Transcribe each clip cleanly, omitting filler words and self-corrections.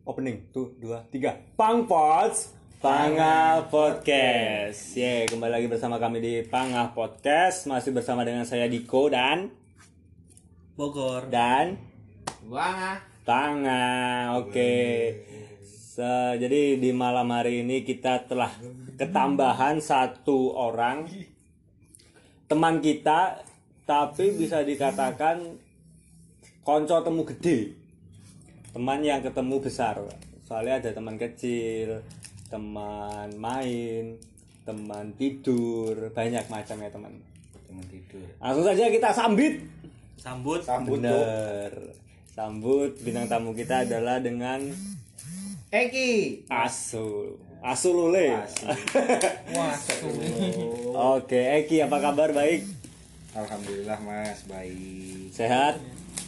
Opening, 2, 3. Pangpods, Pangah Podcast. Kembali lagi bersama kami di Pangah Podcast. Masih bersama dengan saya Diko dan Bogor dan Pangah. Jadi di malam hari ini kita telah ketambahan satu orang teman kita, tapi bisa dikatakan konco temu gede. Teman yang ketemu besar. Soalnya ada teman kecil, teman main, teman tidur, banyak macamnya teman tidur. Langsung saja kita sambut. Bener. Sambut bintang tamu kita adalah dengan Eki Asulule. Oke, Eki, apa kabar? Baik. Alhamdulillah Mas, baik. Sehat.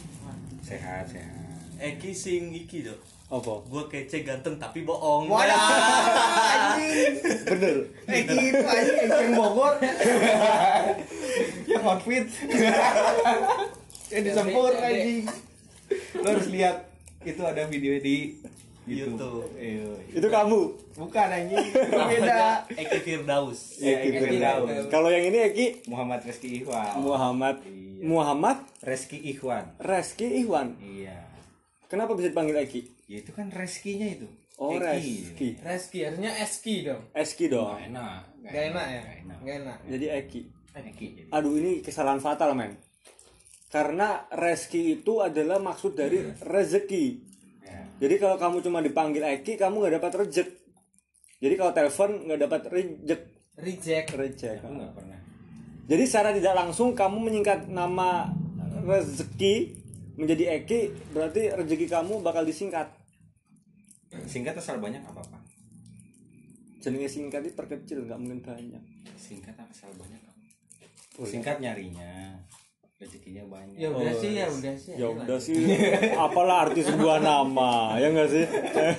Eki sing iki do. Apa? Gua kece ganteng tapi bohong. Wadah, anjing. Bener. Eki itu anjing yang Bogor. Yang outfit. Yang disempur anjing. Lo harus lihat itu ada video di YouTube. Itu kamu? Bukan anjing, itu beda. Eki Firdaus. Eki Firdaus. Kalau yang ini Eki Muhammad Reski Ihwan. Iya. Muhammad Reski Ihwan. Iya. Kenapa bisa dipanggil Eki? Ya itu kan Reskinya itu. Oh, Eki. Reski harusnya Eski dong. Eski dong. Gak enak ya? Gak enak. Jadi Eki. Eki. Aduh, ini kesalahan fatal, men. Karena Reski itu adalah maksud dari rezeki. Ya. Jadi kalau kamu cuma dipanggil Eki, kamu nggak dapat rejek. Jadi kalau telepon nggak dapat Reject. Aku nggak pernah. Jadi secara tidak langsung kamu menyingkat nama rezeki menjadi Eki, berarti rezeki kamu bakal disingkat. Singkat asal banyak apa Pak? Jenenge singkat itu perkecil, nggak mungkin banyak. Singkat asal banyak apa? Singkat nyarinya, rezekinya banyak. Ya udah sih. Ya udah sih. Apalah arti sebuah nama, ya nggak sih?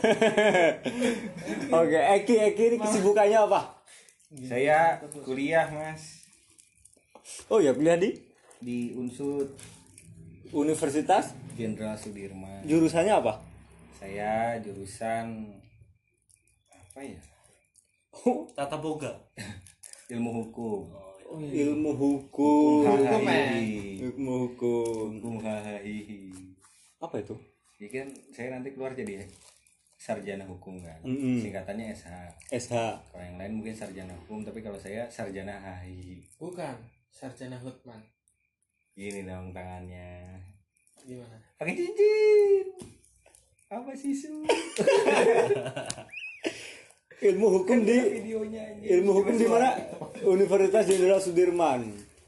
Oke, Eki ini kesibukannya apa? Saya kuliah Mas Oh ya, kuliah di Unsud Universitas Jenderal Sudirman. Jurusannya apa? Saya jurusan apa ya? Tata boga. Ilmu hukum. Ilmu hukum. Ilmu Hukum. hahihi. Apa itu? Jadi kan saya nanti keluar jadi sarjana hukum kan. Singkatannya SH. SH. Kalau yang lain mungkin sarjana hukum, tapi kalau saya sarjana hahihi. Bukan. Sarjana Hutman. Gini dong tangannya. Gimana? Pakai cincin. Apa sih Su? Ilmu hukum di Videonya aja. Ilmu hukum di mana? Universitas Jenderal Sudirman.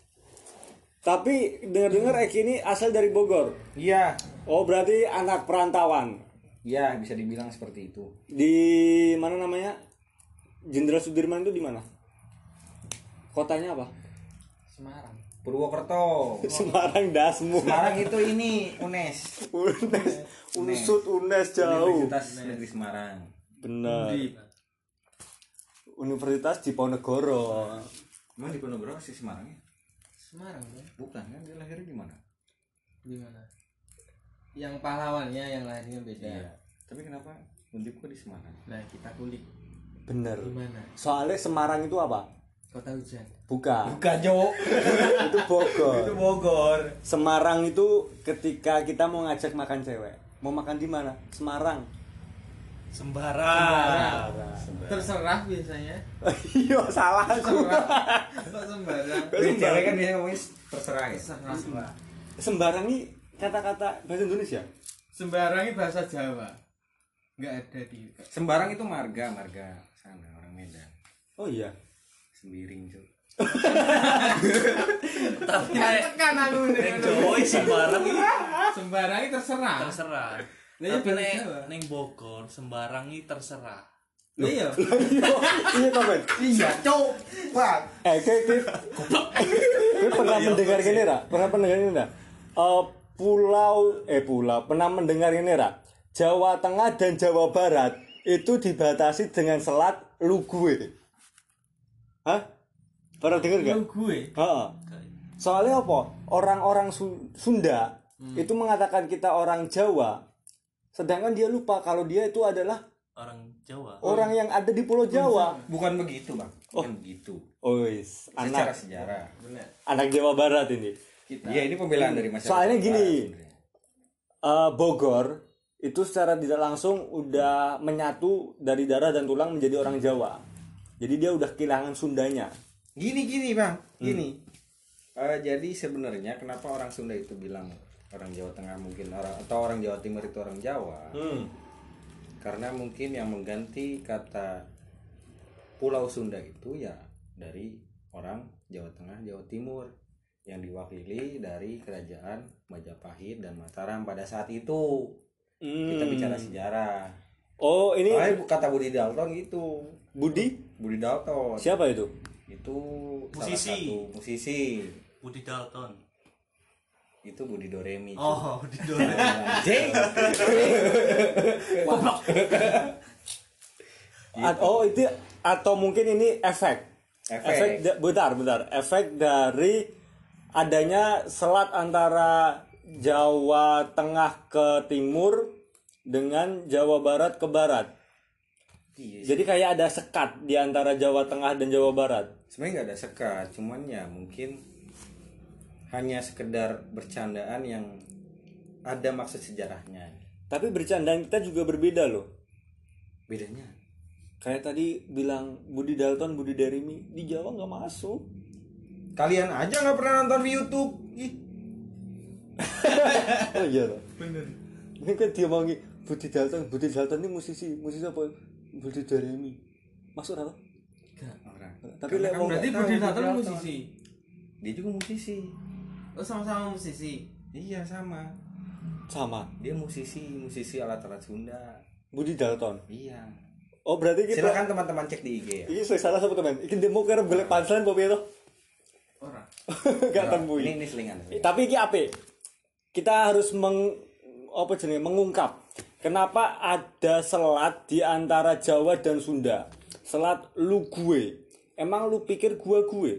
Tapi dengar-dengar Eki ini asal dari Bogor. Iya. Oh, berarti anak perantauan. Iya, bisa dibilang seperti itu. Di mana namanya? Jenderal Sudirman itu di mana? Kotanya apa? Semarang. Purwokerto. Semarang dasmu. Semarang itu ini UNES. Unes jauh. Universitas Negeri Semarang. Benar. Universitas Diponegoro. Emang di Ponorogo sih Semarang ya? Semarang kan? Bukan kan, dia lahirnya di mana? Di mana? Yang pahlawannya yang lainnya beda. Iya. Tapi kenapa undipku di Semarang? Nah, kita kulik. Bener. Di mana? Soalnya Semarang itu apa? Kota hujan. Bukan. Bukan Jo. Itu Bogor. Itu Bogor. Semarang itu ketika kita mau ngajak makan cewek. Mau makan di mana? Semarang. Sembarang. Terserah biasanya. Iya, salah aku. Kok sembarang? Cewek kan biasanya ngomongin terserah ya. Terserah. Sembarang ini kata-kata bahasa Indonesia. Sembarang ini bahasa Jawa. Enggak ada di. Sembarang itu marga sana orang Medan. Oh iya. Sembiring Jo. Tapi Tekan aku neng Jawa sembarang ini Sembarang ini terserah. terserah. Lah, Tapi iya, Jawa. neng Bogor sembarang ini terserah. Iya. Iya, Tomen. Iya, Cok. Wah, Gue pernah mendengar gini, Ra? Pernah mendengar ini, Ra? Pernah mendengar ini, Ra? Jawa Tengah dan Jawa Barat itu dibatasi dengan selat Lugue. Hah? Pernah dengar gak? Gue. Heeh. Soalnya apa? Orang-orang Sunda itu mengatakan kita orang Jawa Sedangkan dia lupa kalau dia itu adalah Orang Jawa. orang yang ada di Pulau Jawa. Bukan begitu, Bang. Bukan begitu. Ois, Secara anak sejarah. Benar. anak Jawa Barat ini. Iya, ini pembelaan dari masyarakat. Soalnya gini, sebenarnya. Bogor itu secara tidak langsung udah menyatu dari darah dan tulang menjadi orang Jawa. Jadi dia udah kehilangan Sundanya. Gini Bang, gini. Jadi sebenarnya kenapa orang Sunda itu bilang orang Jawa Tengah mungkin orang atau orang Jawa Timur itu orang Jawa? Karena mungkin yang mengganti kata Pulau Sunda itu ya dari orang Jawa Tengah, Jawa Timur yang diwakili dari kerajaan Majapahit dan Mataram pada saat itu. Kita bicara sejarah. Oh, ini Soalnya kata Budi Dalton gitu. Budi? Budi Dalton. Siapa itu? Itu Musisi. salah satu musisi. Budi Dalton. Itu Budi Doremi. Oh, Budi Dalton. Jeng. Oh, itu atau mungkin ini efek. Efek. Bentar. Efek dari adanya selat antara Jawa Tengah ke timur dengan Jawa Barat ke barat. Iya. Jadi kayak ada sekat di antara Jawa Tengah dan Jawa Barat. Sebenarnya nggak ada sekat, cuman ya mungkin hanya sekedar bercandaan yang ada maksud sejarahnya. Tapi bercandaan kita juga berbeda loh. Bedanya? Kayak tadi bilang Budi Dalton, Budi Derimi di Jawa nggak masuk. Kalian aja nggak pernah nonton di YouTube. Ih. Oh iya loh. Bener. Ini kan dia manggil Budi Dalton ini musisi apa? Budi Derimi. Masuk apa? Orang. Tapi Karena lek kan mau Berarti nggak Budi tahu Dalton musisi. Dia juga musisi. Oh, sama-sama musisi. Iya sama. sama Dia musisi alat-alat Sunda. Budi Dalton. Iya. Oh berarti kita Silakan teman-teman cek di IG ya. ini saya salah sama teman. Iki demo karep golek punchline apa piye to? Ora. Gak temu. Ini selingan. Tapi iki apik. Kita harus mengungkap kenapa ada selat di antara Jawa dan Sunda. Selat lu gue. Emang lu pikir gua gue?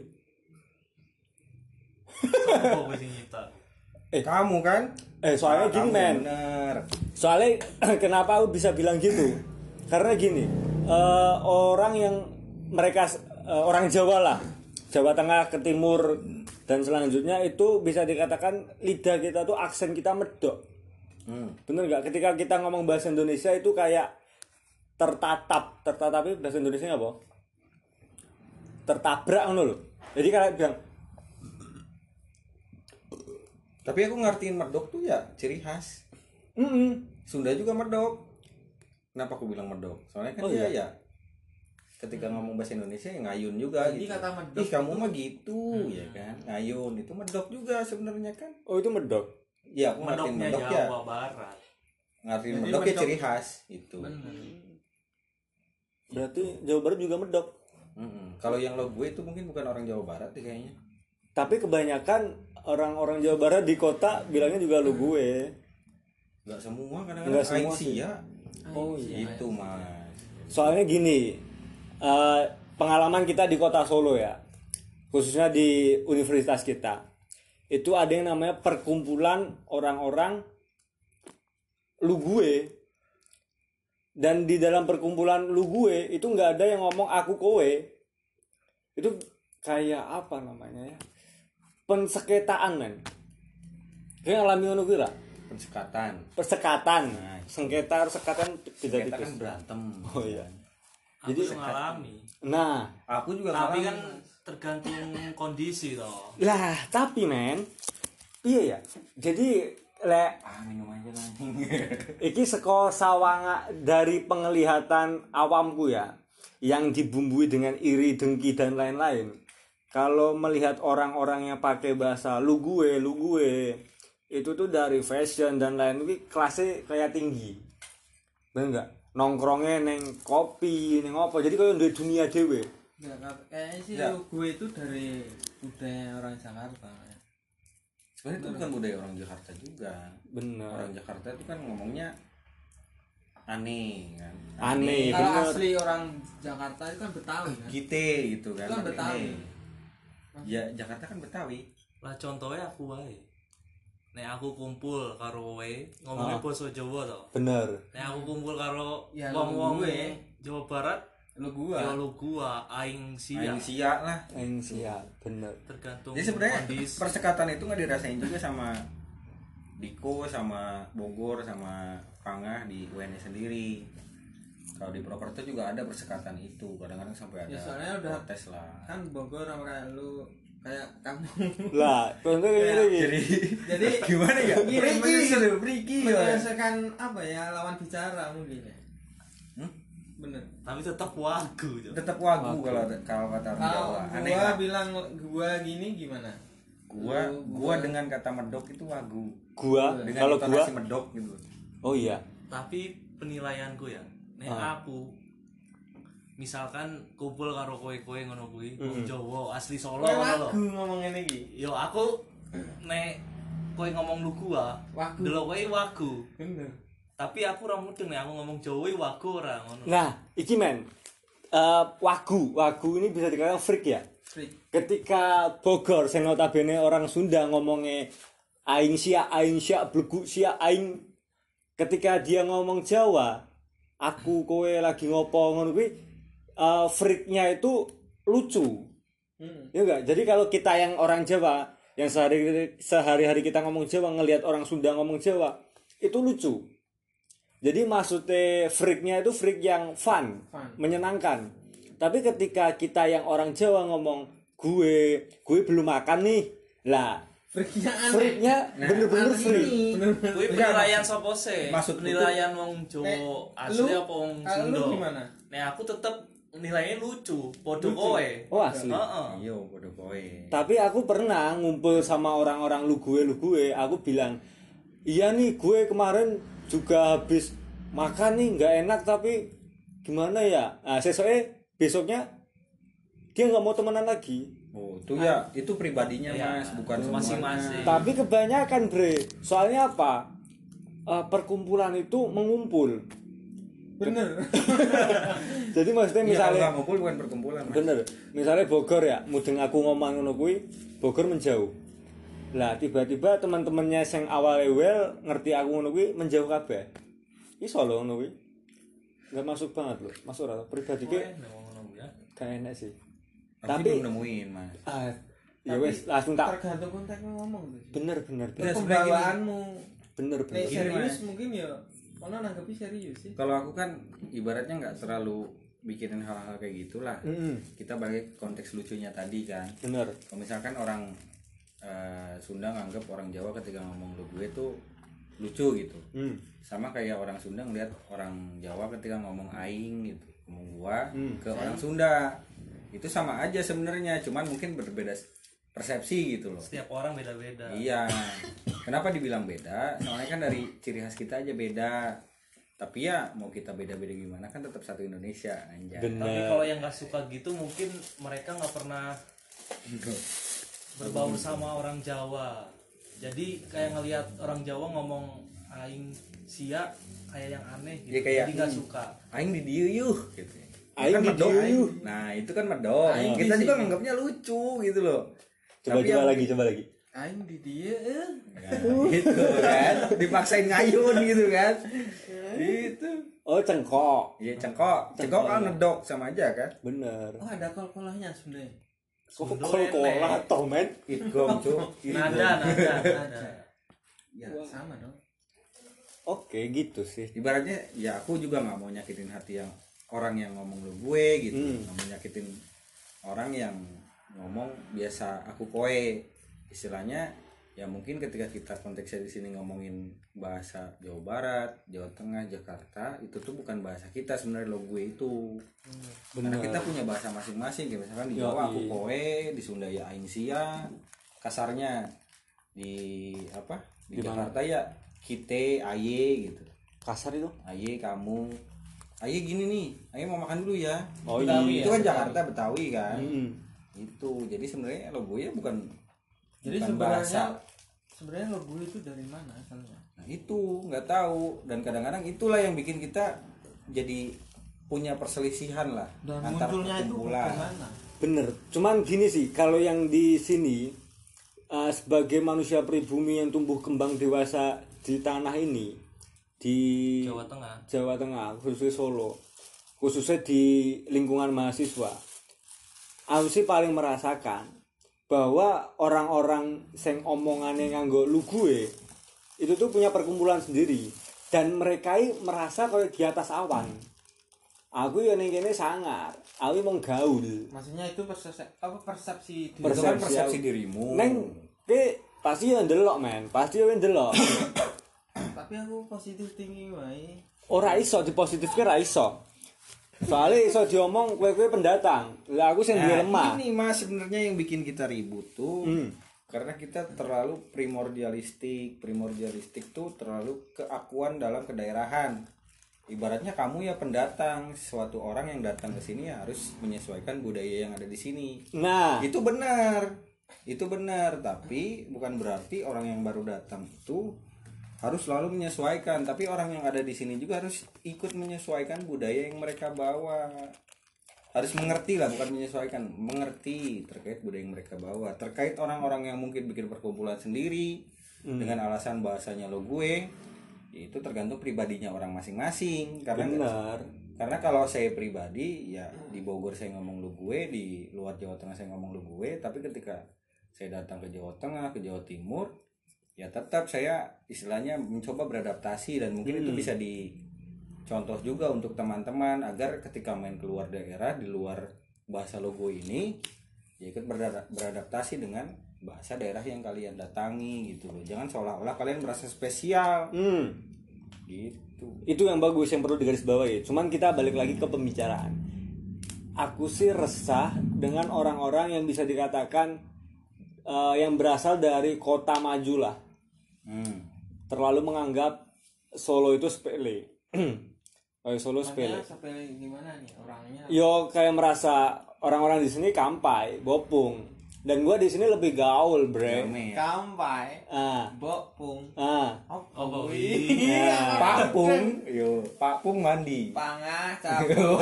Sopo wis nyipta. Kamu kan? Soalnya gini Kamu men. bener. Soalnya kenapa aku bisa bilang gitu? Karena gini, orang yang mereka orang Jawa lah, Jawa Tengah ke timur dan selanjutnya itu bisa dikatakan lidah kita tuh aksen kita medok. Bener nggak? Ketika kita ngomong bahasa Indonesia itu kayak tertatap bahasa Indonesia apa? Tertabrak ngono loh. Jadi kayak bilang Tapi aku ngertiin medok tuh ya ciri khas. Sunda juga medok. Kenapa aku bilang medok? Soalnya kan dia ya ketika ngomong bahasa Indonesia ya ngayun juga Jadi gitu. kata medok Ih kamu mah gitu ya kan. Ngayun itu medok juga sebenarnya kan. oh itu medok. Ya aku ngertiin Medoknya medok ya. Jawa Barat. Ngertiin Jadi medok ya medok- ciri khas itu. Berarti Jawa Barat juga medok. Kalau yang lo gue itu mungkin bukan orang Jawa Barat deh kayaknya. Tapi kebanyakan orang-orang Jawa Barat di kota bilangnya juga lu gue. Nggak semua Nggak kadang-kadang semua sih. Aisyah. Oh iya. Itu mas. Soalnya gini, pengalaman kita di kota Solo ya, khususnya di universitas kita, itu ada yang namanya perkumpulan orang-orang lu gue. Dan di dalam perkumpulan lu gue itu nggak ada yang ngomong aku kowe. Itu kayak apa namanya ya? Penseketaan men. Kayak ngalami ngono kuwi ra? Pensekatan. Persekatan. Sengketa sekatan beda Kita kan tipis. berantem. Oh iya. Jadi mengalami. Nah, Aku juga Tapi ngalamin. kan tergantung kondisi toh. lah tapi men, iya ya. Jadi lek minum aja lah. iki saka sawanga dari penglihatan awamku ya, yang dibumbui dengan iri, dengki dan lain-lain. Kalau melihat orang-orang yang pakai bahasa lu gue, itu tuh dari fashion dan lain itu kelasnya kayak tinggi. Bener enggak? Nongkrongnya neng kopi, neng apa. Jadi kayak di dunia dewe. Kayaknya sih Ya. gue itu dari budaya orang Jakarta. Sebenarnya itu bukan budaya orang Jakarta juga. Bener. Orang Jakarta itu kan ngomongnya aneh kan. Aneh. Kalau bener. asli orang Jakarta itu kan Betawi kan. Gite gitu kan. Itu kan tapi Betawi. aneh. Ya Jakarta kan Betawi. Lah contohnya aku wae. nek aku kumpul karo kowe ngomongnya basa Jawa to. Bener. Nek aku kumpul karo Ya, wong-wong lu gue. Jawa Barat, Lu gua. ya lu gua aing sia. Aing siap lah. Aing siap, bener. Tergantung Jadi sebenarnya kondisi. persekatan itu nggak dirasain juga sama Diko, sama Bogor, sama Pangah di UN sendiri. Kalau di Purwokerto juga ada persekatan itu, kadang-kadang sampai ada Ya, soalnya udah- protes lah. Kan Bogor sama kayak lu kayak kamu. Lah, contohnya gini. Jadi Gimana ya? Gini, Priki gitu, Priki. menyelesaikan apa ya lawan bicara mungkin ya. Hmm? Bener. Tapi tetap wagu Cok. Tetap wagu kalau kata orang Kalau Jawa. Aneh gua lah. bilang gua gini gimana? Gua dengan kata medok itu wagu. Gua, Dengan kalau gua, intonasi medok gitu. oh iya. Tapi penilaianku ya, nek aku misalkan kumpul karo kowe-kowe ngono kuwi, wong Jawa asli Solo Kowe ngono lho. wagu ngomong ngene iki. Yo aku nek kowe ngomong lu gua, Wagu. delok kowe wagu. Bener. Tapi aku ora mudeng nek aku ngomong Jawa wagu ora ngono. Nah, iki men. Wagu ini bisa dikatakan freak ya. Freak. Ketika Bogor sing notabene orang Sunda ngomongnya aing sia, blegu sia, aing, ketika dia ngomong Jawa, aku kowe lagi ngopo ngono kuwi, freaknya itu lucu. Ya enggak? Jadi kalau kita yang orang Jawa, yang sehari-hari kita ngomong Jawa, ngelihat orang Sunda ngomong Jawa, itu lucu. Jadi maksudnya freaknya itu freak yang fun, menyenangkan. Tapi ketika kita yang orang Jawa ngomong gue belum makan nih, lah Freaknya aneh. freaknya bener-bener freak. Kuwi penilaian sapa sih? Maksudku Penilaian wong Jawa asli apa wong Kalau Sunda? lu gimana? Nek aku tetep nilainya lucu, padha kowe. Oh asli. Heeh. Iya, bodoh kowe. Tapi aku pernah ngumpul sama orang-orang lu gue, aku bilang, iya nih gue kemarin juga habis makan nih nggak enak tapi gimana ya? Nah besoknya dia nggak mau temenan lagi. Oh, itu ya, itu pribadinya Ya, Mas, bukan masing-masing. semuanya. Tapi kebanyakan bre, soalnya apa? Perkumpulan itu mengumpul. Bener. Jadi maksudnya Iya, kalau misalnya nggak ngumpul bukan perkumpulan, Mas. bener, misalnya Bogor ya, mudeng aku ngomong ngono kuwi, Bogor menjauh. Lah tiba-tiba teman-temannya sing awal well ngerti aku ngono kuwi menjauh kabeh. Iso lho ngono kuwi. Enggak masuk banget lho. Masuk ora pribadi ki Nek wong ngono ya. gak enak sih. Tapi Tapi belum nemuin, Mas. ya wes langsung tak Tergantung konteksnya ngomong tuh. bener. Ya, Pembawaanmu. Bener. Nek Gini, serius Mas. mungkin ya ono nanggepi serius sih. Kalau aku kan ibaratnya nggak terlalu bikinin hal-hal kayak gitulah. Kita balik konteks lucunya tadi kan. Bener. Kalau misalkan orang Sunda nganggap orang Jawa ketika ngomong lu gue tuh lucu gitu. Sama kayak orang Sunda ngeliat orang Jawa ketika ngomong aing gitu, ngomong gua ke orang Sunda. Itu sama aja sebenarnya, cuman mungkin berbeda persepsi gitu loh. Setiap orang beda-beda. Iya. Kenapa dibilang beda? Soalnya kan dari ciri khas kita aja beda. Tapi ya mau kita beda-beda gimana kan tetap satu Indonesia anjay. Tapi kalau yang nggak suka gitu mungkin mereka nggak pernah berbaur sama orang Jawa. Jadi kayak ngelihat orang Jawa ngomong aing sia kayak yang aneh gitu. Ya, kayak, Jadi nggak suka. Aing di dieu yuh gitu. Aing Kan di medok. dieu yuh. Nah, itu kan medok. Aing Kita di juga sini. nganggapnya lucu gitu loh. Coba lagi. Aing di dia Nah, gitu kan. Dipaksain ngayun gitu kan. Gitu. Oh cengkok. Iya, cengkok. Cengkok kan medok sama aja kan. Bener. Oh ada kol-kolahnya sebenarnya. Kol-kolah toh men. Idgom, Cuk. Nada. Ya sama dong. Oke gitu sih. Ibaratnya ya aku juga nggak mau nyakitin hati yang orang yang ngomong lu gue gitu, nggak mau nyakitin orang yang ngomong biasa aku kowe, istilahnya ya mungkin ketika kita konteksnya di sini ngomongin bahasa Jawa Barat, Jawa Tengah, Jakarta itu tuh bukan bahasa kita sebenarnya lo gue itu. Karena kita punya bahasa masing-masing, kayak misalkan di Jawa aku kowe, di Sunda ya aing sia, kasarnya di apa di Jakarta ya kite aye gitu. Kasar itu. Aye kamu, aye gini nih, aye mau makan dulu ya. Oh Betawi Itu ya, kan Jakarta Betawi kan. Mm-mm. Itu jadi sebenarnya logo ya bukan Jadi bukan bahasa. sebenarnya logo itu dari mana asalnya? Nah itu nggak tahu, dan kadang-kadang itulah yang bikin kita jadi punya perselisihan lah Dan antar munculnya itu perkumpulan. bagaimana? Bener. Cuman gini sih, kalau yang di sini sebagai manusia pribumi yang tumbuh kembang dewasa di tanah ini, di Jawa Tengah khususnya Solo, khususnya di lingkungan mahasiswa, aku sih paling merasakan bahwa orang-orang sing omongane nganggo lu gue itu tuh punya perkumpulan sendiri dan mereka merasa kayak di atas awan. Aku ya ning kene sangar, aku mau gaul. Maksudnya itu persepsi Itu kan persepsi dirimu. Neng ke pasti yo ndelok men, pasti yo ndelok. Tapi aku positif tinggi wae. Ora iso dipositifke ra iso. Soalnya iso diomong kowe pendatang. Lah aku sing duwe lemah. Ini Mas sebenarnya yang bikin kita ribut tuh. Karena kita terlalu primordialistik tuh terlalu keakuan dalam kedaerahan. Ibaratnya kamu ya pendatang, suatu orang yang datang ke sini ya harus menyesuaikan budaya yang ada di sini. Nah, Itu benar, tapi bukan berarti orang yang baru datang itu harus selalu menyesuaikan, tapi orang yang ada di sini juga harus ikut menyesuaikan budaya yang mereka bawa. Harus mengerti lah, bukan menyesuaikan, mengerti terkait budaya yang mereka bawa. Terkait orang-orang yang mungkin bikin perkumpulan sendiri dengan alasan bahasanya lo gue, itu tergantung pribadinya orang masing-masing. Karena kalau saya pribadi ya di Bogor saya ngomong lu gue, di luar Jawa Tengah saya ngomong lu gue, tapi ketika saya datang ke Jawa Tengah, ke Jawa Timur, ya tetap saya istilahnya mencoba beradaptasi, dan mungkin itu bisa dicontoh juga untuk teman-teman agar ketika main keluar daerah di luar bahasa logo ini ya ikut beradaptasi dengan bahasa daerah yang kalian datangi gitu loh. Jangan seolah-olah kalian merasa spesial. Gitu. itu yang bagus yang perlu digarisbawahi. Cuman kita balik lagi ke pembicaraan. Aku sih resah dengan orang-orang yang bisa dikatakan yang berasal dari kota maju lah. Terlalu menganggap Solo itu sepele. Solo sepele. Sepele gimana nih orangnya? Yo kayak merasa orang-orang di sini kampai, bopung. Dan gua di sini lebih gaul, bre. Kampai. Bopung. Oh, iya. Pak Pung mandi. Pangah cabung.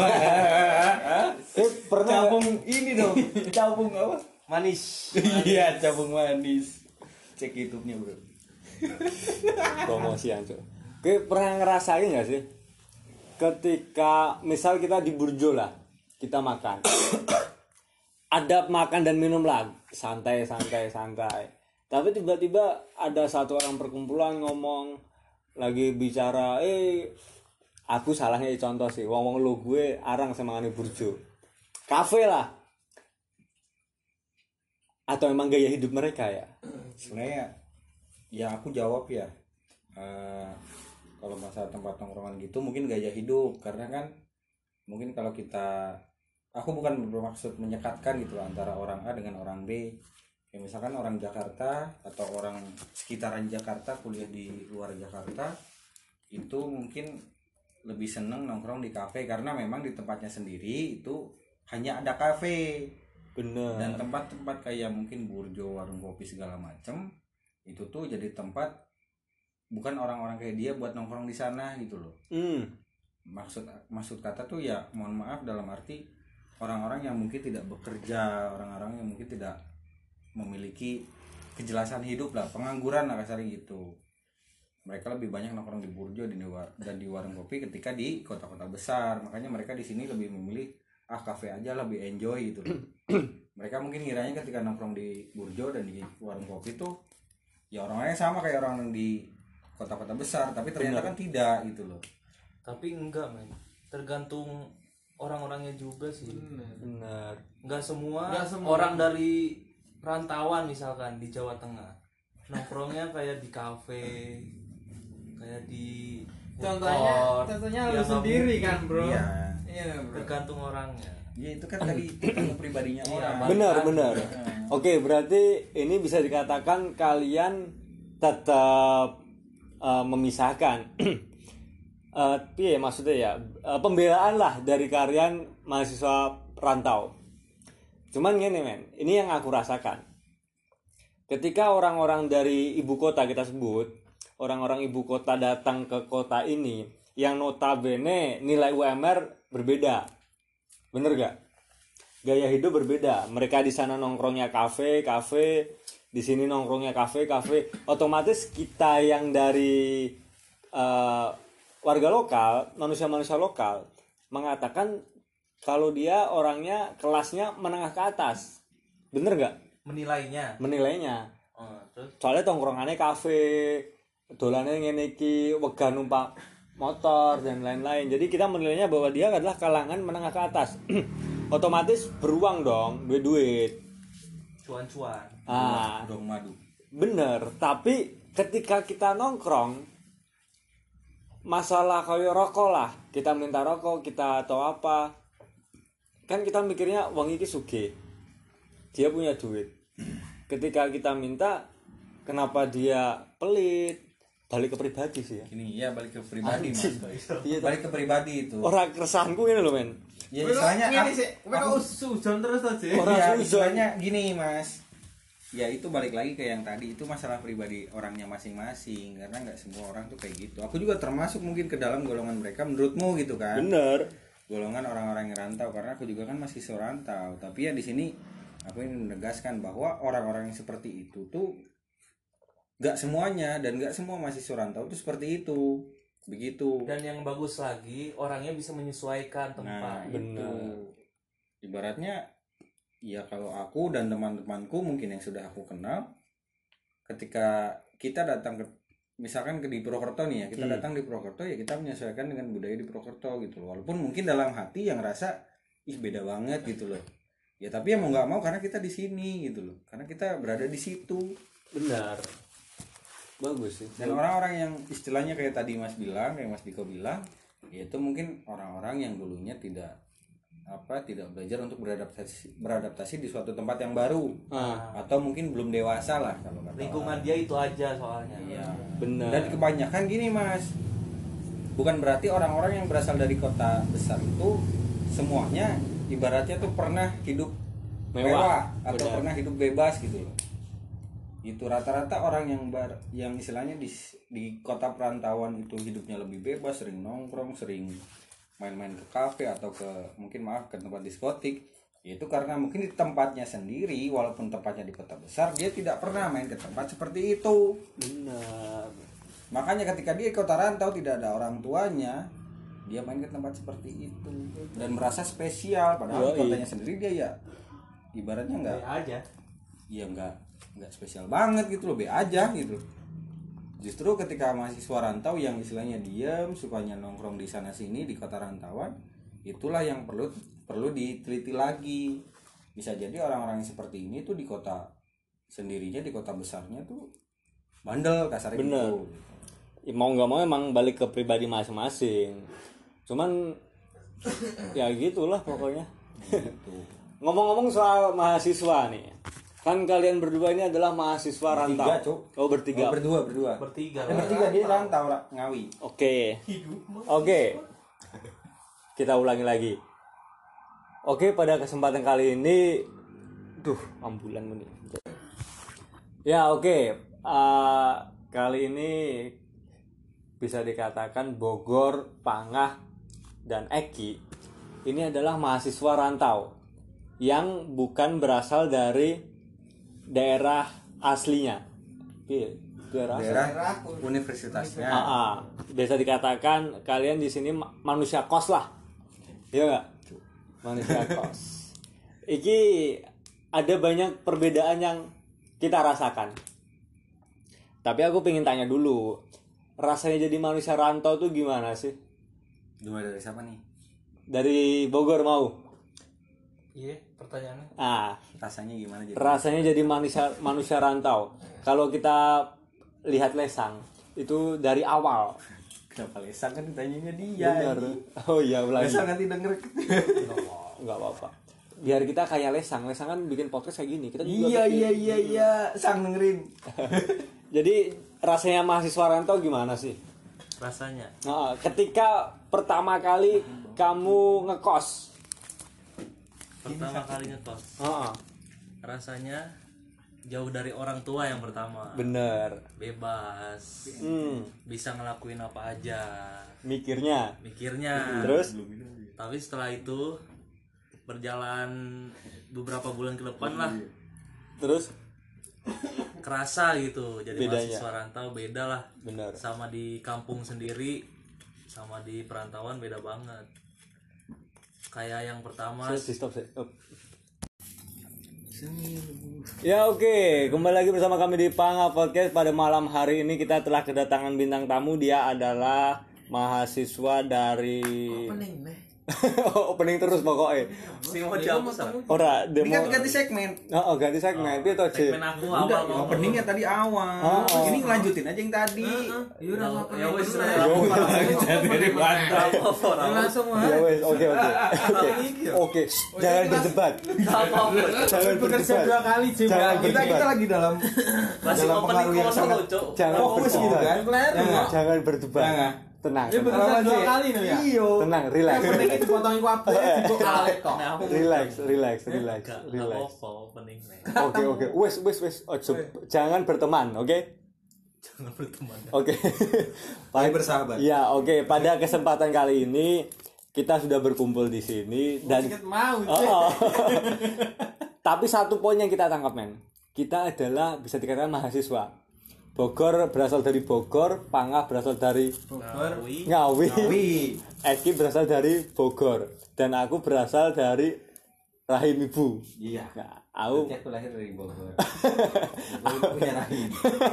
Pernah Cabung ini dong. Cabung apa? Manis. Iya, cabung manis. Cek YouTube-nya, Bro. promosian, Cuk. Oke, pernah ngerasain nggak sih? Ketika misal kita di burjo lah, kita makan. Ada makan dan minum lah, santai. Tapi tiba-tiba ada satu orang perkumpulan ngomong, lagi bicara, aku salahnya contoh sih, ngomong lu gue arang semangane burjo. Kafe lah. Atau emang gaya hidup mereka ya? Sebenarnya ya aku jawab ya. Kalau masalah tempat nongkrongan gitu mungkin gaya hidup, karena kan mungkin kalau aku bukan bermaksud menyekatkan gitu antara orang A dengan orang B. Ya misalkan orang Jakarta atau orang sekitaran Jakarta kuliah di luar Jakarta itu mungkin lebih seneng nongkrong di kafe karena memang di tempatnya sendiri itu hanya ada kafe. Bener. Dan tempat-tempat kayak mungkin burjo, warung kopi segala macem itu tuh jadi tempat bukan orang-orang kayak dia buat nongkrong di sana gitu loh. Maksud kata tuh ya mohon maaf dalam arti orang-orang yang mungkin tidak bekerja, orang-orang yang mungkin tidak memiliki kejelasan hidup lah, pengangguran lah kasarnya gitu. Mereka lebih banyak nongkrong di burjo dan di warung kopi ketika di kota-kota besar. Makanya mereka di sini lebih memilih kafe aja lebih enjoy gitu loh. Mereka mungkin ngiranya ketika nongkrong di burjo dan di warung kopi tuh ya orang-orangnya sama kayak orang di kota-kota besar, tapi ternyata kan tidak gitu loh. Tapi enggak, men. Tergantung orang-orangnya juga sih. Benar. Enggak semua orang dari rantauan misalkan di Jawa Tengah nongkrongnya kayak di kafe, kayak di Contohnya lu sendiri kan, Bro. Iya, Bro. tergantung orangnya. Ya itu kan tadi tergantung pribadinya orang. Benar. Oke, berarti ini bisa dikatakan kalian tetap memisahkan. Iya maksudnya ya pembelaan lah dari kalian mahasiswa rantau. Cuman gini men, ini yang aku rasakan. Ketika orang-orang dari ibu kota kita sebut, orang-orang ibu kota datang ke kota ini, yang notabene nilai UMR berbeda, bener gak? Gaya hidup berbeda. Mereka di sana nongkrongnya kafe, di sini nongkrongnya kafe, otomatis kita yang dari warga lokal, manusia-manusia lokal mengatakan kalau dia orangnya kelasnya menengah ke atas. Bener nggak? Menilainya. Oh, terus Soalnya tongkrongannya kafe, dolannya ngene iki, wegah numpak motor dan lain-lain. Jadi kita menilainya bahwa dia adalah kalangan menengah ke atas. Otomatis beruang dong, duit. cuan-cuan. Dong madu. Bener, tapi ketika kita nongkrong masalah kayak rokok lah, kita minta rokok, kita atau apa, kan kita mikirnya wong iki sugih, dia punya duit. Ketika kita minta, kenapa dia pelit? Balik ke pribadi sih ya. Ini ya balik ke pribadi mas. Iya, Balik ke pribadi itu. orang keresahanku ini loh men. Ya istilahnya Kowe sujon terus aja. Orang ya, suzon. istilahnya gini mas. Ya itu balik lagi ke yang tadi, itu masalah pribadi orangnya masing-masing, karena nggak semua orang tuh kayak gitu. Aku juga termasuk mungkin ke dalam golongan mereka menurutmu gitu kan. Bener. Golongan orang-orang yang rantau, karena aku juga kan masih serantau. Tapi ya di sini aku ingin menegaskan bahwa orang-orang yang seperti itu tuh nggak semuanya, dan nggak semua mahasiswa rantau tuh seperti itu, begitu. Dan yang bagus lagi orangnya bisa menyesuaikan Nah tempat. itu ibaratnya ya kalau aku dan teman-temanku mungkin yang sudah aku kenal, ketika kita datang ke misalkan di Purwokerto nih ya, kita datang di Purwokerto ya kita menyesuaikan dengan budaya di Purwokerto gitu loh. Walaupun mungkin dalam hati yang rasa ih beda banget gitu loh. Ya tapi ya mau nggak mau karena kita di sini gitu loh, karena kita berada di situ. Benar. Bagus sih. Dan orang-orang yang istilahnya kayak tadi Mas bilang, kayak Mas Diko bilang, yaitu mungkin orang-orang yang dulunya tidak belajar untuk beradaptasi di suatu tempat yang baru, atau mungkin belum dewasa lah kalau kata Lingkungan orang. dia itu aja soalnya. Iya. Benar. Dan kebanyakan gini Mas, bukan berarti orang-orang yang berasal dari kota besar itu semuanya ibaratnya tuh pernah hidup mewah atau Benar. pernah hidup bebas gitu loh. Itu rata-rata orang yang istilahnya di kota perantauan itu hidupnya lebih bebas, sering nongkrong, sering main-main ke kafe atau ke ke tempat diskotik. Itu karena mungkin di tempatnya sendiri, walaupun tempatnya di kota besar, dia tidak pernah main ke tempat seperti itu. Benar. Makanya ketika dia di kota rantau tidak ada orang tuanya, dia main ke tempat seperti itu dan merasa spesial, padahal di kotanya sendiri dia ya ibaratnya enggak aja. ya enggak spesial banget gitu loh, be aja gitu. Justru ketika mahasiswa rantau yang istilahnya diam, sukanya nongkrong di sana sini di kota rantauan, itulah yang perlu diteliti lagi. Bisa jadi orang-orang yang seperti ini tuh di kota sendirinya, di kota besarnya tuh bandel kasarnya. Bener. Gitu. Ya, mau nggak mau emang balik ke pribadi masing-masing. Cuman ya gitulah pokoknya. Gitu. Ngomong-ngomong soal mahasiswa nih, kan kalian berdua ini adalah mahasiswa rantau. Bertiga, Cuk. Oh bertiga. Berdua. Bertiga. Bertiga dia rantau lah, Ngawi. Oke. Kita ulangi lagi. Oke, pada kesempatan kali ini, ambulan nih. Ya oke. Kali ini bisa dikatakan Bogor, Pangah, dan Eki ini adalah mahasiswa rantau yang bukan berasal dari daerah aslinya. Daerah universitasnya. Bisa dikatakan kalian di sini manusia kos lah. Iya enggak? Manusia kos. Iki ada banyak perbedaan yang kita rasakan. Tapi aku pengen tanya dulu, rasanya jadi manusia rantau tuh gimana sih? Dua dari siapa nih? Dari Bogor mau? Iya, pertanyaannya. Rasanya gimana jadi? Rasanya jadi manusia rantau. Kalau kita lihat Lesang itu dari awal. Kenapa Lesang kan ditanyanya dia? Bener. Oh iya, ulangi. Lesang nanti denger. Enggak apa-apa. Biar kita kayak Lesang kan bikin podcast kayak gini. Kita juga Iya, Sang dengerin. Jadi rasanya mahasiswa rantau gimana sih? Rasanya. Nah, ketika pertama kali kamu ngekos. Pertama kali ngekos. Rasanya jauh dari orang tua yang pertama. Bener. Bebas. Bisa ngelakuin apa aja. Mikirnya. Terus? Tapi setelah itu berjalan beberapa bulan ke depan lah. Terus kerasa gitu. Jadi Bedanya. mahasiswa rantau beda lah. Benar. Sama di kampung sendiri sama di perantauan beda banget. Kayak yang pertama Di stop. Ya oke, kembali lagi bersama kami di Panga Podcast. Pada malam hari ini kita telah kedatangan bintang tamu. Dia adalah mahasiswa dari opening terus pokoknya. si mau dihapus lah. Ora, Ini demo. kan ganti segmen. Oh, ganti segmen. Piye to, Ci? Segmen aku Udah, awal openingnya tadi awal. Oh. Ini ngelanjutin aja yang tadi. Ya wes Langsung Ya wes, oke. Oke, jangan berdebat. Jangan bekerja berdebat. 2 kali Jim. Jangan Kita berdebat. lagi dalam masih dalam opening pengaruh yang kosong sangat loh, Cok. Jangan fokus gitu berdebat. kan. Kelihatan. Jangan berdebat. Jangan. Tenang. Ini bekerja 2 kali nih ya. Iyo. Tenang, relax. Penting itu potongin kabeh dibuka kalet kok. Relax. Enggak apa opening nih. Oke. Wes. Ojo, jangan berteman, oke? Jangan berteman. Oke. Mari bersahabat. Ya, oke. Pada kesempatan kali ini kita sudah berkumpul di sini dan Sedikit mau. Oh. Tapi satu poin yang kita tangkap, men. Kita adalah bisa dikatakan mahasiswa. Bogor berasal dari Bogor, Pangah berasal dari Ngawi. Wih. Eki berasal dari Bogor dan aku berasal dari rahim ibu. Iya. Nah, aku Berarti aku lahir dari Bogor. Bogor punya rahim.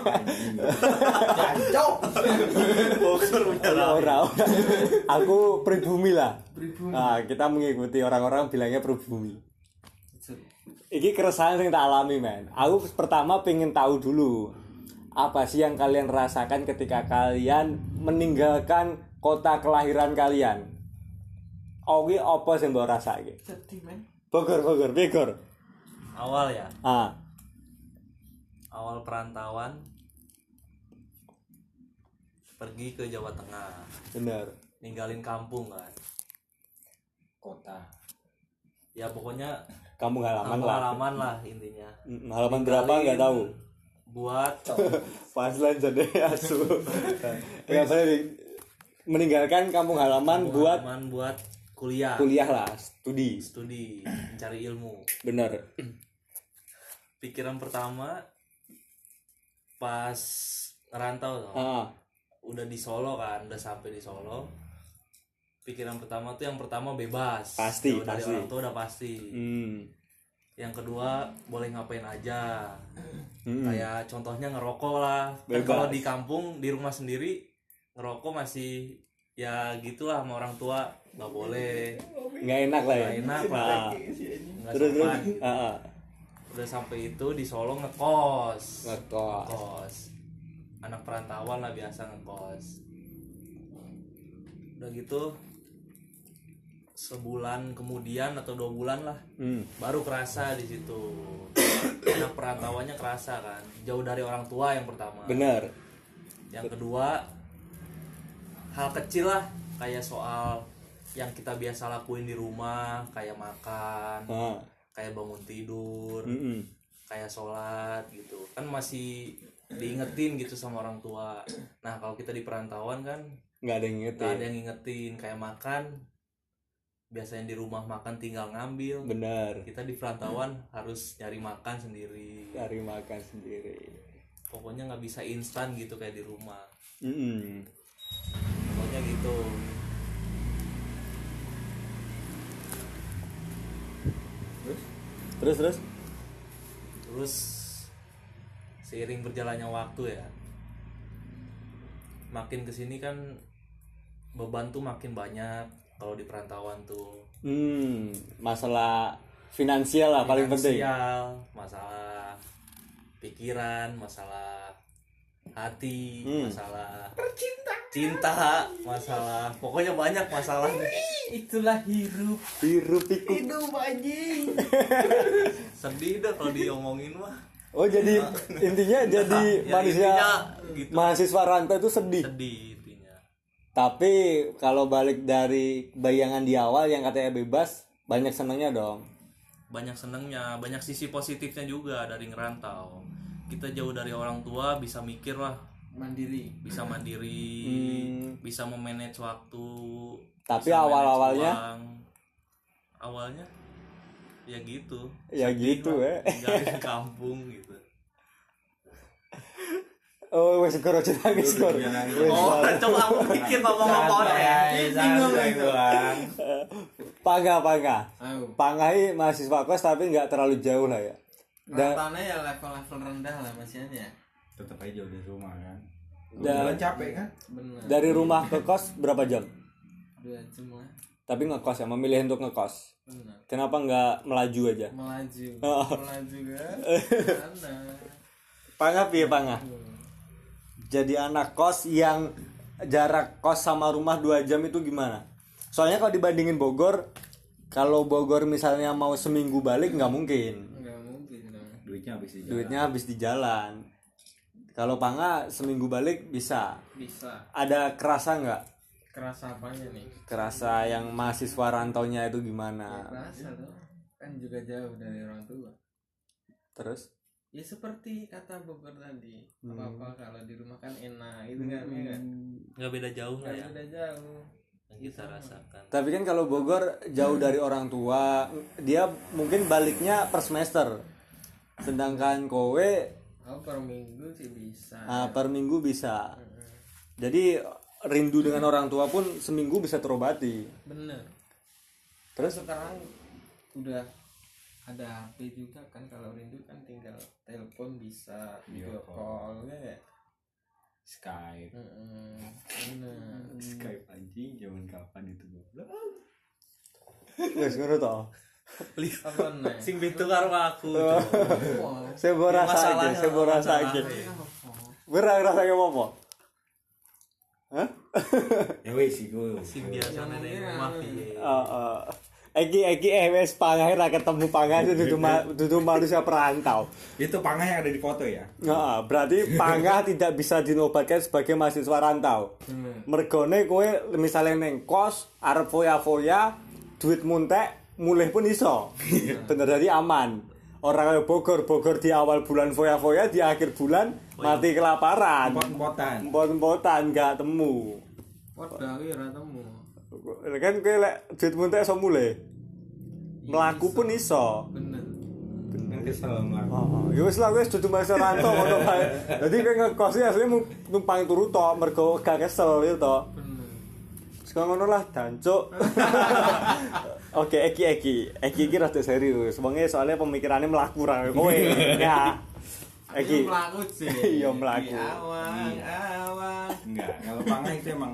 Jancok. Bogor punya orang. Aku pribumi lah. Nah, kita mengikuti orang-orang bilangnya pribumi. Iki keresahan yang tak alami, men. Aku pertama pengen tahu dulu apa sih yang kalian rasakan ketika kalian meninggalkan kota kelahiran kalian. Oke, apa sih mbak rasa iki? Sedih men. Bogor. Awal ya. Awal perantauan pergi ke Jawa Tengah. Bener. Ninggalin kampung kan. Kota. Ya pokoknya Kampung halaman lah. halaman lah intinya. Halaman berapa nggak tahu. Buat Paslan jadi asu. Nggak boleh meninggalkan kampung halaman buat halaman buat kuliah lah, studi. mencari ilmu. Bener. Pikiran pertama pas ngerantau tuh. Udah di Solo kan, udah sampai di Solo. Pikiran pertama tuh yang pertama bebas. Pasti, Jauh dari pasti. orang tua udah pasti. Yang kedua boleh ngapain aja. Kayak contohnya ngerokok lah. Kan Bebas. kalau di kampung di rumah sendiri ngerokok masih ya gitulah sama orang tua nggak boleh. Nggak enak lah ya. Nggak enak lah. Nggak Terus. sopan. Udah sampai itu di Solo ngekos. Anak perantauan lah biasa ngekos. Udah gitu sebulan kemudian atau 2 bulan lah baru kerasa di situ. Anak perantauannya kerasa kan, jauh dari orang tua yang pertama. Bener. Yang kedua hal kecil lah kayak soal yang kita biasa lakuin di rumah, kayak makan, kayak bangun tidur, kayak sholat gitu kan masih diingetin gitu sama orang tua. Nah kalau kita di perantauan kan Nggak ada yang nggak ada yang ngingetin. Kayak makan biasanya di rumah makan tinggal ngambil. Bener. Kita di perantauan harus nyari makan sendiri. Cari makan sendiri. Pokoknya nggak bisa instan gitu kayak di rumah. Pokoknya gitu. Terus seiring berjalannya waktu ya, makin kesini kan beban tuh makin banyak kalau di perantauan tuh. Masalah finansial lah paling penting. Masalah pikiran, masalah hati, masalah cinta, masalah pokoknya banyak masalah. Itulah hidup. Hidup anjing. Sedih dah kalau diomongin mah. Oh jadi intinya jadi Ya, manusia intinya gitu. mahasiswa rantau itu sedih. Intinya. Tapi kalau balik dari bayangan di awal yang katanya bebas, banyak senangnya dong. Banyak senengnya, banyak sisi positifnya juga dari ngerantau. Kita jauh dari orang tua, bisa mikir lah, Mandiri. bisa mandiri, bisa memanage waktu. Tapi bisa awal-awalnya? manage uang. Awalnya ya gitu. Ya Sedih gitu lah, ya. tinggalin kampung gitu. Oh, wis goro nangis gor. Oh, coba aku pikir ngomong apa ya. Bingung itu, Bang. Pangga. Aku. Pangai mahasiswa kos tapi nggak terlalu jauh lah ya. Ratanya ya level-level rendah lah masihnya. Tetap aja jauh dari rumah kan. Dan Capek kan? Bener. dari rumah ke kos berapa jam? 2 jam lah. Tapi ngekos ya, memilih untuk ngekos. Bener. Kenapa nggak melaju aja? Melaju. Oh. Melaju kan? Mana? Pangga piye Pangga? Jadi anak kos yang jarak kos sama rumah 2 jam itu gimana? Soalnya kalau dibandingin Bogor, kalau Bogor misalnya mau seminggu balik nggak mungkin. Enggak mungkin dong. Duitnya habis di jalan. Kalau Pangga seminggu balik bisa. Bisa. Ada kerasa nggak? Kerasa apanya nih? Kerasa yang mahasiswa rantaunya itu gimana? Kerasa tuh. Kan juga jauh dari orang tua. Terus? Ya seperti kata Bogor tadi. Apa-apa kalau di rumah kan enak itu kan ya kan. Nggak beda jauh lah ya. Udah jauh. Yang kita rasakan. Tapi kan kalau Bogor jauh dari orang tua, dia mungkin baliknya per semester. Sedangkan kowe Per minggu sih bisa. per minggu bisa. Jadi rindu dengan orang tua pun seminggu bisa terobati. Bener. Terus Sekarang udah ada HP juga kan, kalau rindu kan tinggal telepon bisa, video call ya. Skype. Bener. Skype anjing zaman kapan itu goblok? wes ngono to. Apa nih? Sing bitu karo aku. Saya mau rasa aja, saya mau rasa aja. Berang rasanya apa? Hah? Ya wis iku. Sing biasa nenek rumah piye. Eki wes Pangga ra ketemu Pangga itu dudu manusia perantau. Itu Pangga yang ada di foto ya. Nah, berarti Pangga tidak bisa dinobatkan sebagai mahasiswa rantau. Mergone kowe misalnya neng kos arep foya-foya, duit muntek, mulih pun iso. Bener dari aman. Orang kayak Bogor di awal bulan foya-foya, di akhir bulan mati kelaparan. Empot-empotan gak temu. Wadah ora temu. Kan kowe lek duit muntek iso mulih. Melaku pun iso. Bener. Kan kesel mlaku. Oh, ya wis lah wis dudu mahasiswa rantau ngono bae. Dadi kowe ngekos iki asline numpang turu tok mergo gak kesel ya to. Bener. Sekarang ngono lah dancuk. Oke, Eki iki rada serius. Wonge soalnya pemikirannya mlaku ra kowe. Ya. Eki. Melaku sih. Iya mlaku. Awang. Enggak, kalau Pangga itu emang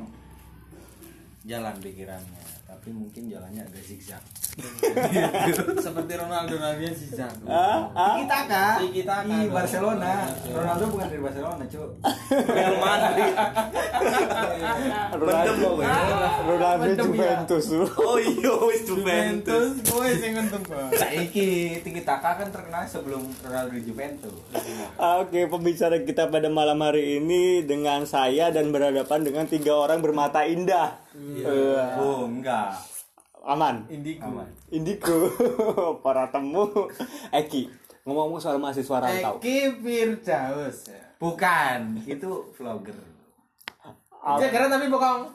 jalan pikirannya, tapi mungkin jalannya agak zigzag. Seperti Ronaldo sih jago. Tiki taka. Di Barcelona. Ronaldo bukan dari Barcelona, Cuk. Real Madrid. Ronaldo Juventus. Oh iya wis Juventus. Kowe sing untung, Pak. Saiki Tiki taka kan terkenal sebelum Ronaldo di Juventus. Oke, pembicaraan kita pada malam hari ini dengan saya dan berhadapan dengan 3 orang bermata indah. Oh, enggak. Aman. Indigo. Para temu. Eki, ngomong soal mahasiswa rantau. Eki Firdaus. Bukan, itu vlogger. Keren tapi bokong.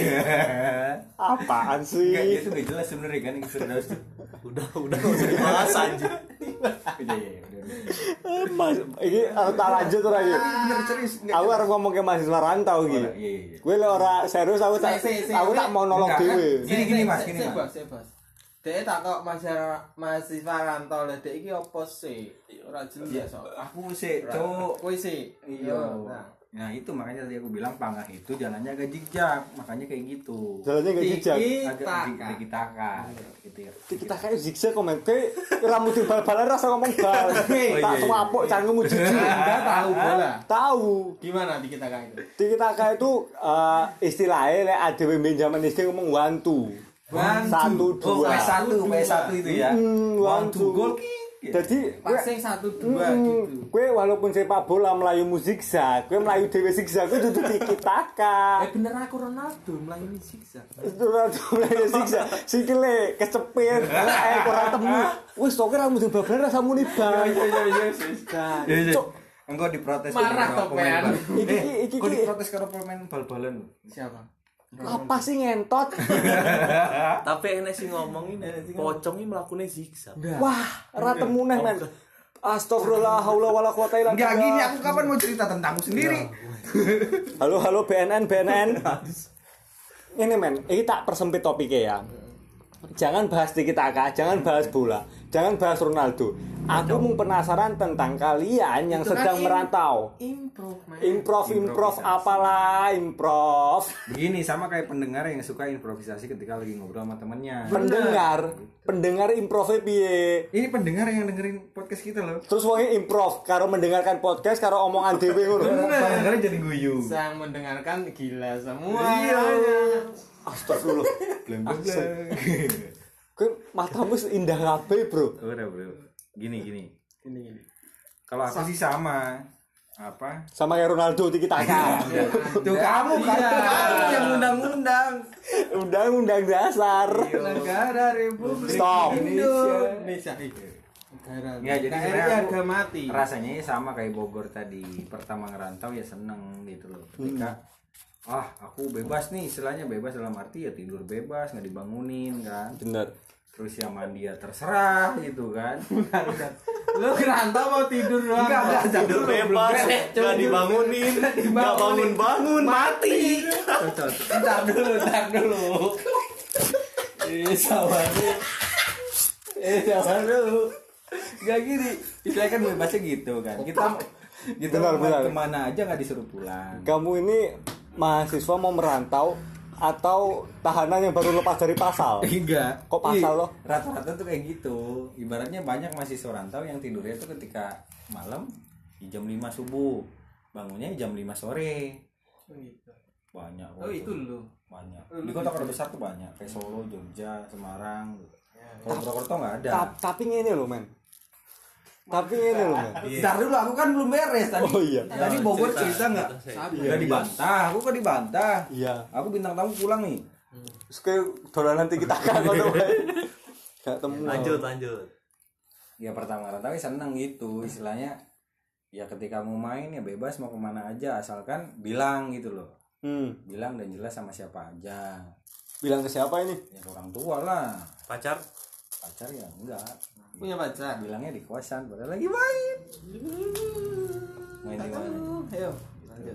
Apaan sih? Enggak, itu gak jelas sebenarnya kan yang Firdaus. Udah usah dibahas aja. Iya. Mas, ini harus tak lanjut tuh lagi. Bener serius. Aku harus ngomong ke mahasiswa rantau gitu. Iya. Gue le ora serius, aku tak mau nolong Enggak, dhewe. Gini, Mas. Bos. Dek tak kok mahasiswa rantau lah, dek iki opo sih? Ora jelas kok. Aku sih, Cuk. Kowe sih. Iya. Nah itu makanya tadi aku bilang Pangga itu jalannya agak zigzag, makanya kayak gitu. Jalannya gak zigzag. Agak tiki-taka gitu ya. Kita kayak zigzag komen ke rambut bal-balan rasa ngomong bal. Tak semapuk cangkemmu jujur. Enggak tahu bola. Tahu. Gimana di kita kayak itu? Tiki-taka itu istilahnya lek adewe mbek zaman SD ngomong wantu. 1 2. Oh, PS1 itu ya. Wantu gol. Jadi passing 1 2 gitu. Kue walaupun sepak bola melayu zigzag, kue melayu dewe zigzag, kue duduk tiki-taka. Bener aku Ronaldo melayani zigzag. Ronaldo melayu zigzag, sikile kecepit, kurang temu. Wis tok ora mesti bablar rasa muni bal. Iya. Engko diprotes Marah toh, Pen. Iki kok diprotes karo pemain bal-balan. Siapa? apa sih ngentot? Tapi enek sing ngomong ini pocong iki mlakune zigzag. Wah, ora temu neh men. Astagfirullah, haula wala quwata illa Enggak billah. gini, aku kapan mau cerita tentangku sendiri? Halo BNN. Ini men, ini tak persempit topiknya ya. Jangan bahas Tiki Taka, jangan bahas bola, jangan bahas Ronaldo. Aku mau penasaran tentang kalian yang Itu sedang kan merantau. Improv, apalah improv. Begini, sama kayak pendengar yang suka improvisasi ketika lagi ngobrol sama temennya. Pendengar improvnya piye? Ini pendengar yang dengerin podcast kita loh. Terus wongnya improv karo mendengarkan podcast karo omongan dhewe ngono. Pendengarnya jadi guyu. Sang mendengarkan gila semua. Iya. Astagfirullah. Bleng. Kowe matamu indah kabeh, Bro. Udah bro. Gini. Gini. Kalau aku sih sama. Apa? Sama kayak Ronaldo Tiki Taka. Tuh kamu kan yang undang-undang. Undang-undang dasar. Negara Republik Stop. Indonesia. Negara. Ya, jadi NKRI sebenarnya aku harga mati. rasanya ya sama kayak Bogor tadi. Pertama ngerantau ya seneng gitu loh. Ketika aku bebas nih, istilahnya bebas dalam arti ya tidur bebas, nggak dibangunin kan. Bener. Terus ya mandi ya terserah gitu kan. Lu kerantau mau tidur doang. Enggak, Tidur bebas, nggak dibangunin, nggak bangun mati. Entar dulu. Sabar dulu. Gak gini. Istilahnya kan bebasnya gitu kan. Kita Benar. kemana aja nggak disuruh pulang. Kamu ini mahasiswa mau merantau atau tahanan yang baru lepas dari pasal? Enggak. Kok pasal loh? Rata-rata tuh kayak gitu. Ibaratnya banyak mahasiswa rantau yang tidurnya tuh ketika malam di jam 5 subuh. Bangunnya jam 5 sore. Banyak. Oh itu lu. Banyak. Di kota-kota besar tuh banyak. Kayak Solo, Jogja, Semarang. Kalau Purwokerto nggak ada. Tapi ini loh, men. Bentar dulu, aku kan belum beres tadi. Oh iya. Tadi Bogor cerita nggak? Udah dibantah. Aku kok dibantah. Iya. Aku bintang tamu pulang nih. Terus kayak dolanan Tiki Taka ngono wae. Gak temu. Lanjut. Ya pertama rantau seneng gitu. Istilahnya ya ketika mau main ya bebas mau kemana aja asalkan bilang gitu loh. Bilang dan jelas sama siapa aja. Bilang ke siapa ini? Ya ke orang tua lah. Pacar Ya enggak. Punya pacar. Bilangnya di kosan padahal lagi main. Main di mana? Ayo, lanjut.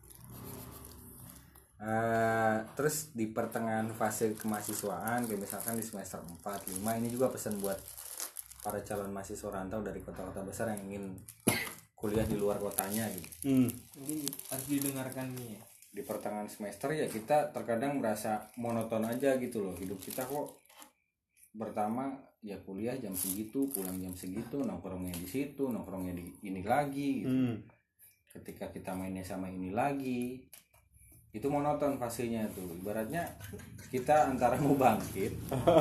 Terus di pertengahan fase kemahasiswaan kayak misalkan di semester 4, 5 ini juga pesan buat para calon mahasiswa rantau dari kota-kota besar yang ingin kuliah di luar kotanya gitu. Mungkin harus didengarkan nih ya. Di pertengahan semester ya kita terkadang merasa monoton aja gitu loh, hidup kita kok pertama ya kuliah jam segitu, pulang jam segitu, nongkrongnya di situ, nongkrongnya di ini lagi gitu. Ketika kita mainnya sama ini lagi, itu monoton fasenya tuh. Ibaratnya kita antara mau bangkit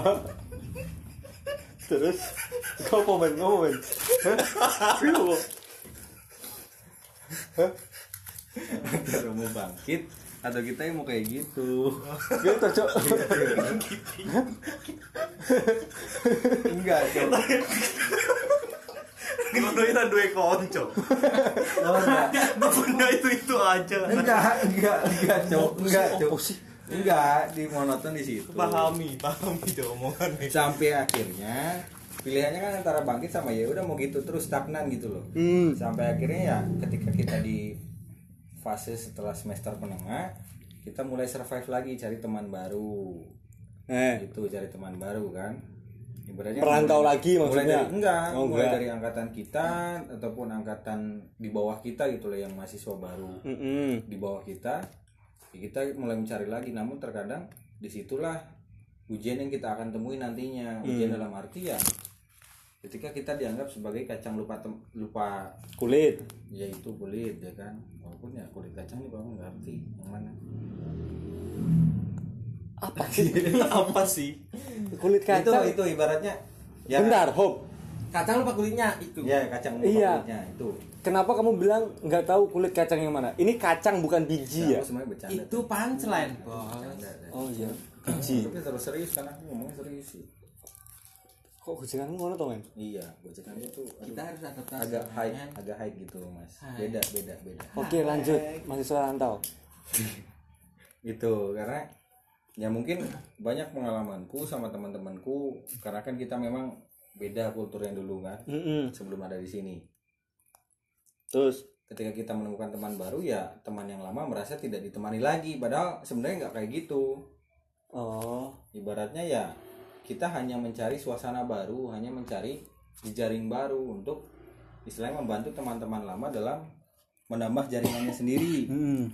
Terus ngomong. antara mau bangkit atau kita yang mau kayak gitu. Gitu, Cok. Enggak, Cok. ngono ira duwe konco. Punya itu aja. Enggak, Cok. Oh sih. Enggak, di monoton di situ. Pahami tuh omongannya. Sampai akhirnya pilihannya kan antara bangkit sama ya udah mau gitu terus stagnan gitu loh. Sampai akhirnya ya ketika kita di fase setelah semester menengah kita mulai survive lagi, cari teman baru. Gitu, cari teman baru kan. Ibaratnya Merantau lagi maksudnya? Mulai dari angkatan kita ataupun angkatan di bawah kita gitu loh, yang mahasiswa baru di bawah kita. Ya kita mulai mencari lagi, namun terkadang disitulah ujian yang kita akan temui nantinya. Ujian dalam arti ya ketika kita dianggap sebagai kacang lupa Kulit. yaitu kulit ya kan, walaupun ya kulit kacang ini kamu ngerti yang mana Apa sih? Kulit kacang. itu ibaratnya ya. Bentar, Hope. Kacang lupa kulitnya itu. Ya kacang lupa Iya. kulitnya itu. Kenapa kamu bilang nggak tahu kulit kacang yang mana? Ini kacang bukan biji ya? Aku semuanya bercanda. Itu punchline, Bos. Bercanda. Oh iya, biji. Tapi terus serius kan, aku ngomongnya serius sih. Kok gojekanmu ngono to, men? Iya, gojekan itu Kita harus adaptasi. agak high gitu mas. Beda. Oke, lanjut. Mahasiswa rantau. Gitu, karena ya mungkin banyak pengalamanku sama teman-temanku, karena kan kita memang beda kulturnya dulu kan, sebelum ada di sini. Terus Ketika kita menemukan teman baru, ya teman yang lama merasa tidak ditemani lagi, padahal sebenarnya nggak kayak gitu. Ibaratnya ya kita hanya mencari suasana baru, hanya mencari jejaring baru untuk istilahnya membantu teman-teman lama dalam menambah jaringannya sendiri.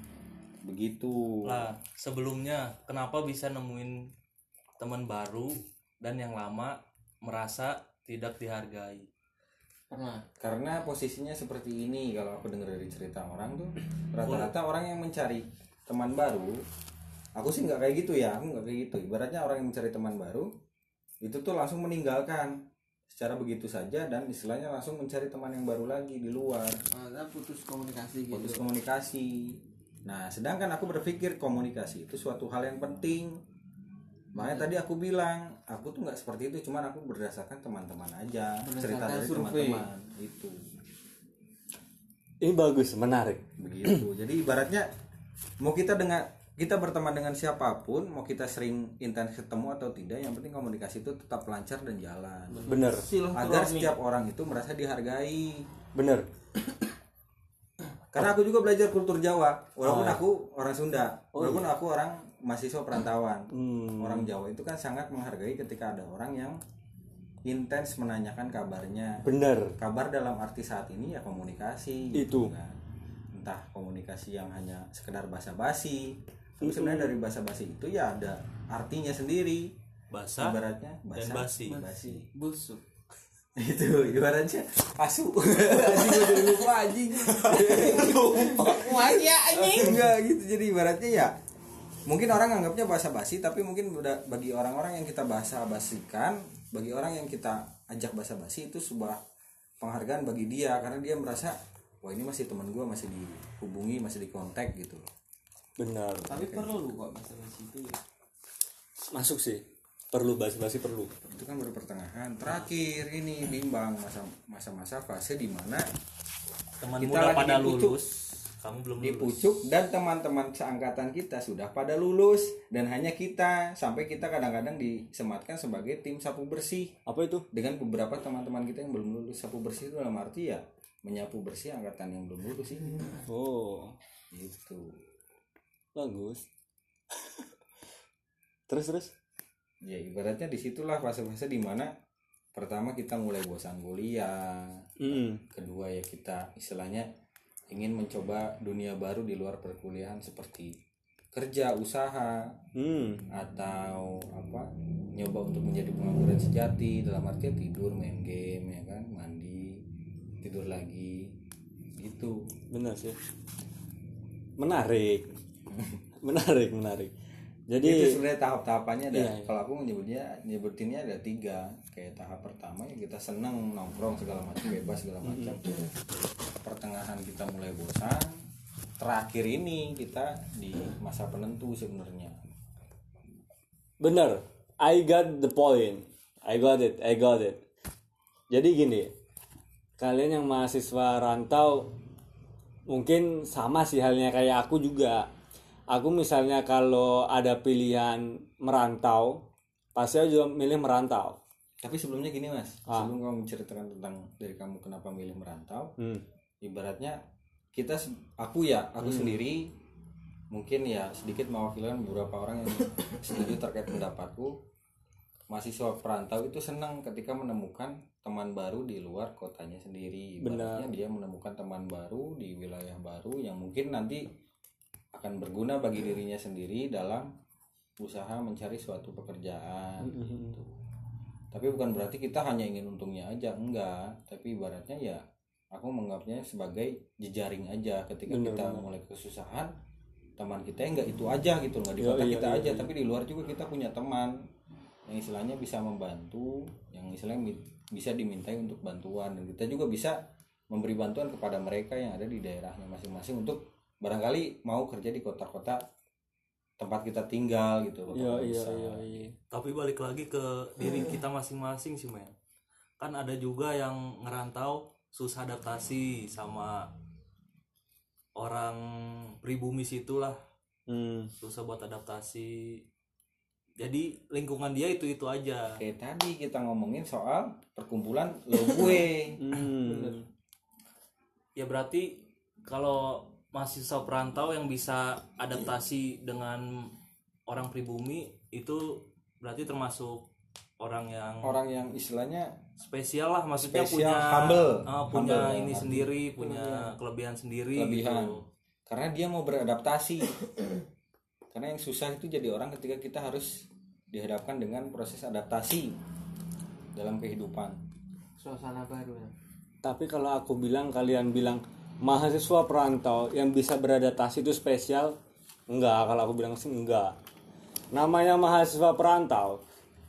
Begitu. Lah, sebelumnya kenapa bisa nemuin teman baru dan yang lama merasa tidak dihargai? Karena posisinya seperti ini, kalau aku dengar dari cerita orang tuh rata-rata orang yang mencari teman baru, aku sih nggak kayak gitu ya, aku nggak kayak gitu. Ibaratnya orang yang mencari teman baru itu tuh langsung meninggalkan secara begitu saja dan istilahnya langsung mencari teman yang baru lagi di luar. Putus komunikasi gitu. Putus komunikasi. Nah, sedangkan aku berpikir komunikasi itu suatu hal yang penting. Makanya tadi aku bilang, aku tuh nggak seperti itu, cuman aku berdasarkan teman-teman aja, cerita dari teman-teman itu. ini bagus, menarik. Begitu. Jadi ibaratnya mau kita berteman dengan siapapun, mau kita sering intens ketemu atau tidak, yang penting komunikasi itu tetap lancar dan jalan. Bener. Agar setiap orang itu merasa dihargai. Bener. Karena aku juga belajar kultur Jawa, walaupun aku orang Sunda, walaupun aku orang mahasiswa perantauan. Orang Jawa itu kan sangat menghargai ketika ada orang yang intens menanyakan kabarnya. Bener. Kabar dalam arti saat ini ya komunikasi. Itu. Kan. Entah komunikasi yang hanya sekedar basa-basi, tapi sebenarnya dari basa-basi itu ya ada artinya sendiri. Basa Ibaratnya dan basi. Busuk. Itu ibaratnya asu. Anjing udah lupa anjing. Wah ya anjing. Enggak gitu, jadi ibaratnya ya mungkin orang anggapnya basa-basi, tapi mungkin udah bagi orang-orang yang kita basa-basikan, bagi orang yang kita ajak basa-basi itu sebuah penghargaan bagi dia, karena dia merasa wah ini masih teman gue, masih dihubungi, masih dikontak gitu. Benar. Tapi perlu kok basa-basi itu. Masuk sih. Perlu basa-basi perlu. Itu kan baru pertengahan. Terakhir ini bimbang masa-masa fase di mana Teman kita muda lagi pada di pucuk. lulus, kamu belum di lulus. pucuk dan teman-teman seangkatan kita sudah pada lulus, dan hanya kita, sampai kita kadang-kadang disematkan sebagai tim sapu bersih Apa itu? dengan beberapa teman-teman kita yang belum lulus. Sapu bersih itu dalam arti ya menyapu bersih angkatan yang belum lulus ini. Oh, Gitu. bagus. Terus. Ya ibaratnya disitulah fase-fase dimana pertama kita mulai bosan kuliah, kedua ya kita istilahnya ingin mencoba dunia baru di luar perkuliahan seperti kerja, usaha, atau apa, nyoba untuk menjadi pengangguran sejati, dalam artinya tidur, main game, ya kan, mandi, tidur lagi, gitu. Benar sih. Menarik. menarik. Jadi itu sebenarnya tahap-tahapannya ada. Iya. Kalau aku nyebutinnya ada 3. Kayak tahap pertama ya kita seneng nongkrong segala macam, bebas segala macam. Pertengahan kita mulai bosan. Terakhir ini kita di masa penentu sebenarnya. benar. I got the point. I got it. Jadi gini, kalian yang mahasiswa rantau mungkin sama sih halnya kayak aku juga. Aku misalnya kalau ada pilihan merantau, pasti aku juga milih merantau. Tapi sebelumnya gini Mas, sebelum kamu menceritakan tentang dari kamu kenapa milih merantau, ibaratnya aku sendiri mungkin ya sedikit mewakilkan beberapa orang yang setuju terkait pendapatku. Mahasiswa perantau itu senang ketika menemukan teman baru di luar kotanya sendiri. Ibaratnya dia menemukan teman baru di wilayah baru yang mungkin nanti akan berguna bagi dirinya sendiri dalam usaha mencari suatu pekerjaan gitu. Tapi bukan berarti kita hanya ingin untungnya aja, enggak. Tapi ibaratnya ya aku menganggapnya sebagai jejaring aja. Ketika kita mulai kesusahan, teman kita enggak itu aja gitu, enggak di kota kita aja, tapi di luar juga kita punya teman yang istilahnya bisa membantu, yang istilahnya bisa dimintai untuk bantuan, dan kita juga bisa memberi bantuan kepada mereka yang ada di daerahnya masing-masing untuk barangkali mau kerja di kota-kota tempat kita tinggal gitu. Iya. Tapi balik lagi ke diri kita masing-masing sih men. Kan ada juga yang ngerantau susah adaptasi sama orang pribumi situlah. Susah buat adaptasi. jadi lingkungan dia itu aja. Kayak tadi kita ngomongin soal perkumpulan lo gue. Bener. Ya berarti kalau mahasiswa perantau yang bisa adaptasi dengan orang pribumi itu berarti termasuk orang yang istilahnya spesial lah, maksudnya spesial, punya humble. ini sendiri, punya kelebihan sendiri gitu. Karena dia mau beradaptasi. Karena yang susah itu jadi orang ketika kita harus dihadapkan dengan proses adaptasi dalam kehidupan. Suasana baru ya. Tapi kalau aku bilang, kalian bilang mahasiswa perantau yang bisa beradaptasi itu spesial, enggak. Kalau aku bilang sih enggak. Namanya mahasiswa perantau,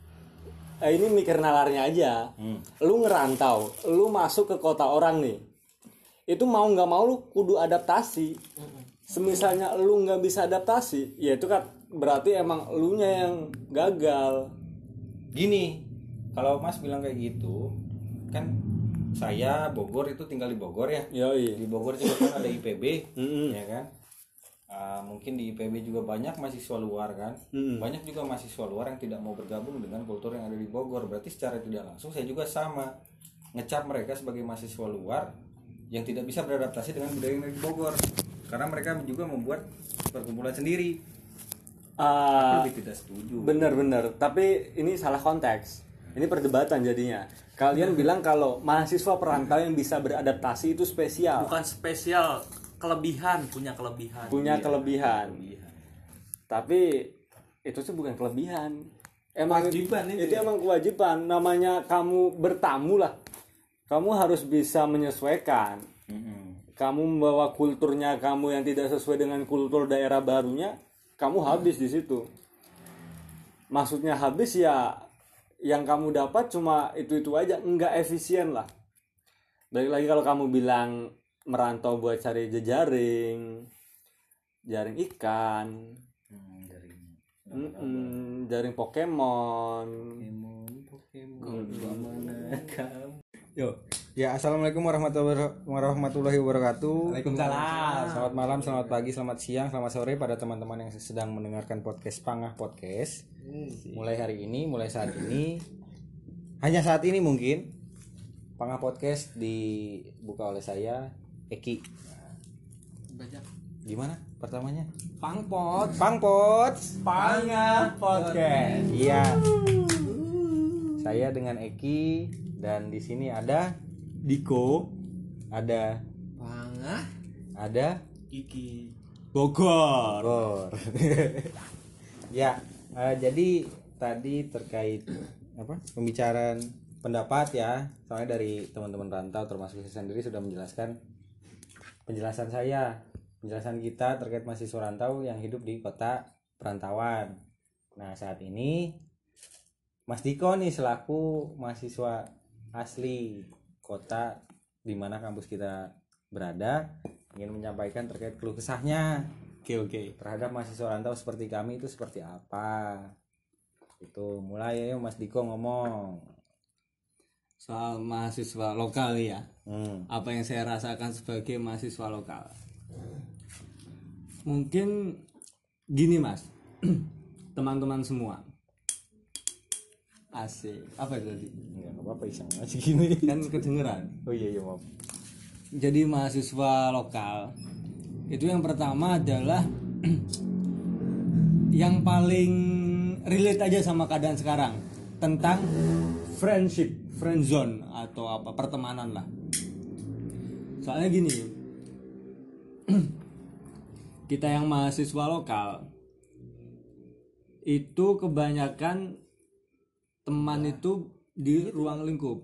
ini mikir nalarnya aja. Lu ngerantau, lu masuk ke kota orang nih, itu mau nggak mau lu kudu adaptasi. Semisalnya lu nggak bisa adaptasi, ya itu kan berarti emang lu nya yang gagal. Gini, kalau Mas bilang kayak gitu, kan saya Bogor itu tinggal di Bogor ya. Yoi. Di Bogor juga kan ada IPB, ya kan. Mungkin di IPB juga banyak mahasiswa luar kan. Banyak juga mahasiswa luar yang tidak mau bergabung dengan kultur yang ada di Bogor. Berarti secara tidak langsung saya juga sama ngecap mereka sebagai mahasiswa luar yang tidak bisa beradaptasi dengan budaya yang ada di Bogor. Karena mereka juga membuat perkumpulan sendiri. Tapi tidak setuju. Bener-bener, tapi ini salah konteks. Ini perdebatan jadinya. Kalian bilang kalau mahasiswa perantau yang bisa beradaptasi itu spesial. Bukan spesial, punya kelebihan. Kelebihan. Tapi itu sih bukan kelebihan. Emang Kewajiban itu emang kewajiban. Namanya kamu bertamu lah. Kamu harus bisa menyesuaikan. Kamu membawa kulturnya kamu yang tidak sesuai dengan kultur daerah barunya, kamu habis di situ. Maksudnya habis ya, yang kamu dapat cuma itu aja, enggak efisien lah. Balik lagi kalau kamu bilang merantau buat cari jaring ikan, jaring Pokemon. Yo, ya assalamualaikum warahmatullahi wabarakatuh. Waalaikumsalam. Selamat malam, selamat pagi, selamat siang, selamat sore pada teman-teman yang sedang mendengarkan podcast Pangah Podcast. Mulai hari ini, mulai saat ini, hanya saat ini mungkin Pangah Podcast dibuka oleh saya Eki. Banyak. Gimana pertamanya? Pangpot. Pangah Podcast. Iya. Saya dengan Eki dan di sini ada Diko, ada Pangah, ada Iki. Bogor. Ya, jadi tadi terkait apa pembicaraan pendapat ya, soalnya dari teman-teman rantau termasuk saya sendiri sudah menjelaskan penjelasan kita terkait mahasiswa rantau yang hidup di kota perantauan. Nah saat ini Mas Diko nih selaku mahasiswa asli kota di mana kampus kita berada ingin menyampaikan terkait keluh kesahnya. Oke. Terhadap mahasiswa rantau seperti kami itu seperti apa? Itu mulai ayo Mas Diko ngomong. Soal mahasiswa lokal ya. Apa yang saya rasakan sebagai mahasiswa lokal. Mungkin gini Mas. Teman-teman semua. Asik. Apa itu tadi? Enggak apa-apa iseng aja gini. Kan kedengeran. Oh iya maaf. Jadi mahasiswa lokal itu yang pertama adalah yang paling relate aja sama keadaan sekarang tentang friendship, friend zone atau apa pertemanan lah. Soalnya gini, kita yang mahasiswa lokal itu kebanyakan teman itu di ruang lingkup.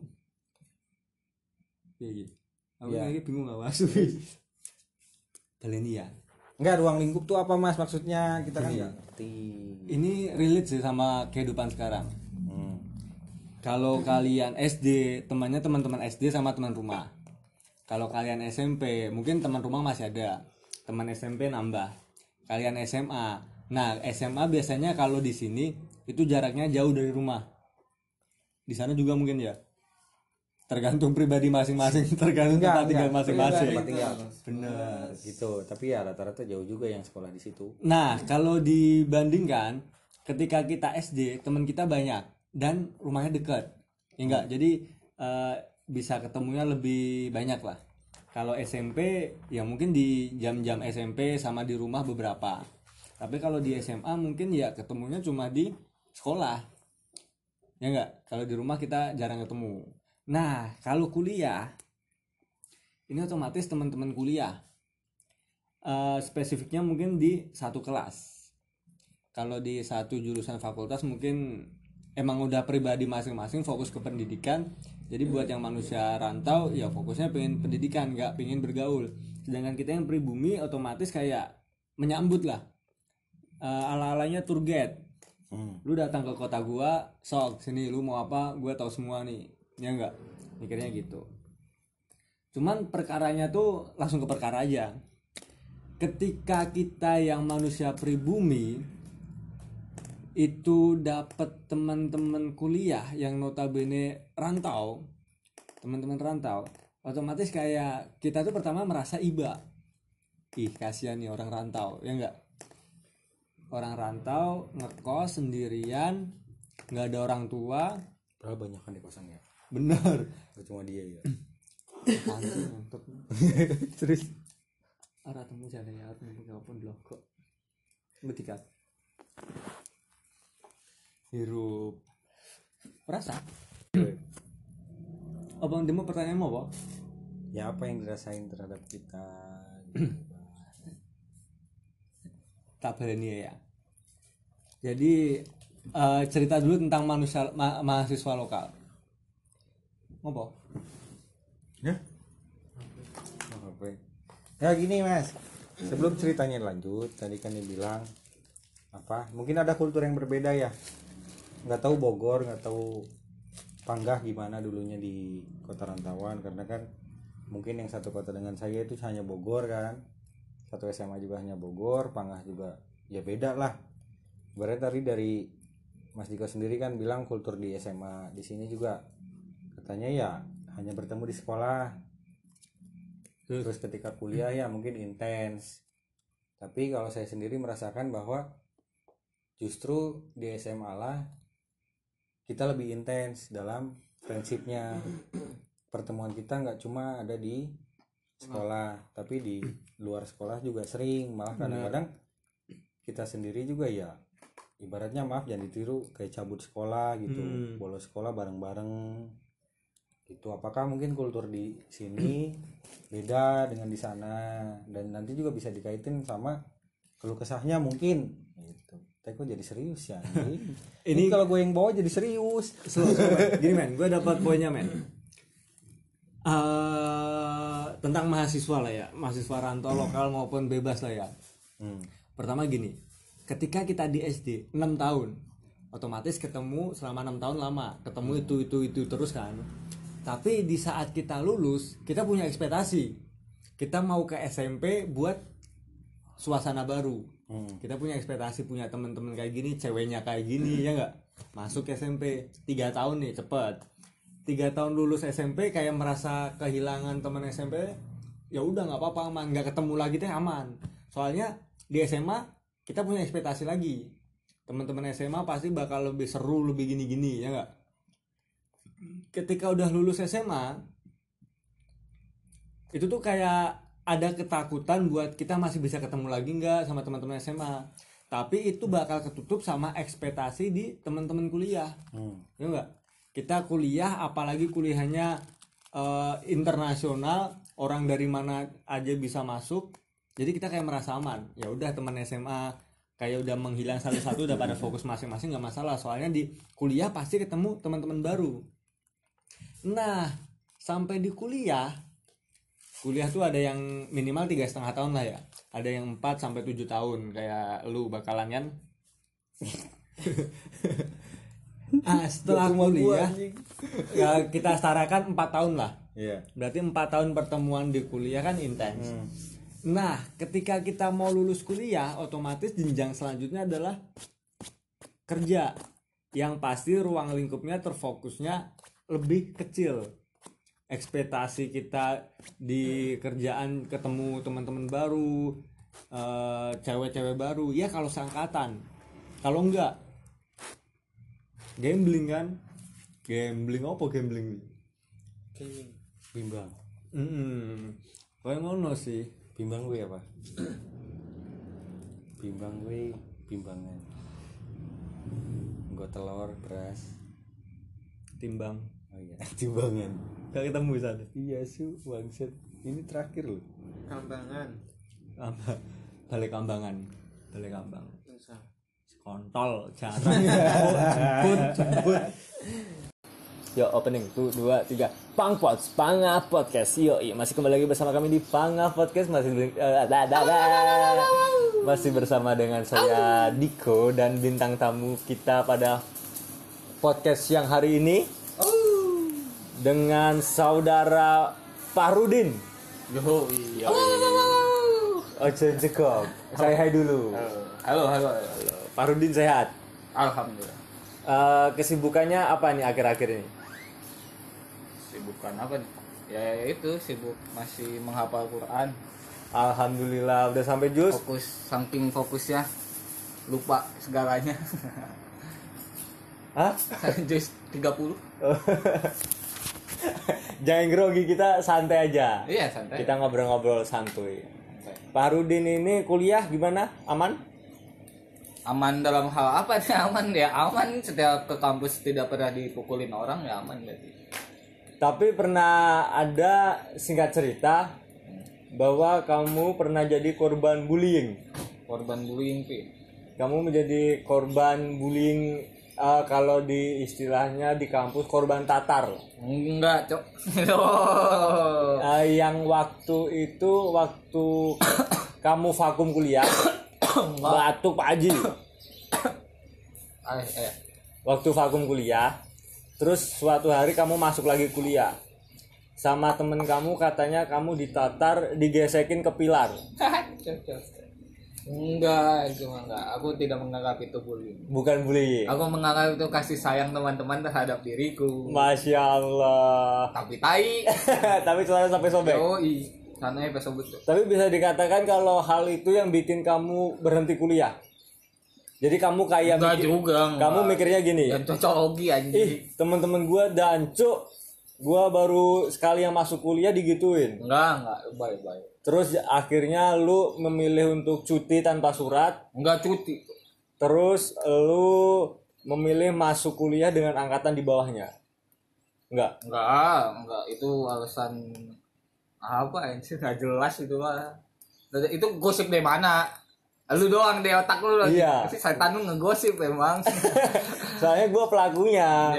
Iya. Aku lagi bingung nggak masuk. Kalian ya. Enggak, ruang lingkup tuh apa Mas maksudnya? Kita kan enggak ngerti. Ini relate sih sama kehidupan sekarang. Kalau kalian SD, temannya teman-teman SD sama teman rumah. Kalau kalian SMP, mungkin teman rumah masih ada. Teman SMP nambah. Kalian SMA. Nah, SMA biasanya kalau di sini itu jaraknya jauh dari rumah. Di sana juga mungkin ya. Tergantung pribadi masing-masing, tergantung tempat tinggal masing-masing. Bener gitu. Tapi ya rata-rata jauh juga yang sekolah di situ. Nah, kalau dibandingkan ketika kita SD teman kita banyak dan rumahnya dekat, ya enggak, jadi bisa ketemunya lebih banyak lah. Kalau SMP ya mungkin di jam-jam SMP sama di rumah beberapa, tapi kalau di SMA mungkin ya ketemunya cuma di sekolah, ya enggak, kalau di rumah kita jarang ketemu. Nah kalau kuliah ini otomatis teman-teman kuliah, spesifiknya mungkin di satu kelas. Kalau di satu jurusan fakultas mungkin emang udah pribadi masing-masing fokus ke pendidikan. Jadi buat yang manusia rantau ya fokusnya pengen pendidikan, nggak pengen bergaul. Sedangkan kita yang pribumi otomatis kayak menyambut lah, ala-alanya tour guide. Lu datang ke kota gua, sok sini lu mau apa, gua tahu semua nih, ya enggak, mikirnya gitu. Cuman perkaranya tuh langsung ke perkara aja. Ketika kita yang manusia pribumi itu dapat teman-teman kuliah yang notabene rantau, teman-teman rantau, otomatis kayak kita tuh pertama merasa iba, ih kasihan nih orang rantau, ya enggak, orang rantau ngekos sendirian, nggak ada orang tua, Padahal banyak kan di kosannya. bener. Gak cuma dia ya. Terus arah temu jalan ya, temu pun blok kok ketika hirup rasa abang demo pertanyaan mau apa? Ya apa yang dirasain terhadap kita gitu. Tak berani ya. Jadi cerita dulu tentang mahasiswa lokal. Apa? Ya? Apa? Ya gini Mas, sebelum ceritanya lanjut, tadi kan dia bilang apa? Mungkin ada kultur yang berbeda ya. Nggak tahu Bogor, nggak tahu Panggah gimana dulunya di kota rantauan, karena kan mungkin yang satu kota dengan saya itu hanya Bogor kan. Satu SMA juga hanya Bogor, Panggah juga ya beda lah. Berarti tadi dari Mas Diko sendiri kan bilang kultur di SMA di sini juga katanya ya hanya bertemu di sekolah. Terus ketika kuliah ya mungkin intens. Tapi kalau saya sendiri merasakan bahwa justru di SMA lah kita lebih intens dalam prinsipnya. Pertemuan kita nggak cuma ada di sekolah, tapi di luar sekolah juga sering. Malah kadang-kadang kita sendiri juga ya ibaratnya, maaf jangan ditiru, kayak cabut sekolah gitu, bolos sekolah bareng-bareng gitu. Apakah mungkin kultur di sini beda dengan di sana, dan nanti juga bisa dikaitin sama keluh kesahnya mungkin gitu. Tapi kok jadi serius ya ini kalau gue yang bawa jadi serius. Gini men, gue dapat poinnya men. Tentang mahasiswa lah ya, mahasiswa rantau lokal maupun bebas lah ya. Pertama gini, ketika kita di SD 6 tahun, otomatis ketemu selama 6 tahun lama, ketemu itu terus kan. Tapi di saat kita lulus, kita punya ekspektasi, kita mau ke SMP buat suasana baru. Kita punya ekspektasi punya teman-teman kayak gini, ceweknya kayak gini, ya nggak? Masuk SMP 3 tahun nih cepet. 3 tahun lulus SMP kayak merasa kehilangan teman SMP, ya udah nggak apa-apa aman, nggak ketemu lagi teh aman. Soalnya di SMA kita punya ekspektasi lagi, teman-teman SMA pasti bakal lebih seru, lebih gini-gini, ya nggak? Ketika udah lulus SMA itu tuh kayak ada ketakutan buat kita masih bisa ketemu lagi nggak sama teman-teman SMA. Tapi itu bakal ketutup sama ekspektasi di teman-teman kuliah, ya nggak? Kita kuliah, apalagi kuliahnya internasional, orang dari mana aja bisa masuk. Jadi kita kayak merasa aman. Ya udah teman SMA kayak udah menghilang satu-satu, udah pada fokus masing-masing, nggak masalah. Soalnya di kuliah pasti ketemu teman-teman baru. Nah, sampai di kuliah tuh ada yang minimal 3,5 tahun lah ya. Ada yang 4 sampai 7 tahun kayak lu bakalan kan. Setelah kuliah ya kita setarakan 4 tahun lah. Berarti 4 tahun pertemuan di kuliah kan intens. Nah, ketika kita mau lulus kuliah, otomatis jenjang selanjutnya adalah kerja. Yang pasti ruang lingkupnya terfokusnya lebih kecil. Ekspektasi kita di kerjaan ketemu teman-teman baru, cewek-cewek baru, ya kalau seangkatan. Kalau enggak, Gambling kan? Gambling apa gambling? Bimbang. Kayak ngono sih. Bimbang gue apa? Bimbang gue bimbangan. Nggo telur, beras, Timbang. oh iya, timbangan. Gak ketemu sana. Iya su, bangset. Ini terakhir loh. Kambangan. Apa? Balik kambangan. Balik kambang. Susah. Kontol jarang. Jemput. Yo opening 2 3 Pangah Podcast. Yo masih kembali lagi bersama kami di Pangah Podcast, masih bersama dengan saya Diko dan bintang tamu kita pada podcast yang hari ini dengan saudara Fahrudin. Yo, iya. Ojo cukup. Saya hai dulu. Halo. Fahrudin sehat? Alhamdulillah. Kesibukannya apa nih akhir-akhir ini? Sibukan apa nih? Ya itu sibuk masih menghafal Quran. Alhamdulillah udah sampai juz. Saking fokusnya lupa segalanya. Hah? Juz 30. Jangan grogi, kita santai aja. Iya, santai. Kita ngobrol-ngobrol santuy. Pak Rudin ini kuliah gimana? Aman? Aman dalam hal apa nih? Aman ya, aman. Setiap ke kampus tidak pernah dipukulin orang ya aman berarti. Tapi pernah ada singkat cerita bahwa kamu pernah jadi korban bullying. Korban bullying Pi. Kamu menjadi korban bullying, kalau di istilahnya di kampus korban tatar. Enggak, Cok. Yang waktu kamu vakum kuliah. Batuk Pak Haji. Waktu vakum kuliah, terus suatu hari kamu masuk lagi kuliah. Sama temen kamu katanya kamu ditatar, digesekin ke pilar. Enggak, cuma enggak. Aku tidak menganggap itu bullying. Bukan bullying. Aku menganggap itu kasih sayang teman-teman terhadap diriku. Masya Allah. Tapi tai. Tapi celana sampai sobek. Yoi, sana ya sobek. Tapi bisa dikatakan kalau hal itu yang bikin kamu berhenti kuliah. Jadi kamu kayak Enggak juga. Kamu mikirnya gini. Dan cocologi anjing. Teman-teman gua dancuk, gua baru sekali yang masuk kuliah digituin. Enggak, baik. Terus akhirnya lu memilih untuk cuti tanpa surat. Enggak cuti. Terus lu memilih masuk kuliah dengan angkatan di bawahnya. Enggak. Itu alasan apa anjing? Enggak jelas itu lah. Itu gosip dari mana? Lu doang deh otak lu lagi. Iya. Si setan lu ngegosip emang. Soalnya gua pelakunya.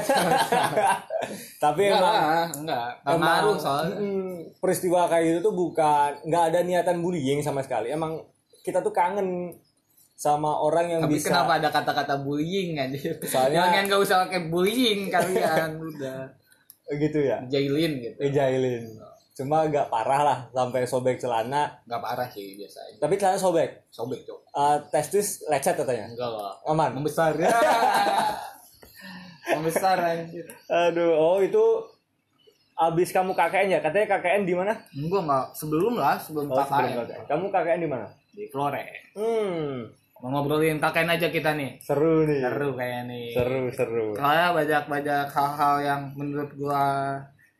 Tapi enggak ngaruh soalnya. Peristiwa kayak gitu tuh enggak ada niatan bullying sama sekali. Emang kita tuh kangen sama orang yang tapi bisa. Tapi kenapa ada kata-kata bullying anjir? Soalnya jangan enggak usah pakai bullying kalian udah. Gitu ya. Jailin gitu. Jailin. Cuma agak parah lah sampai sobek celana. Enggak parah sih biasanya. Tapi celana sobek. Sobek, Cok. Testis lecet katanya. Enggak lah. Aman. Membesar ya. Membesar anjir. Aduh, itu abis kamu KKN ya? Katanya KKN di mana? Enggak. Sebelum KKN. Kamu KKN di mana? Di Flores. Mau ngobrolin KKN aja kita nih. Seru nih. Seru kayak nih. Seru. Soalnya banyak hal-hal yang menurut gua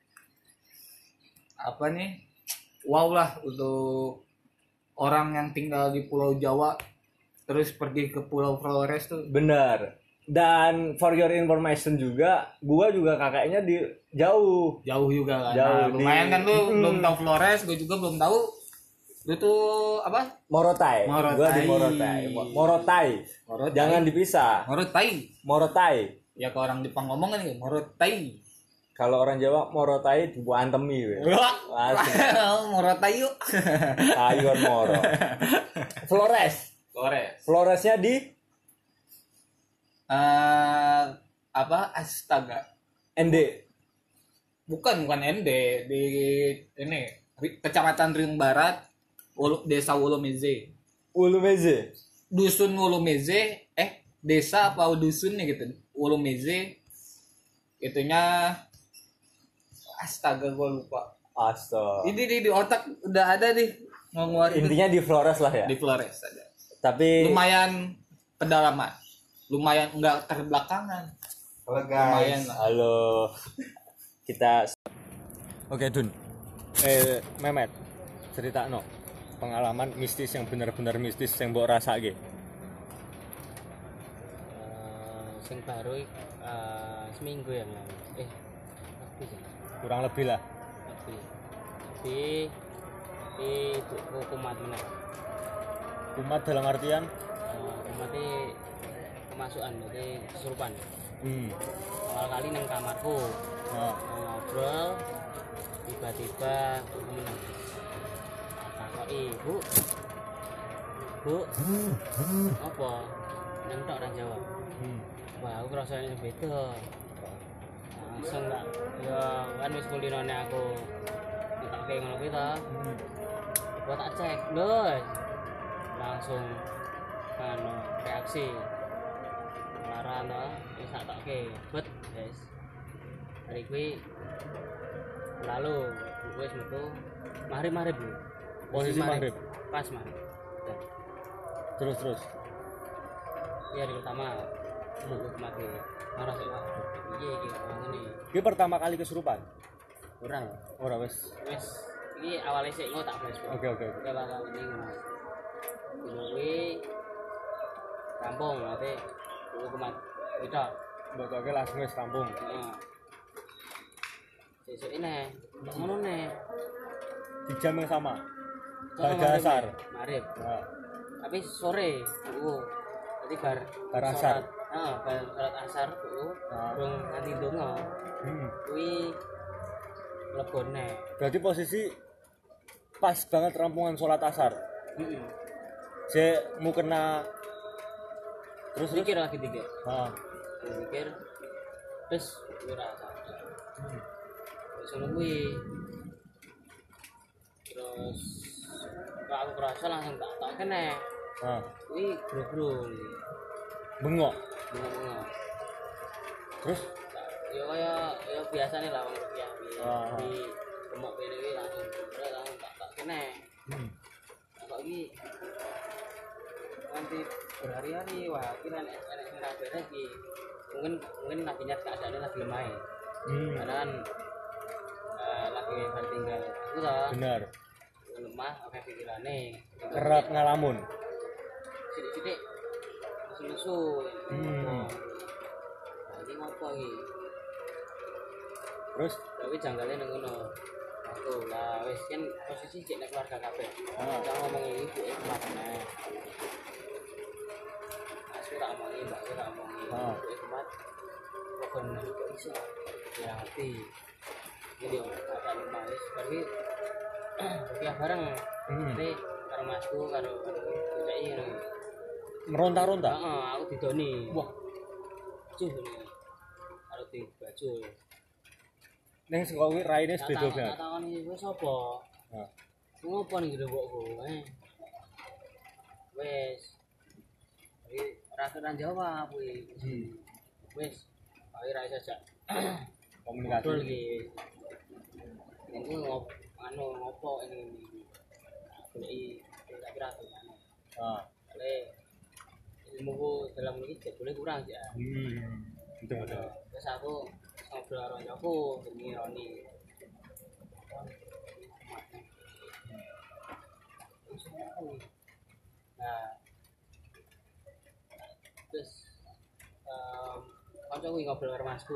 apa nih? Wow lah untuk orang yang tinggal di Pulau Jawa terus pergi ke Pulau Flores tuh. Benar. Dan for your information juga, gua juga kakaknya di jauh juga kan. Jauh. Lumayan kan lu belum tahu Flores, gua juga belum tahu. Lu tuh apa? Morotai. Gua di Morotai. Jangan dipisah. Morotai. Ya ke orang Jepang ngomong kan Morotai. Kalau orang Jawa Morotai dibuantemi we. Morotai yuk. Sayur moro. Floresnya di Astaga. ND. Bukan ND, di ini Kecamatan Ring Barat, Desa Wolomeze. Dusun Wolomeze, desa apa dusunnya gitu. Wolomeze. Itunya astaga gue lupa. Ini di otak udah ada nih ngeluarin. Intinya di Flores lah ya. Di Flores ada. Tapi lumayan pedalaman. lumayan enggak terbelakangan. Halo Lumayan guys. lah. Halo. Kita Oke, Dun. Memet. Critakno pengalaman mistis yang benar-benar mistis yang mbok rasake. Sing baru seminggu yang lalu lebih sih Kurang lebih lah. lebih di kumat mana Kumat dalam artian kumatnya kemasukan jadi kesurupan hmm. awal kali nang kamarku Nah, ngobrol tiba-tiba kok ibu apa nang tok orang Jawa wah aku rasanya beda langsung tak ya kan wis kulinone aku tak kayak ngono kuwi ta gua tak cek lho langsung anu reaksi laran to wis tak tokke bet guys hari kuwi lalu wis metu maghrib Bu posisi maghrib. pas maghrib Terus. ya di pertama aku mati marah sih Pak iya ngene Ini pertama kali kesurupan. kurang Ora wis. ini awalnya sih tak flashback Oke. ya bakal ini ngono kuwi kampung nanti hukuman itu Mbok toke langsung wis kampung. sesuk ini ngono nih Di jam yang sama. Pada asar. marib Nah, tapi sore jadi Bar asar. bar salat asar durung nganti donga kuwi lebone Berarti posisi pas banget rampungan sholat asar. heeh Mu kena terus. mikir lagi tiga Nah, mikir terus ora sadar terus ngono kuwi terus kok aku kerasa langsung tak kene nah. kuwi bro-bro Bengok. bunga-bunga Terus ya kaya biasa nih lah wong rupiah Ah. di gemuk kene iki langsung tak kene kok iki nanti berhari-hari wah kira enek sing ra beres iki mungkin lagi nyat keadaannya lagi lemah karena kan lagi tertinggal aku tau benar. lemah oke pikirannya Kerap ngalamun. sidik-sidik lesu-lesu ini ngopo iki Terus tapi janggalnya nang ngono aku lah wis kan posisi cek nek keluarga kabeh kita ngomong iki ibuke kemana aku tak omongi mbakku tak omongi ibuke kemat pokon kok iso ya ngerti jadi ada rumah wis tapi rupiah bareng jadi karo masku karo cek ngono meronta-ronta. aku didoni wah cuh karo di baju Neng sing kuwi raine beda banget. tak takoni wis sapa Nah, ngopo ning gerobokku wis ora kena jawab kuwi wis ae ra iso jak komunikasi. ngobrol iki ini ngopo ini goleki kira-kira gimana kali ilmuku dalam ini boleh kurang aja Betul. terus aku ngobrol karo nyoku jenenge Roni nah terus kancaku ngobrol karo masku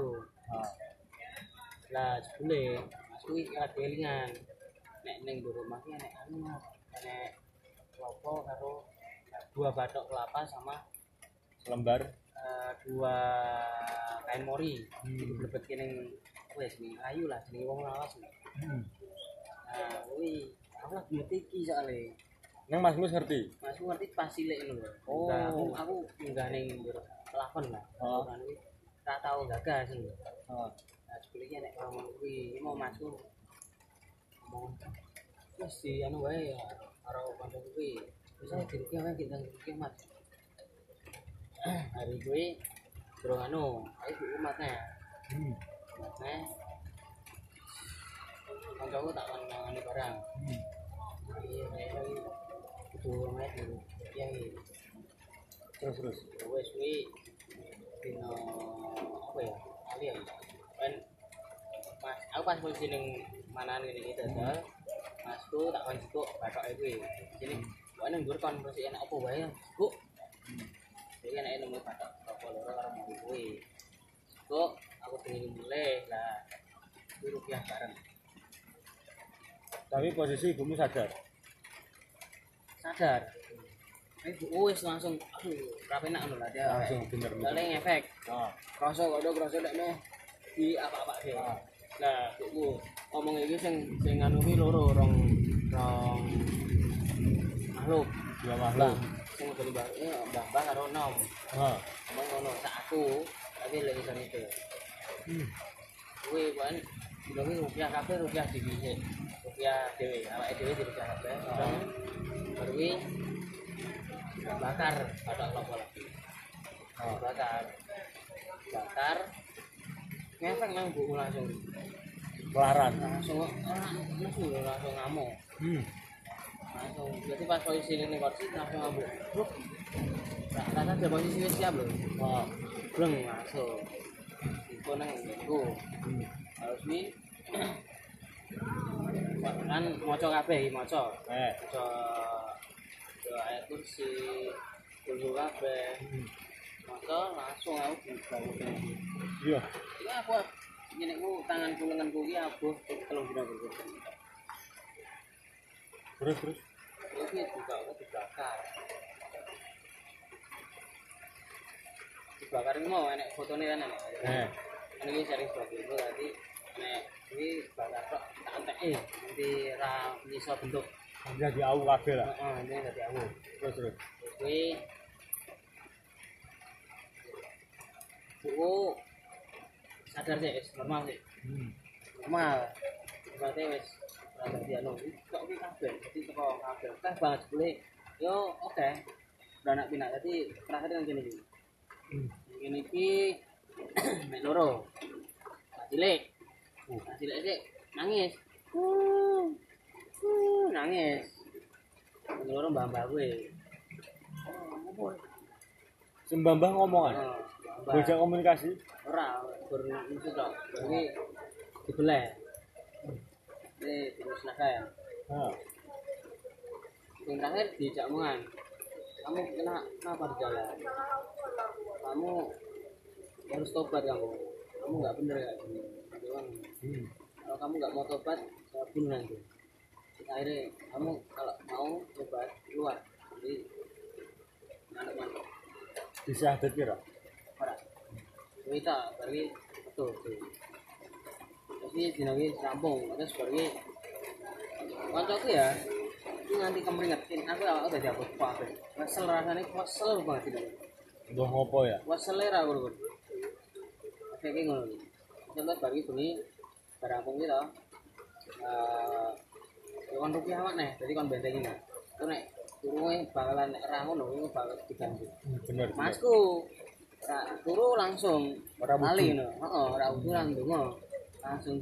lah jebule masku iki lagi elingan nek ning rumah ki nek nek lopo karo 2 bathok kelapa sama Lembar 2 kain mori blebet kene wis ning ayu lah jenenge wong lawas nah kuwi aku lagi ngerti iki soalnya Neng Mas Mus ngerti. masku ngerti pas cilik ngono lho aku enggak ning plafon lah kan kuwi ora tau gagas lho nah jebule iki nek ngomong kuwi mau masku ngomong wis di anu wae ya karo kanca kuwi wis ae diriki wae kita mas hari kuwi durung anu ae umatnya umatnya kancaku tak nangani barang iya lagi itu rumah itu ya Terus. wes kuwi dino apa ya kali ya kan mas aku pas posisi ning mana ini dadal masku tak kan cukup bathoke kuwi jadi wae nang dhuwur kon mesti enak apa wae bu jadi enak nemu bathok apa loro karo mau kuwi kok aku pengen mulai lah itu rupiah bareng Tapi posisi ibumu sadar. wis langsung aduh ra penak ngono lah dia Langsung bener. paling efek Ah. kroso nek meh di apa-apa deh nah iku ngomong iki sing anu ki loro rong makhluk Dua makhluk. sing dari mbah karo nom Ah. ngomong ngono sak aku tapi lek iso itu kuwi kan dino ki rupiah kabeh rupiah dhewe rupiah dhewe awake dhewe di rupiah kabeh baru kuwi bakar ada apa lagi bakar ngefek nang bu langsung Kelaran. langsung ngamuk langsung jadi pas posisi ini kursi langsung ngamuk karena ada posisi siap loh belum langsung itu nang itu harus nih kan moco kabeh moco ayat kursi dulu kabeh moco langsung aku dibangun Iya. ini apa ini ku tanganku lenganku iki abuh telung dina berikut Terus. ini juga aku dibakar ini mau enek fotonya kan enek ini sering sebagai itu tadi enek ini bakar kok tak antek nanti ra bisa bentuk Jadi au kabeh lah. ini dari aku Terus. ini buku sadar sih wis normal sih normal berarti wis rada diano kok iki kabeh dadi teko kabeh teh banget boleh yo oke udah anak pinak dadi terakhir yang gini iki gini iki mek loro cilik cilik sih nangis nangis mek loro mbah-mbah kuwi Sembambah ngomongan. Bocah komunikasi. ora bermusuh tok iki dibelah ini dimusnahkan Ah. yang terakhir dijak omongan kamu kenapa di jalan kamu harus tobat kamu nggak bener kayak gini kalau kamu nggak mau tobat saya bunuh nanti akhirnya kamu kalau mau tobat keluar jadi mana Bisa ada kira. ora kita bagi betul tapi dinagi rampung terus bagi kancaku ya ini nanti kemeringetin aku udah dapet apa kesel rasanya kesel banget tidak Ndoh ngopo ya? kesel era gue kayak ngono contoh bagi bunyi berampung gitu kon rupiah awak nih jadi kon bentengin nah itu nek turunnya bakalan rangun loh ini bakal diganti Bener. masku turu langsung Ora wudu. kali no ora wudu langsung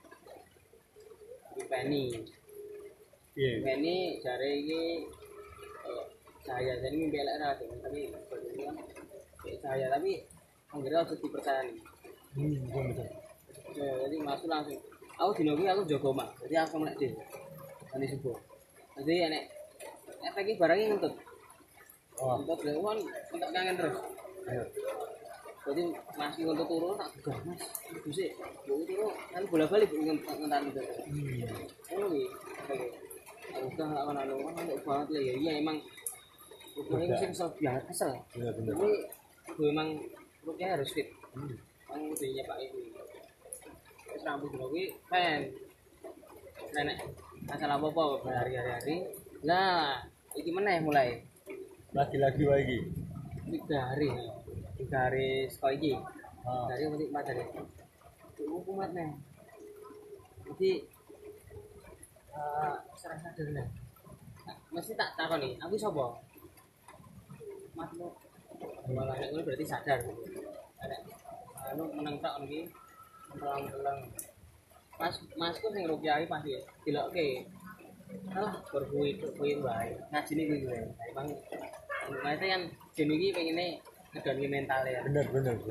di penny Iya. penny jare iki saya jadi mimpi elek ra tapi sebetulnya saya tapi anggere harus dipercayai Bener. jadi masuk langsung aku dino kuwi aku jaga omah jadi aku nek dhewe nanti subuh jadi enek efek barangnya ngentut ngentut lho kan entek kangen terus jadi masih untuk turun tak gak mas itu sih bu turu kan bola-balik ngentan itu ini aku udah gak kenal kan banget lah ya iya emang ini sih kesel Bener. ini aku emang perutnya harus fit kan udah pak itu terus rambut gue pen nenek masalah apa berhari-hari nah ini mana mulai Lagi-lagi wae iki. 3 hari sekolah ini Ah. dari nanti 4 hari hukumat nih jadi serah sadar nih mesti tak takon nih aku siapa matmu malah ini berarti sadar ada anu menang tak nih telang masku sing rupiahi pasti tidak oke alah berbuih baik ngaji nih gue emang makanya kan jenis ini pengennya ngedoni mental ya. Bener.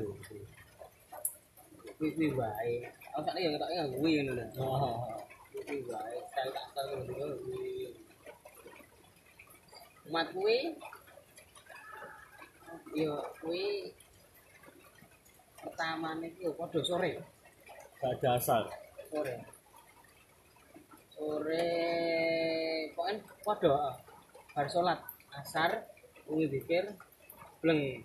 Kuwi wae. Aku sakne ya ketoke kuwi ngono lho. Kuwi wae. Saya tak tahu ngono kuwi. Umat kuwi yo kuwi pertamane iki yo padha sore. Gak dasar. Sore pokoknya padha bar salat asar kuwi pikir bleng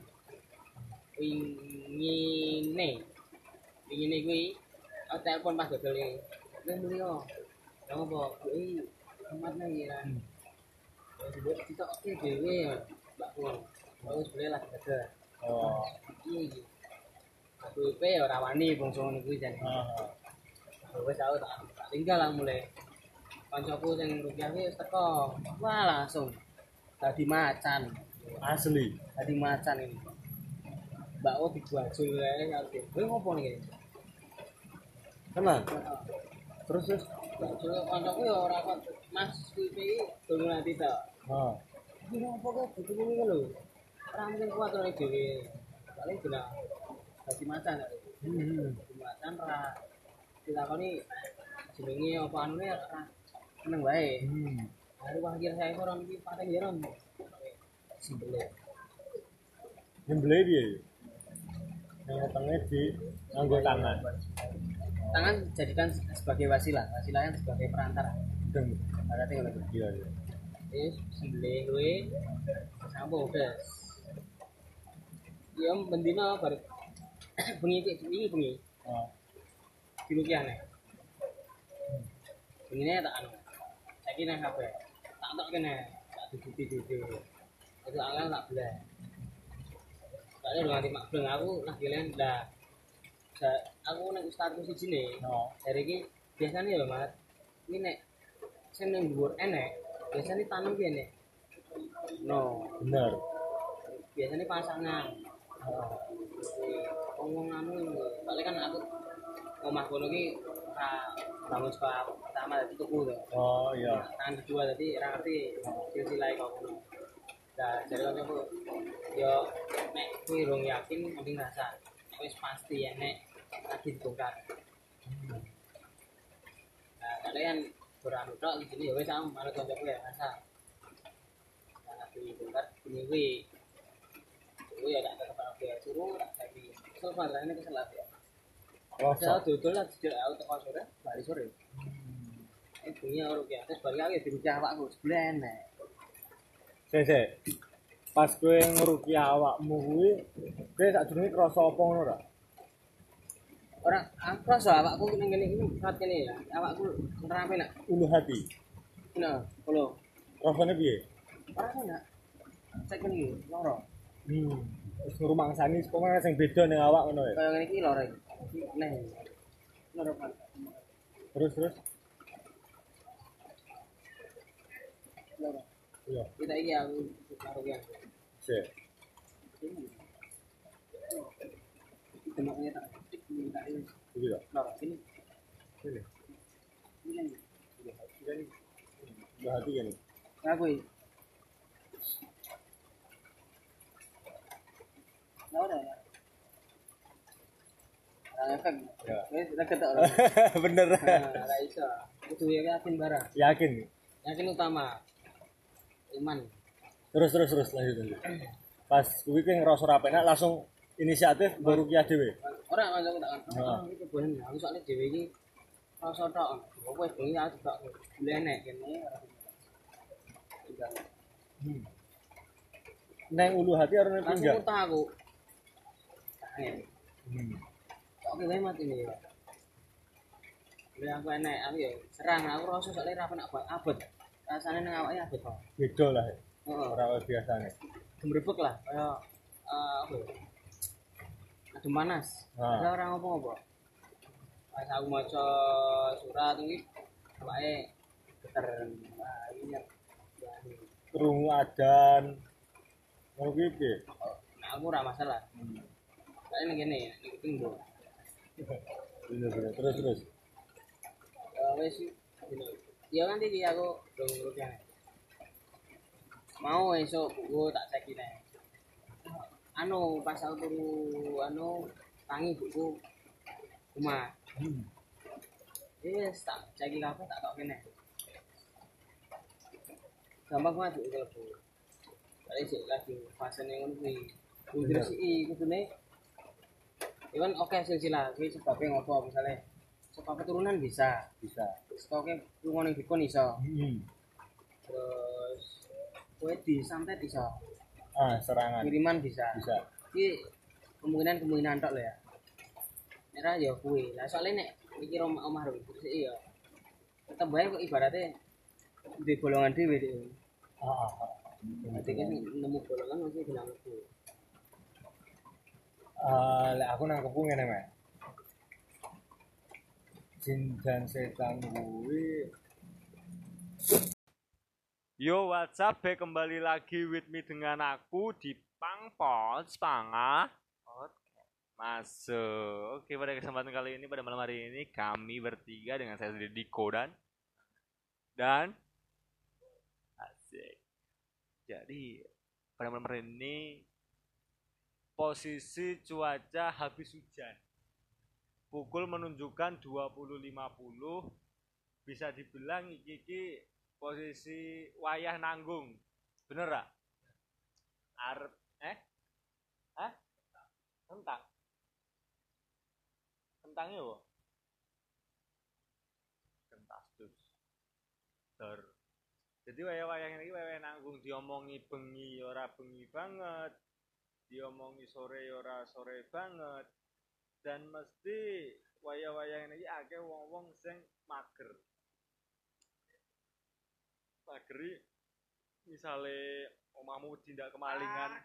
ingine kuwi aku telepon pas dodol iki lha mulya lha ngopo kuwi umat nang ya kita oke dhewe Mbak Kun wis boleh lah dadah iki aku pe ora wani bangsa ngono kuwi jan wis tau tak tinggal lah mulai kancaku sing rupiah wis teko wah langsung dadi macan Asli. dadi macan ini Mbak O dibajul ae ngerti kowe ngopo nih Tenang. Terus bajul kancaku ya ora kok Mas kuwi iki durung nanti ta iki ngopo kok begitu ngono lho ora mungkin kuat ora dhewe paling benar dadi macan dadi macan ra dilakoni jenenge apa anune ra seneng wae. Hari wahir saya orang iki paten jeron. Simbele. nyembelih piye? Yang wetenge di nganggo tangan. Tangan jadikan sebagai wasilah yang sebagai perantara. Deng. Berarti ngono. Iya. Wis sembelih kuwi sampo wis. Ya bendina bar bengi iki bengi. Dirukiane. Bengine tak anu. Saiki nang HP. Tak tok kene. Tak duduti-duduti. Itu awal tak belah. Soalnya udah nganti mak beleng aku lah giliran lah. Aku nang status siji ne. Dari iki biasanya lho Mas. Ini nek sing nang dhuwur enek, biasanya tanam piye nek. No, Bener. biasanya pasangan. Ngomong anu soalnya kan aku omah kono ki bangun sekolah pertama dari tuku tuh. Oh iya. Tangan kedua tadi ora ngerti silsilah kok ngono. Nah, jadi kan aku yo nek kuwi rong yakin mending rasa. Wis pasti ya nek lagi dibongkar. Nah, kalian beranu tok di sini ya wis am manut kancaku ya rasa. Nah, lagi dibongkar ini kuwi. Kuwi ya tak tetep aku ya suruh tak jadi. Soalnya ini kesel ya. Saya dodol lah tidak aku teko sore, bali sore. Punya orang ya, terus balik lagi di rupiah awakku sebelah enek. Sese. Pas kowe ngrukiah awakmu kuwi, kowe sakjroning krasa apa ngono ora? Ora aku rasa awakku ning kene iki saat kene ya. Awakku nerape nak. Ulu hati. Nah, kalau Rasane piye? ora enak. Cek kene iki loro. Wis ngrumangsani pokoke sing beda ning awak ngono ya. Kaya ngene iki loro iki. Neh. Loro kan. Terus. Loro. Iya. Kita iki aku karo ya. Sik. Temaknya tak minta ini. Iki lho. Loro sini. Sini. Ini. Ulu hati kan. Aku iki. Loro ya. Efek. Ya. Wis deket tok. Bener. Ora iso. Kudu yakin barang. Yakin. Yakin utama. Iman. Terus lanjut. Pas kuwi ki ngerasa ra penak langsung inisiatif ngrukiah dhewe. Ora kancaku tak kan. Iki bolen aku soalnya dhewe iki rasa tok. Apa wis bengi aku tak blenek kene ora. Tinggal. Neng ulu hati arep Langsung pinggang. utah aku. Oke, wae mati nih. Lah aku enek aku ya serang aku rasa soalnya ra penak abot. Rasane nang awake abot kok. Beda lah. Heeh. Ora kaya biasane. Gembrebek lah kaya apa ya? Adem panas. Ora ora ngopo-ngopo. Pas aku maca surat iki awake geter. Wah, ini Krungu adzan. Ngono kuwi piye? nah, aku ora masalah. Soalnya ning kene ning kuping mbok. Bener. Terus. Wes ya nanti iki aku belum rupiah. Mau esuk gua tak cek ini. anu pas aku turu anu tangi buku rumah. Yes, tak cagi apa tak tok kene. Gampang banget itu kalau bu. Kali sih lagi fase yang ngono kuwi. Terus iki kudune ikan oke silsilah, kuwi sebabnya ngopo misalnya sebab keturunan bisa. Stoknya lunga ning dikon iso. Terus kowe disantet iso. Serangan. Kiriman bisa. Iki kemungkinan tok lho ya. Nek ya kuwi. Lah soalnya nek iki omah ro terus iya. Tetep bae kok ibaratnya di golongan dhewe dhewe. Nanti kan nemu golongan masih bilang aku. Lek aku nangkepku ngene, Mek. Jin dan setan kuwi Yo WhatsApp kembali lagi with me dengan aku di Pangpot Panga. Masuk. Oke, pada kesempatan kali ini, pada malam hari ini kami bertiga dengan saya sendiri Diko dan asik. Jadi pada malam hari ini posisi cuaca habis hujan. Pukul menunjukkan 20.50. Bisa dibilang iki posisi wayah nanggung. Bener gak? Kentangnya apa? Kentastus. Jadi wayah-wayah ini wayah nanggung, diomongi bengi ora bengi banget. Diomongi sore ora sore banget. Dan mesti wayah-wayah ini akeh wong-wong sing mager. Mageri misale omahmu tindak kemalingan.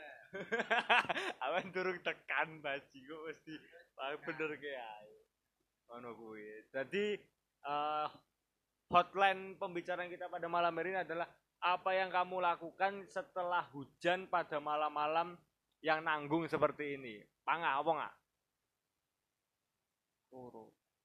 Awan durung tekan bajingan mesti bener ke ae. Ngono kuwi. Jadi hotline pembicaraan kita pada malam hari ini adalah apa yang kamu lakukan setelah hujan pada malam-malam yang nanggung seperti ini. Panga apa enggak? Turu.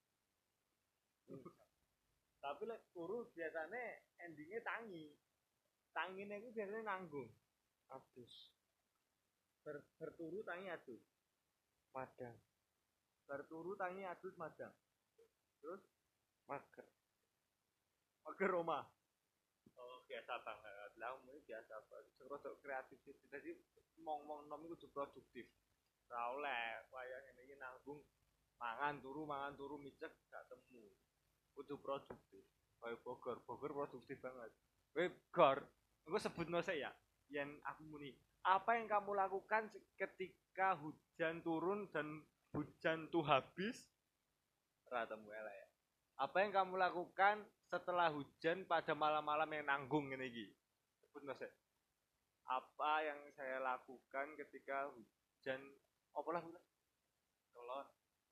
Tapi lek turu biasanya endingnya tangi. Tangine itu biasanya nanggung. Adus. Berturu tangi adus. Madang. Berturu tangi adus madang. Terus mager. Mager omah. Oh, biasa banget. Lah umumnya biasa banget. Rodok kreatif. Jadi mong-mong nom itu produktif. Ora oleh wayah ngene iki nanggung mangan turu micek gak temu. Kudu produktif. Kayak Bogor produktif banget. Gor, aku sebutno saya yen aku muni. Apa yang kamu lakukan ketika hujan turun dan hujan tuh habis? Ora temu elek ya. Apa yang kamu lakukan setelah hujan pada malam-malam yang nanggung ngene iki? Sebutno saya. Apa yang saya lakukan ketika hujan opo lah kelon.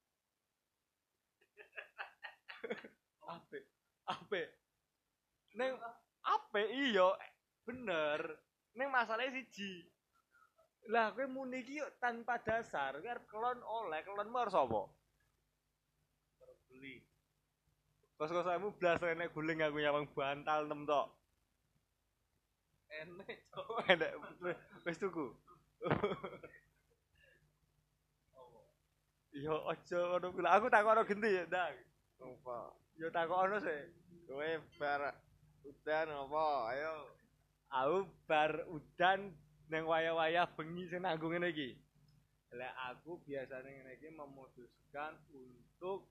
Ape. Neng ape iya bener. Neng masalahnya siji. Lah kowe muni iki tanpa dasar, kowe arep kelon oleh, kelonmu harus apa? Beli. Kos-kosanmu blas enek guling aku nyawang bantal 6 tok. Enek cok. Enek wis tuku. Yo aja ngono kuwi. Aku takono genti ya, Ndang. Apa? Yo takono sih. Kowe bar udan apa? Ayo. Aku bar udan nang wayah-wayah bengi sing nanggung ngene iki. Lek aku biasanya ngene iki memutuskan untuk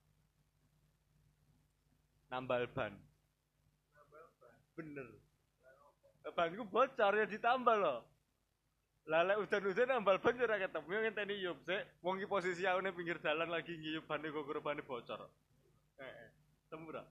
nambal ban. Bener. Banku bocor ya ditambal loh. Lah lek udan-udan nambal ban ora ketemu ngenteni yup sik. Wong iki posisi aku ning pinggir dalan lagi ngiyup bane kok bane bocor. Temu ora?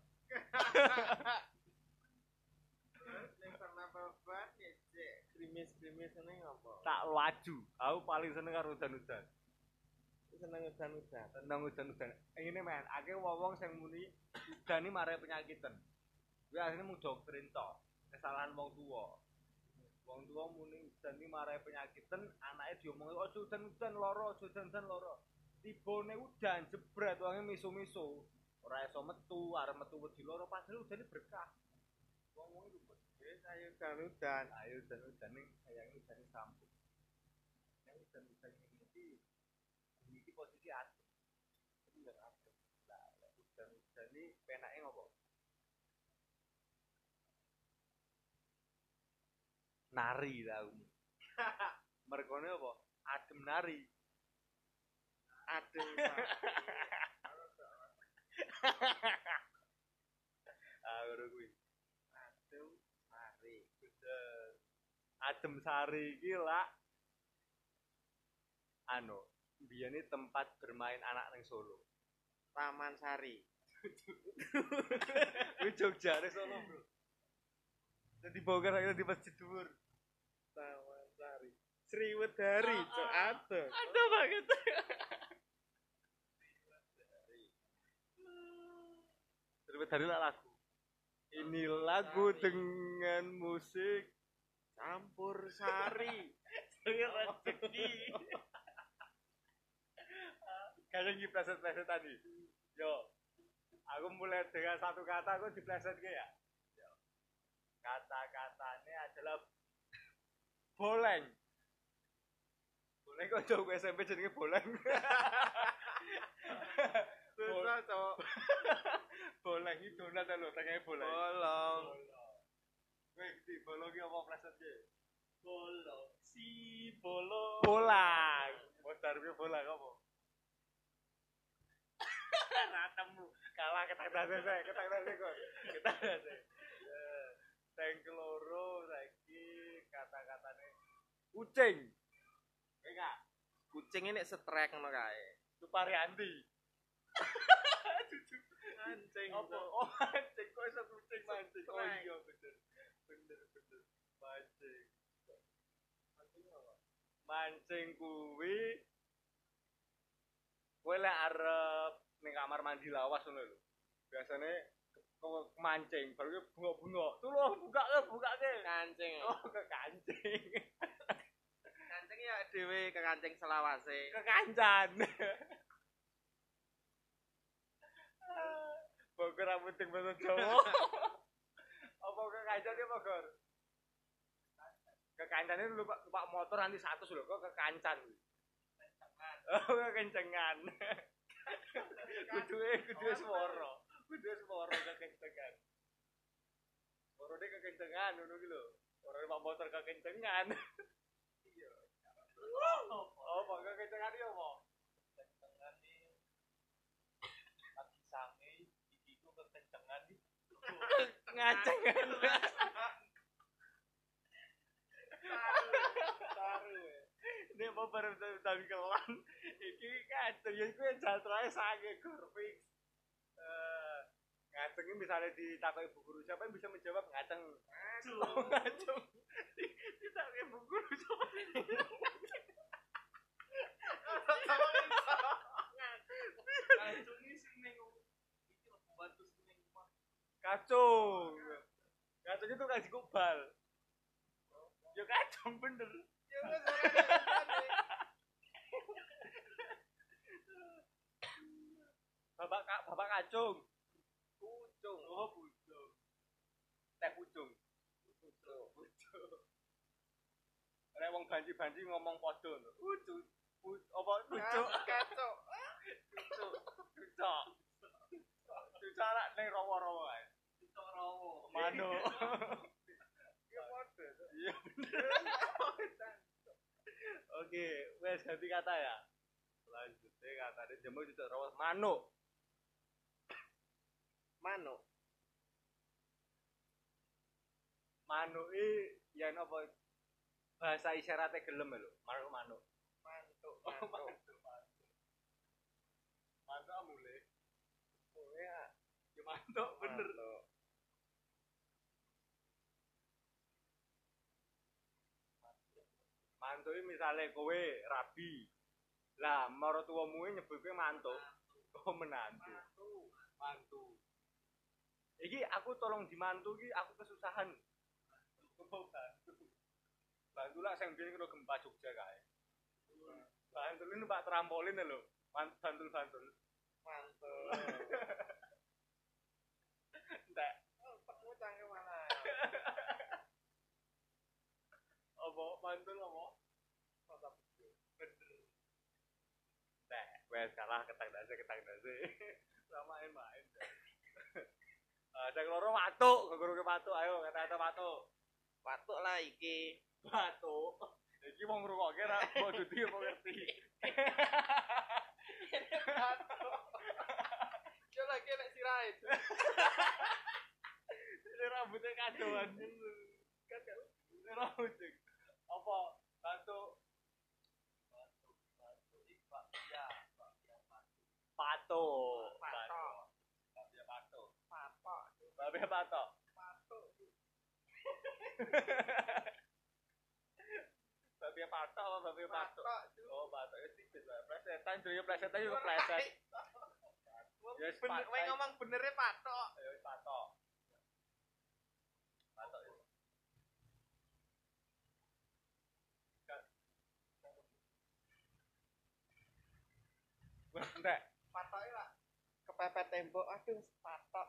Nek nambal ban ya cek krimis-krimis ngene ngopo? Tak laju. Aku paling seneng karo udan-udan. Seneng udan-udan. Ngene men, akeh wong sing muni udan iki mare penyakiten. Kuwi asline mung doktrin tok. Kesalahan wong tuwa. Wong tuwa muni udan iki mare penyakiten, anake diomongi ojo udan-udan lara, ojo udan-udan lara. Tibone udan jebret wonge misu-misu. Ora iso metu, arep metu wedi lara padahal udane berkah. Wong-wong iku wis ayo udan-udan ning sayang udane sampun. yang hujan-hujan ini posisi adem. Bener adem. Lah, hujan-hujan ini penake ngopo? Nari lah aku. Mergone apa? Adem nari. Adem. Ngono kuwi. Adem sari. Bener. Adem sari iki lak anu, biyene tempat bermain anak ning Solo. Taman Sari. Kuwi Jogja ning Solo, Bro. Dadi bongkar akhirnya di masjid dhuwur. Taman Sari. Sriwedari, cok ado. Ada banget. Sriwedari lah lagu. Ini lagu dengan musik Campur sari. rezeki. Kayak ngipleset-pleset tadi. Yo. Aku mulai dengan satu kata aku dipleset ke ya. Kata-katanya adalah boleng. Boleng kok jauh SMP jenenge boleng. Susah, cok. Boleng itu donat lho, tengahnya boleng. Bolong. Wih, di bolong ki apa pleset ki? Bolong si bolong. Bolang. Modar ki bolang apa? Ratemu kalah ketang-ketang saya, ketang-ketang kok. Ketang-ketang. Teng keloro saiki kata-katane kucing. Enggak, Kucing ini setrek ngono kae. Suparianti. Anjing. Apa? Oh, mancing kok iso kucing mancing. Oh iya bener. Bener. Mancing. Mancing apa? Mancing kuwi kowe lek arep ning kamar mandi lawas ngono lho. Biasane mancing, baru bunga-bunga. Tuh loh, buka ke. Kancing. Oh, ke kancing. Kancing ya dhewe ke kancing selawase. Ke kancan. Bogor rambut ting bahasa Jawa. Apa ke kancan ya Bogor? Ke kancan itu lupa motor nanti 100 lho, kok ke kancan. Oh, ke kencengan. Kuduwe swara. Kuduwe swara ke kencengan. Orone ke kencengan ngono ki lho. Orone pak motor ke kencengan. Iya. Oh, pak ke kencengan iki apa? Kencengan iki lagi sange iki ku ke kencengan iki. Ngaceng. Taru. Ini apa baru tapi kelan. Iki ngaceng ya iku jantrae sange gurfix. Ngaceng ini misalnya ditakoki ibu guru siapa yang bisa menjawab ngaceng. Ngaceng. Ditakoki ibu guru siapa yang Kacung ini sing ning iki lho pembantu sing ning omah. kacung. Kacung itu kasih kubal. Ya kacung bener. Ya wis Bapak kacung. Pucung. Oh, pucung. Teh pucung. Nek wong banci-banci ngomong padha lho. Apa pucuk? Kacok. Pucuk. Pucuk lak ning rawa-rawa ae. Pucuk rawo. Manuk. Ya padha. Iya bener. Oke, wes ganti kata ya. Selanjutnya katanya jemur juga rawas manuk. Manuk. Manuk iki yen apa bahasa isyaratnya gelem lho. Manuk. Mantuk. Mantuk amule. Oh ya. Ya mantuk bener. Mantuk iki misale kowe rabi. Lah maratuwamu nyebut kowe mantuk. Oh menantu. Mantu. Iki aku tolong dimantu iki aku kesusahan. Bantu lah sing biyen kena gempa Jogja kae. Bantu ini Pak trampolin lho. Bantul. Mantul. Entek. Tekmu cangke mana? Apa bantul apa? aja ketang nasi. Main-main. Ada loro matuk, guru-guru matuk, ayo kata-kata matuk. Patuk lah iki. Matuk. Iki mau ngrungokke ra mbok dudu apa ngerti. Yo lagi nek sirahe. Ini rambutnya kadoan. Kan ini rambutnya. Apa? Batuk. Patuk. Babe patok. Babe patok apa babe patok? Oh, patok itu tipis lah. Plesetan juga plesetan juga pleset. Ya Bener, kowe ngomong benernya patok. Ya patok. Patok. Enggak. Patoke lah. Kepepet tembok, aduh patok.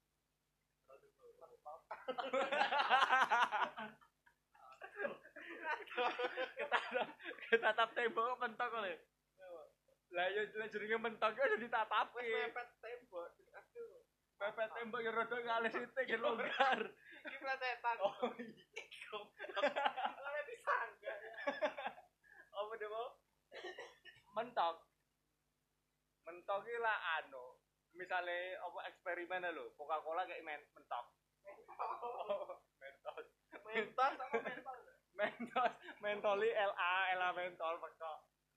Ketatap tembok mentok oleh. Lah yo jenenge mentok yo ditatapi. Kepepet tembok. Aduh. Pepet tembok yo rada ngalih sithik yo longgar. Iki plesetan. Oh iya. Ora disangga. Apa demo? Mentok. Mentok ki lah anu. Misale apa eksperimen lho, Coca-Cola kayak mentok. Mentos. Mentos sama mentol. Mentos, mentoli LA mentol pekok.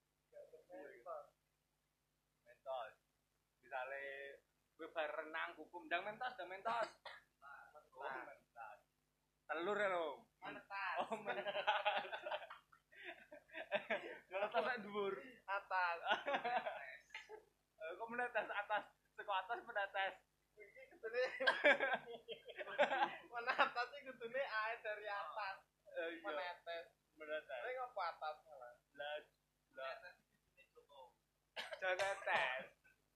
Mentos. Misale kowe bar renang hukum ndang mentos, ndang mentos. Mentos. Telur ya lho. Menetas. Oh, mentos. Menetas sak dhuwur. Atas. Kok menetas atas? Seko atas menetas. Iki kudune. Mana atas iki kudune air dari atas. Menetes. Menetas. Kowe ngopo atas malah. Lah. Jangan tes.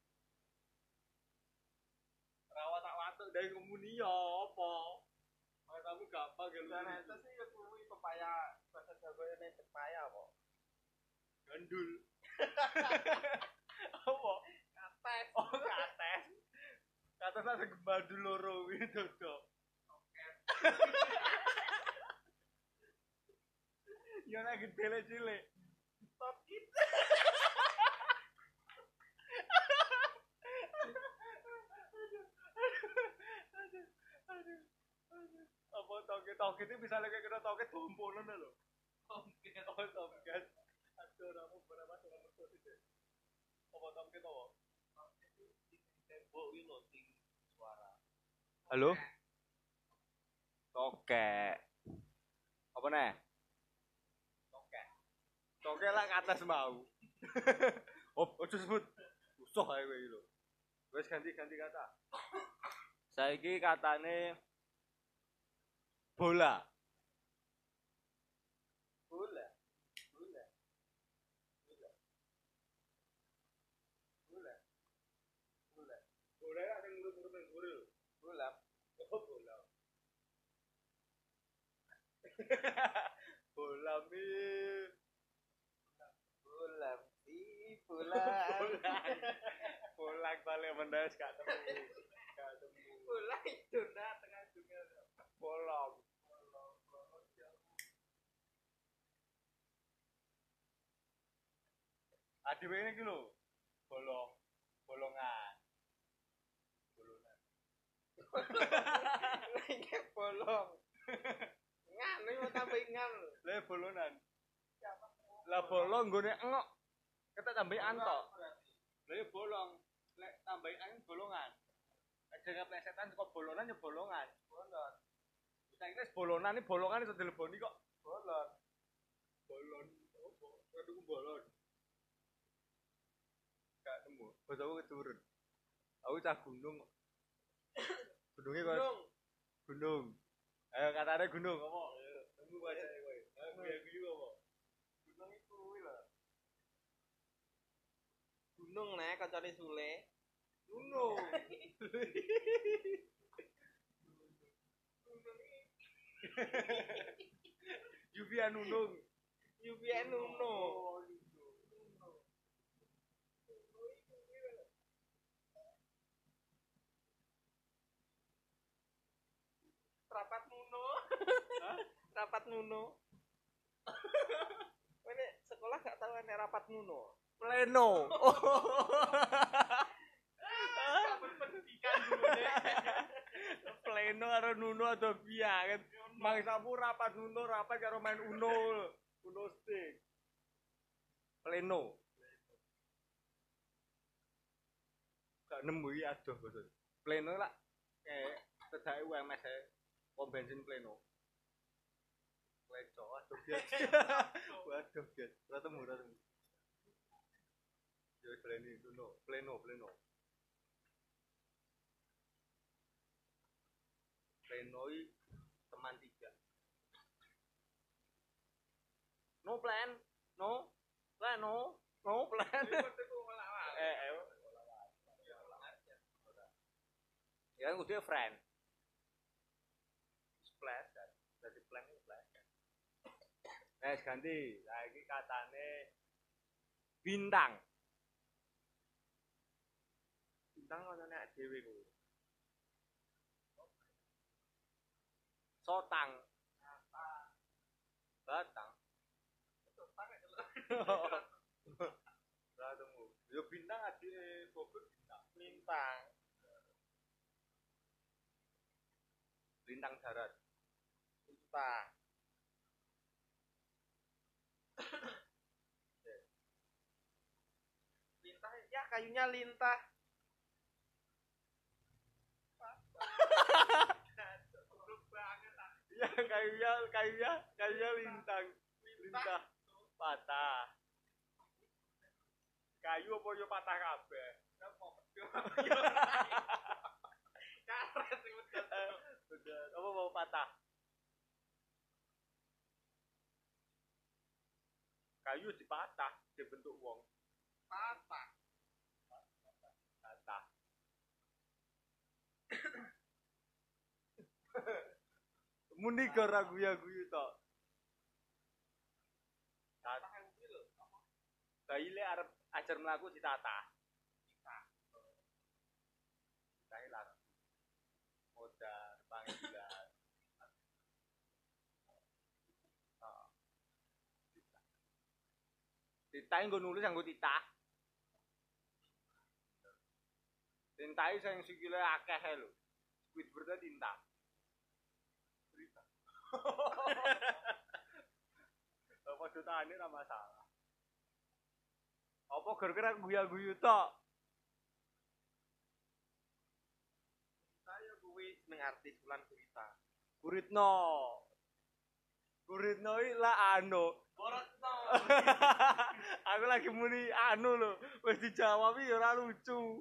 Rawat tak watuk dari komuni ya apa? Matamu gampang ya lu. Menetes iki kuwi pepaya bahasa Jawa ini pepaya apa? Gandul. Apa? Kates. Oh, kates. Kates ada gembandul loro kuwi dodok. Oke. Yo nek gede cilik. Stop it. Apa toke itu bisa lagi kena toke dompolan lho. Toke. Oh, toke. Aduh, ora mau berapa sama metu iki. Apa toke to? Tembok iki lho sing suara. Halo? Toke. Apa nih? Toke. Toke lah ke atas mau. Oh, ojo sebut. Usah ae kowe iki lho. Wis ganti kata. Saiki katane bola. Bola. Bola ya sing urut-urut nang guru. Bola. Oh, bola. Bola mi. Bola. Bola. Bola balik mendas gak temu. Bola itu nah tengah dunia. Bolong. Adewe ini iki lho. Bolongan. Iki bolong. Ngan iki mau tambah ngan. Lah bolonan. Lah bolong nggone engok. Ketek tambahi antok. Lah ya bolong. Lek tambahi angin bolongan. Nek jangan plesetan kok bolonan ya bolongan. Bolon. Saiki wis bolonan iki bolongan iso dileboni kok. Bolon. Bolon. Opo? Kudu bolon. Gak nemu. Bos aku keturun. Aku cah gunung. Gunungnya kok. Gunung. Ayo katanya gunung apa? Nemu baca kowe. Ayo guyu apa? Gunung itu kuwi lho. Gunung nek kancane Sule. Gunung. Yubian Nunung. UBN Uno. rapat nuno. Rapat nuno. Ini sekolah gak tahu nek rapat nuno. Pleno. Kapan pendidikan dulu deh. Pleno karo nuno atau biya kan. Mangsamu rapat nuno rapat karo main uno. Uno stick. Pleno. Gak nemu iki adoh bos. Pleno lah kayak cedake UMS pom bensin pleno. Leco aduh biar. Waduh biar. Ratemu. Yo pleno. Plenoi teman 3. No plan. Ya udah friend. Splash kan. Jadi plan itu splash. Ganti. Saiki katane bintang. Bintang ana nek dhewe kuwi. Sotang. Batang. Ratemu. Yo bintang adike bobot bintang. Lintang darat. Lintang. Lintah ya kayunya lintah. Ya kayunya lintang. Lintah patah. Kayu apa yo patah kabeh? Karet sing Bener. Apa mau patah? Kayu dipatah, dibentuk wong. patah. Patah. Muni gara guyu-guyu tok. Bayi arep ajar mlaku ditatah. Kae lah. Modal panggilan. Titah nggo nulis nggo titah. Tintai sing sikile akeh lho. Squidward tinta. Berita. Apa jutane ora masalah. Apa gara-gara guyu-guyu tok? Saya kuwi seneng artis Wulan Gurita. Guritno iki lah anu. Boretno. Aku lagi muni anu lho, wis dijawab iki ora lucu.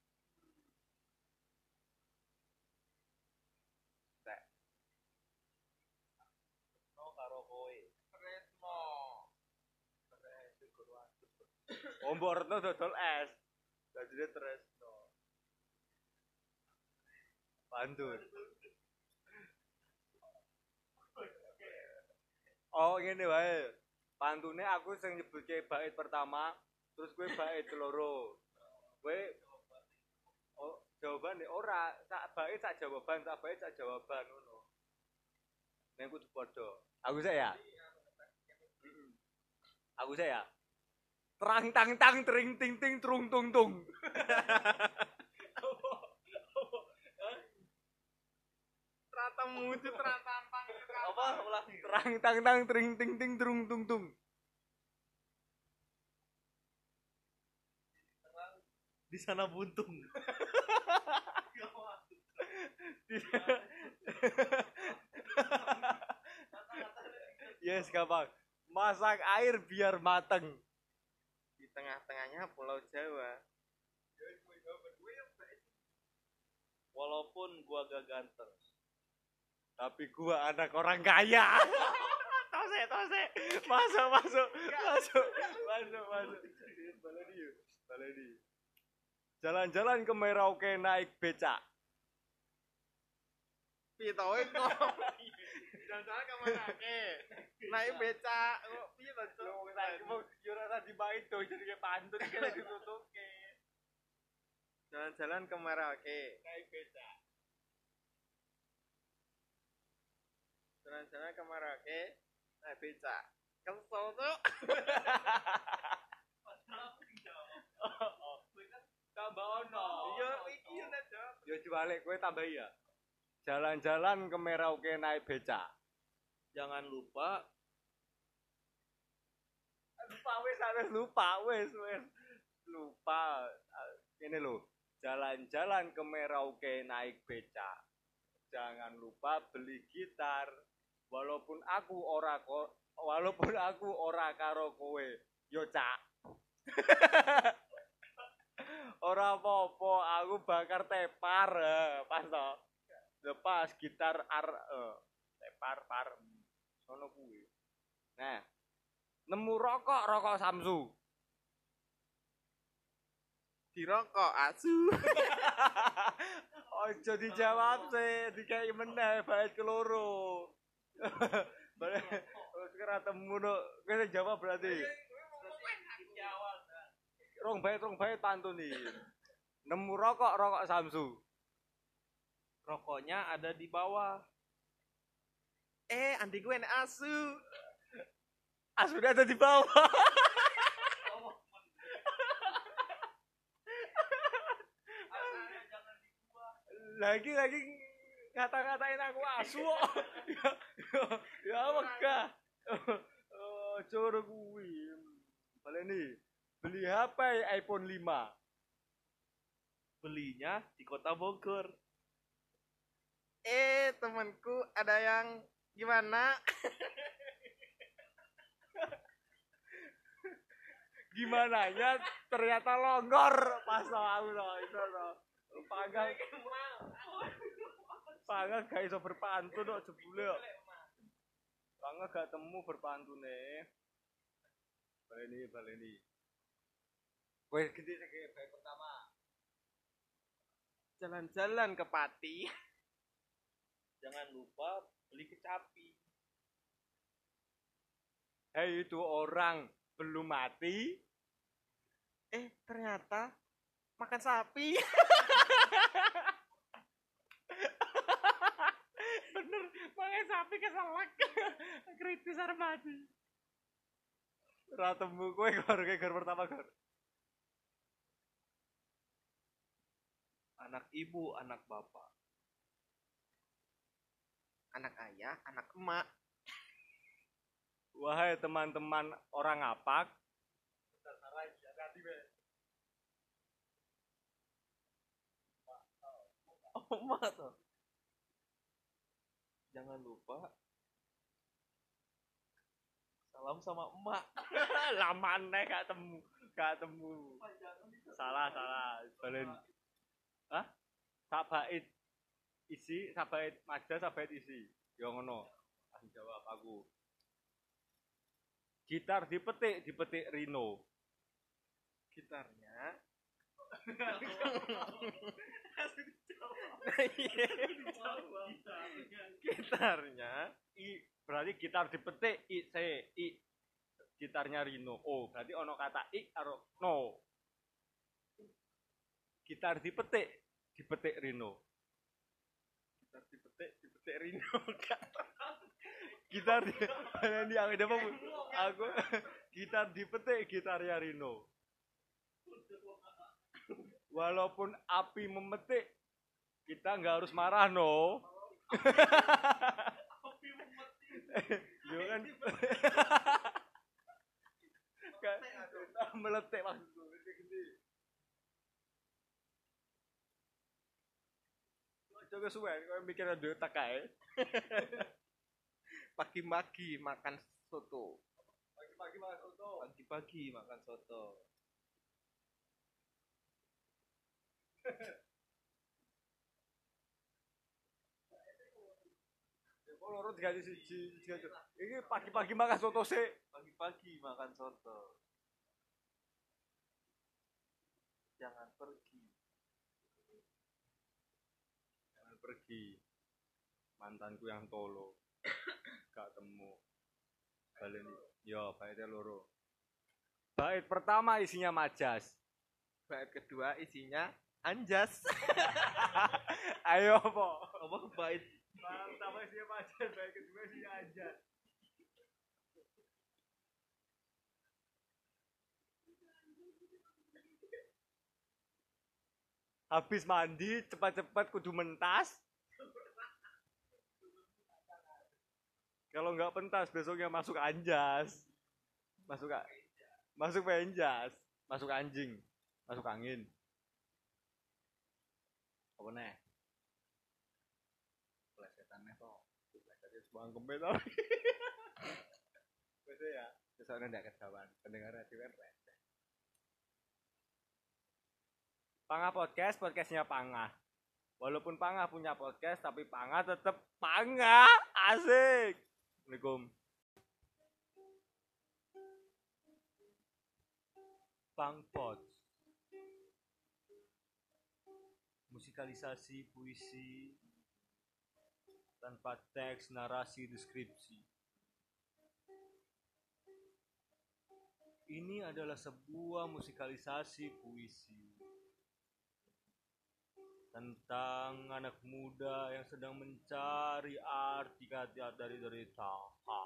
Oh, Mbok Retno dodol es. Dadine Tresno. Bantul. Oh, ngene wae. Pantune aku sing nyebutke bait pertama, terus kowe bait loro. Kowe oh, jawabane ora, sak bait sak jawaban, sak bait sak jawaban ngono. Nek kudu padha. Aku sik ya. Aku sik ya. Terang tang tang tring ting ting trung tung tung. Tratemu itu tratampang. Apa ulah terang tang tang tring ting ting trung tung tung. Di sana buntung. Yes, gampang. Masak air biar mateng. Di tengah-tengahnya Pulau Jawa. Walaupun gua gak ganteng. Tapi gua anak orang kaya. Tose. Masuk. Baledi. Jalan-jalan ke Merauke naik becak. Pitoe kok. Jalan-jalan ke Merauke. Naik becak. Kok piye to, Cuk? Mau yo ora dibae to jenenge pantun kene ditutuke. Jalan-jalan ke Merauke. Naik becak. Jalan-jalan ke Merauke naik beca. Kesel tuh. Tambah ono. Iya, iki yo nek jawab. Ya dibalik kowe tambah ya. Jalan-jalan ke Merauke naik beca. Jangan lupa Lupa wis. Lupa. Ini loh. Jalan-jalan ke Merauke naik beca. Jangan lupa beli gitar. Walaupun aku ora karo kowe. Yo cak. Ora apa-apa, aku bakar tepar. Pas to. Lepas gitar tepar par. Sono kuwi. Nah. Nemu rokok Samsu. Dirokok asu. Ojo dijawab sih, dikai meneh bait keloro. Balik kira temu no, kowe jawab berarti. Rong bait pantuni. Nemu rokok Samsu. rokoknya ada di bawah. Andi gue enak asu. Asunya ada di bawah. lagi ngata-ngatain aku asu kok. ya wegah. Coro kuwi. Baleni beli HP iPhone 5. Belinya di Kota Bogor. Temanku ada yang gimana? Gimananya ternyata longgor pas aku itu panggang gak iso berpantun kok jebule kok. Panggang gak temu berpantune. Baleni. Kowe gede sing baik pertama. Jalan-jalan ke Pati. Jangan lupa beli kecapi. Hei itu orang belum mati. Ternyata makan sapi. Bener, makan sapi keselak. Kritis arep mati. Ora temu kowe gor pertama gor. Anak ibu, anak bapak. Anak ayah, anak emak. Wahai teman-teman orang apak. Emak tuh. Jangan lupa salam sama emak. Lama nih gak temu. Salah. Balen. Hah? Sabait isi, sabait maja, sabait isi. Ya ngono. Jawab aku. Gitar dipetik Rino. Gitarnya. Gitarnya berarti gitar dipetik I. Gitarnya Rino. Oh, berarti ono kata I karo no. Gitar dipetik Rino. Gitar dipetik Rino. Gitar ini aku gitar dipetik gitarnya Rino. Walaupun api memetik, kita nggak harus marah no. Api memetik. Jangan meletik maksudku. Coba suwe, kau mikir ada otak kae. Pagi-pagi makan soto. Pagi-pagi makan soto. Loro diganti siji. Iki pagi-pagi makan soto sih. Pagi-pagi makan soto. Jangan pergi. Mantanku yang tolo. Gak temu. Balen yo baitnya loro. Bait pertama isinya majas. Bait kedua isinya anjas. Ayo apa? Apa bait Bang pertama isinya pacar, bang kedua isinya aja. Habis mandi cepat-cepat kudu mentas. Kalau nggak pentas besoknya masuk anjas. Masuk penjas, masuk anjing, masuk angin. Apa nih? Plesetannya kok. Plesetnya sebuah kempet tapi. Biasa ya, besoknya ndak ketahuan. Pendengar radio kan receh. Pangah podcast, podcastnya Pangah. Walaupun Pangah punya podcast, tapi Pangah tetap Pangah. Asik. Assalamualaikum. Pangpod. Musikalisasi puisi tanpa teks, narasi, deskripsi. Ini adalah sebuah musikalisasi puisi tentang anak muda yang sedang mencari arti kata dari derita.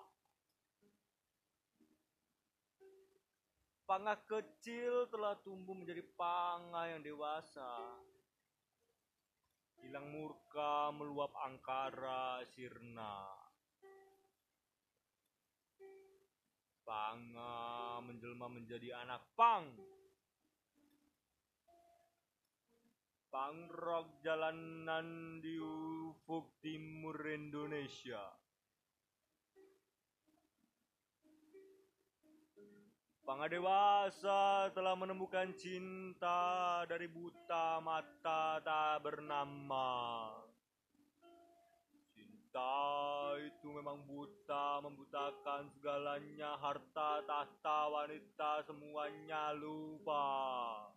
Pangah kecil telah tumbuh menjadi pangah yang dewasa. Hilang murka, meluap angkara, sirna. Pangah menjelma menjadi anak pang. Pangrok jalanan di ufuk timur Indonesia. Pangah dewasa telah menemukan cinta dari buta mata tak bernama. Cinta itu memang buta, membutakan segalanya, harta, tahta, wanita, semuanya lupa.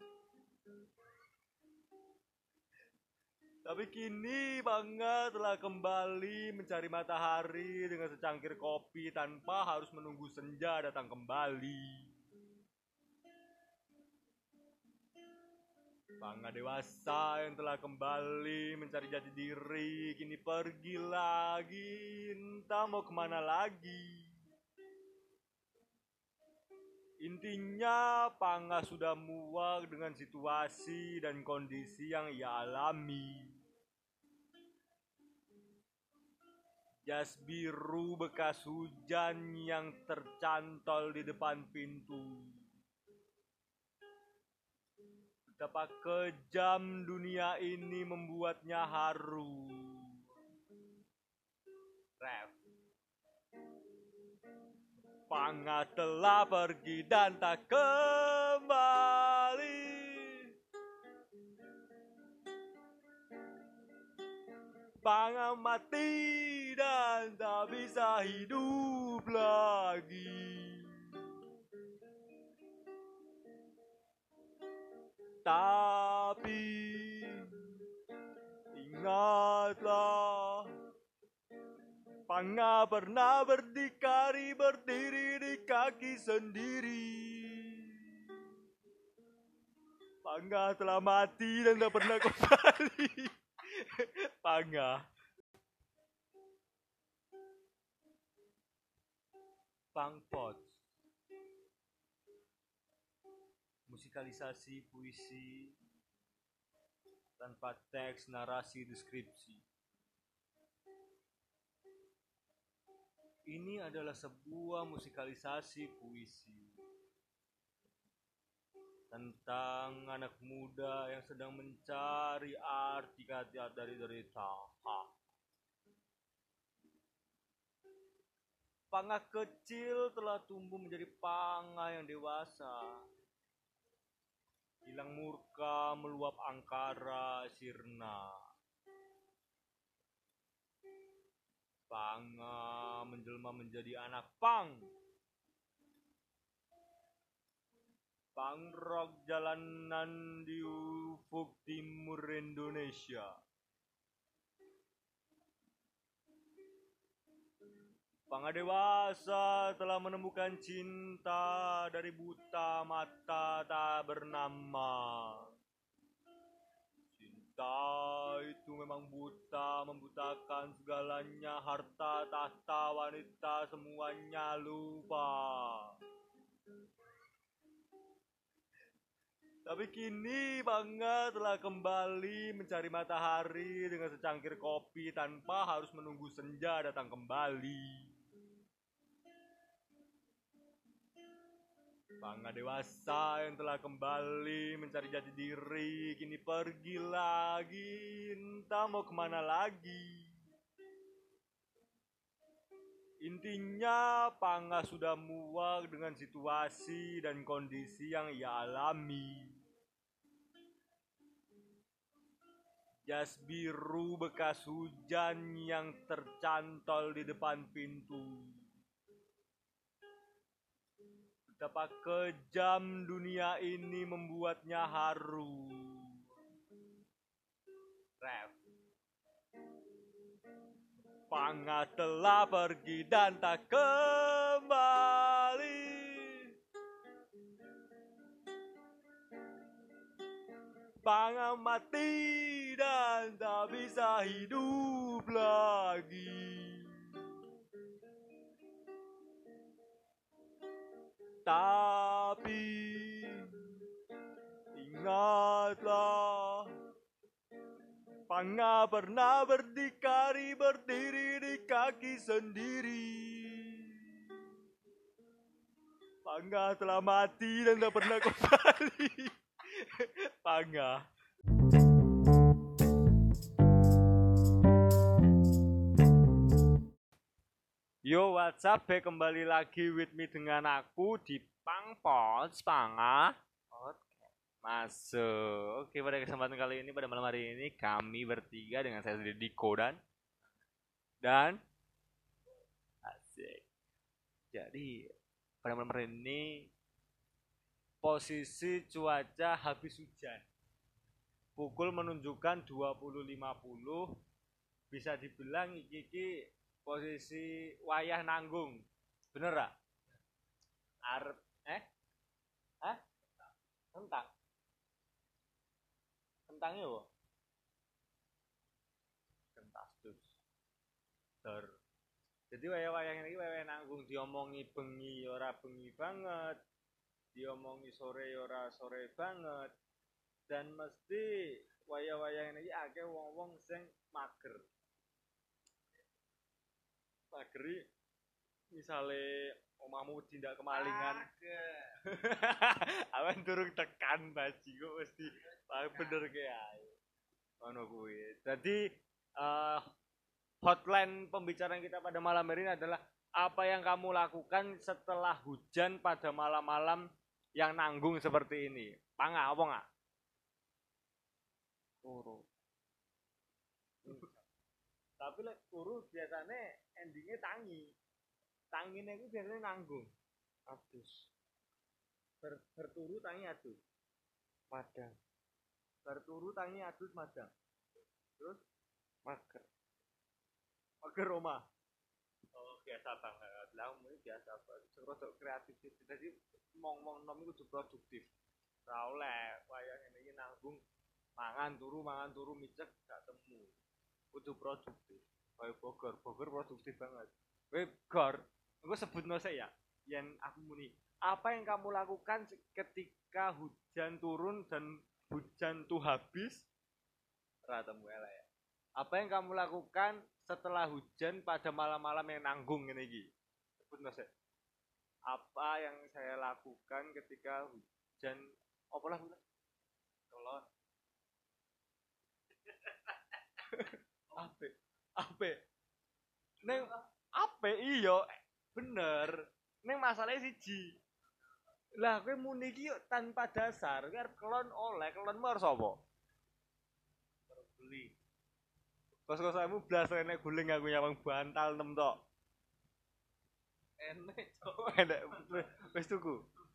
Tapi kini Pangah telah kembali mencari matahari dengan secangkir kopi tanpa harus menunggu senja datang kembali. Pangah dewasa yang telah kembali mencari jati diri kini pergi lagi, entah mau kemana lagi. Intinya Pangah sudah muak dengan situasi dan kondisi yang ia alami. Jas biru bekas hujan yang tercantol di depan pintu. Betapa kejam dunia ini membuatnya haru. Ref. Pangah telah pergi dan tak kembali. Pangah mati dan tak bisa hidup lagi. Tapi ingatlah, Pangah pernah berdikari berdiri di kaki sendiri. Pangah telah mati dan tak pernah kembali. Pangah. Pangpod. Musikalisasi puisi tanpa teks, narasi, deskripsi. Ini adalah sebuah musikalisasi puisi tentang anak muda yang sedang mencari arti kata dari derita. Pangah kecil telah tumbuh menjadi pangah yang dewasa. Hilang murka, meluap angkara, sirna. Pangah menjelma menjadi anak pang. Pangrok jalanan di ufuk timur Indonesia. Pangah dewasa telah menemukan cinta dari buta mata tak bernama. Cinta itu memang buta, membutakan segalanya, harta, tahta, wanita, semuanya lupa. Tapi kini bangga telah kembali mencari matahari dengan secangkir kopi tanpa harus menunggu senja datang kembali. Bangga dewasa yang telah kembali mencari jati diri, kini pergi lagi, entah mau kemana lagi. Intinya Pangga sudah muak dengan situasi dan kondisi yang ia alami. Jas biru bekas hujan yang tercantol di depan pintu. Betapa kejam dunia ini membuatnya haru. Ref. Pangga telah pergi dan tak kembali. Pangga mati dan tak bisa hidup lagi. Tapi ingatlah, Pangga pernah berdiri di kaki sendiri. Pangga telah mati dan tak pernah kembali. Pangga. Yo, what's up? Kembali lagi with me dengan aku di Pangpods Pangga. Masuk. Oke, pada kesempatan kali ini, pada malam hari ini kami bertiga dengan saya sendiri Diko dan asik. Jadi pada malam hari ini posisi cuaca habis hujan. Pukul menunjukkan 20.50. Bisa dibilang iki posisi wayah nanggung. Bener gak? Arep Kentangnya wo? Kentas dus. Jadi wayah-wayah ini wayah nanggung, diomongi bengi ora bengi banget. Diomongi sore ora sore banget. Dan mesti wayah-wayah ini akeh wong-wong sing mager. Mageri misale omahmu tindak kemalingan. Awan durung tekan bajingan mesti bener ke ae. Ngono kuwi. Jadi hotline pembicaraan kita pada malam hari ini adalah apa yang kamu lakukan setelah hujan pada malam-malam yang nanggung seperti ini. Pangga apa enggak? Turu. Tapi lek turu biasanya endingnya tangi. Tangine itu biasanya nanggung. Adus. Berturu tangi adus. Madang. Berturu tangi adus madang. Terus mager. Mager omah. Oh, biasa banget. Lah umumnya biasa banget. Rada kreatif. Jadi mong-mong nom iku produktif. Ora oleh wayang ngene iki nanggung mangan turu micek gak temu. Kudu produktif. Kayak Bogor produktif banget. Gor, aku sebutno saya yen aku muni. Apa yang kamu lakukan ketika hujan turun dan hujan tuh habis? Ora temu elek ya. Apa yang kamu lakukan setelah hujan pada malam-malam yang nanggung ngene iki? Sebutno saya. Apa yang saya lakukan ketika hujan opo lah? Kolon. Ape neng ape iyo bener neng masalahnya siji lah kowe muni iki tanpa dasar kowe arep kelon oleh kelonmu harus apa beli kos-kosanmu blas enek guling aku nyawang bantal 6 tok enek cok enek wis tuku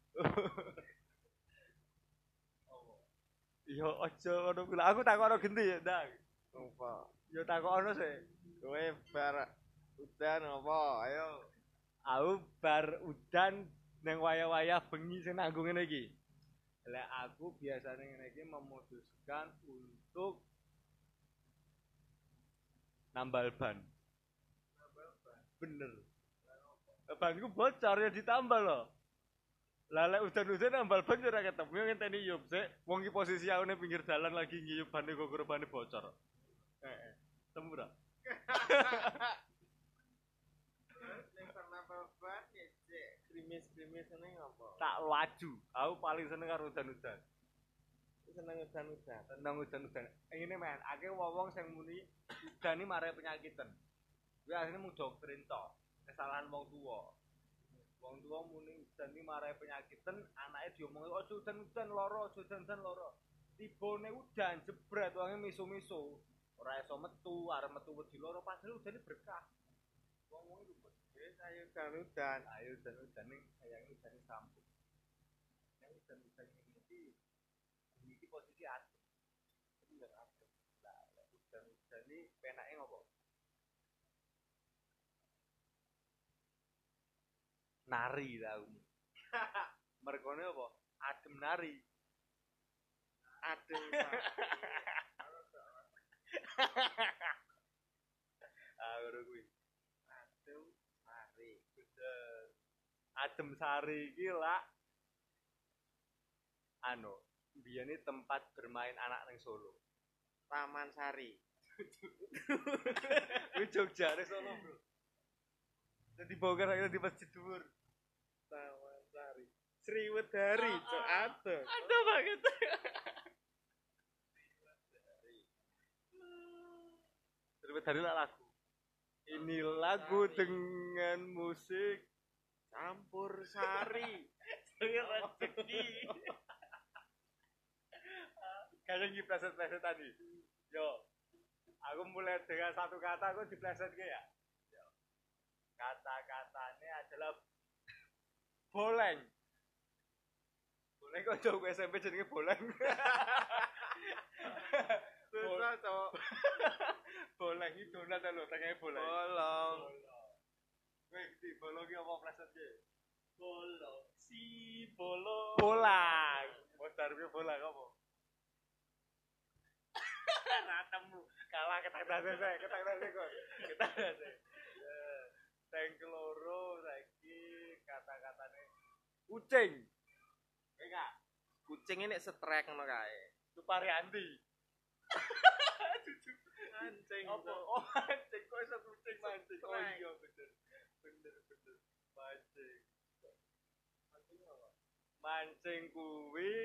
yo aja ngono kuwi aku takono genti ya ndang apa yo takono sih kowe bar udan apa ayo aku bar udan nang wayah-wayah bengi sing nanggung ngene iki lek aku biasanya ngene iki memutuskan untuk Nambal ban. Bener. Banku bocor ya ditambal loh. Lah lek udan-udan nambal ban ora ketemu ngenteni yub sik. Wong iki posisi aku ning pinggir dalan lagi ngiyup bane kok bane bocor. Heeh. Temu ra? Ning nambal ban ya cek krimis-krimis ngene ngopo? Tak laju. Aku paling seneng karo udan-udan. Seneng udan-udan. Seneng udan-udan. Ngene men, akeh wong sing muni udan iki marai penyakiten. Kuwi asline mung doktrin tok. Kesalahan wong tuwa. Wong tuwa muni udan iki marai penyakiten, anake diomongi aja udan-udan lara, aja udan-udan lara. Tibone udan jebret wonge misu-misu. Ora iso metu, arep metu wedi lara padahal udane berkah. Wong-wong iku wis ayo udan-udan, ayo udan-udan ning sayang udane sampun. Nek udan-udan iki posisi adem. Bener adem. Lah udan-udan iki penake ngopo? Nari tau. Mergone apa? Adem nari. Adem. Ora kuwi. Adem sari. Bener. Adem sari iki lak biyene tempat bermain anak ning Solo. Taman Sari. Kuwi Jogja ning Solo, Bro. Jadi bongkar akhirnya di masjid dhuwur. Taman Sari. Sriwedari, cok ada. Ada banget. Sriwedari lah lagu. Ini lagu dengan musik Campur Sari. rezeki. Kayaknya ngi pleset-pleset tadi. Yo. Aku mulai dengan satu kata aku dipleset ke ya. Kata-katanya adalah boleng. Boleng kok jauh SMP jenenge boleng. Susah, cok. Boleng iki donat lho, tengene boleng. Bolong. Wih, di bolong iki apa pleset ki? Bolong. Si bolong. Bolang. Modar ki bolang apa? Ratemu kalah ketang-ketang saya, ketang-ketang kok. Ketang-ketang. Sing keloro saiki kata-katane kucing. Enggak. Kucing ini setrek ngono kae. Suparianti. Anjing. Apa? Oh, mancing kok iso kucing mancing. Oh iya bener. Bener. Mancing. Mancing apa? Mancing kuwi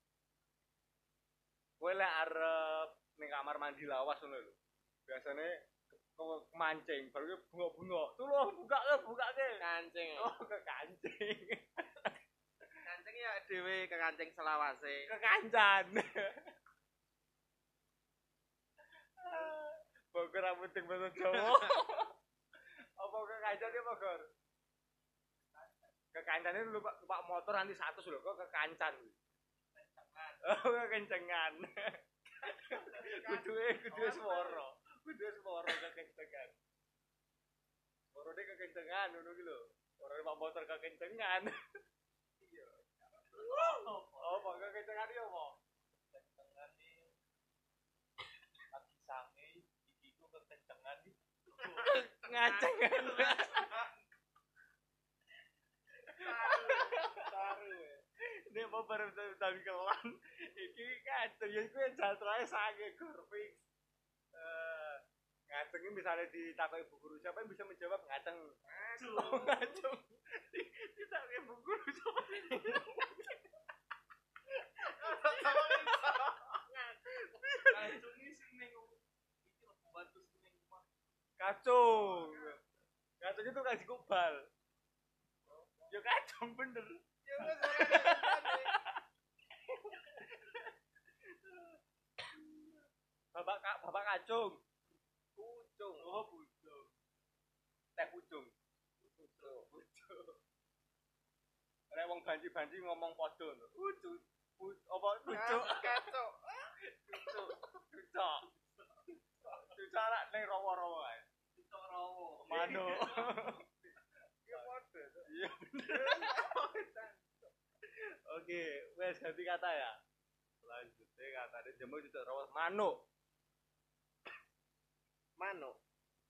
kowe lek arep ning kamar mandi lawas ngono lho. Biasane mancing, baru bunga-bunga. Tuh loh, buka ke. Kancing. Oh, ke kancing. Kancing ya dhewe ke kancing selawase. Ke kancan. Bogor ramuting bahasa Jawa. Apa ke kancan ya, Bogor? Ke kancan itu lupa motor nanti 100 lho, kok ke kancan. Oh, ke kencengan. Kuduwe swara. Kudu swara kekencengan. Orone kekencengan ngono ki lho. Ora pak motor kekencengan. Iya. Oh, pak kekencengan iki apa? Kekencengan iki lagi sange ikiku kekencengan iki. Ngacengan. Taru. Ini mau bareng dari kelan. Iki kacau ya iku jatrae sange gor fix. Ngaceng ini misalnya ditakoki ibu guru siapa yang bisa menjawab ngaceng. Ngaceng. Ditakoki ibu guru siapa yang bisa ngaceng ini sing ning iki lho pembantu sing ning omah. Kacung. Kacung itu kasih kubal. Ya kacung bener. Ya wis Bapak kacung. Pucung. Oh, pucung. Teh pucung. Pucung. Nek wong banci-banci ngomong padha lho. Apa pucuk? Kacuk. Pucuk. Pucuk lak ning rawa-rawa ae. Pucuk rawa. Manuk. Iya padha. Iya bener. Oke, wes ganti kata ya. Selanjutnya katanya jemur juga rawa manuk. Manuk.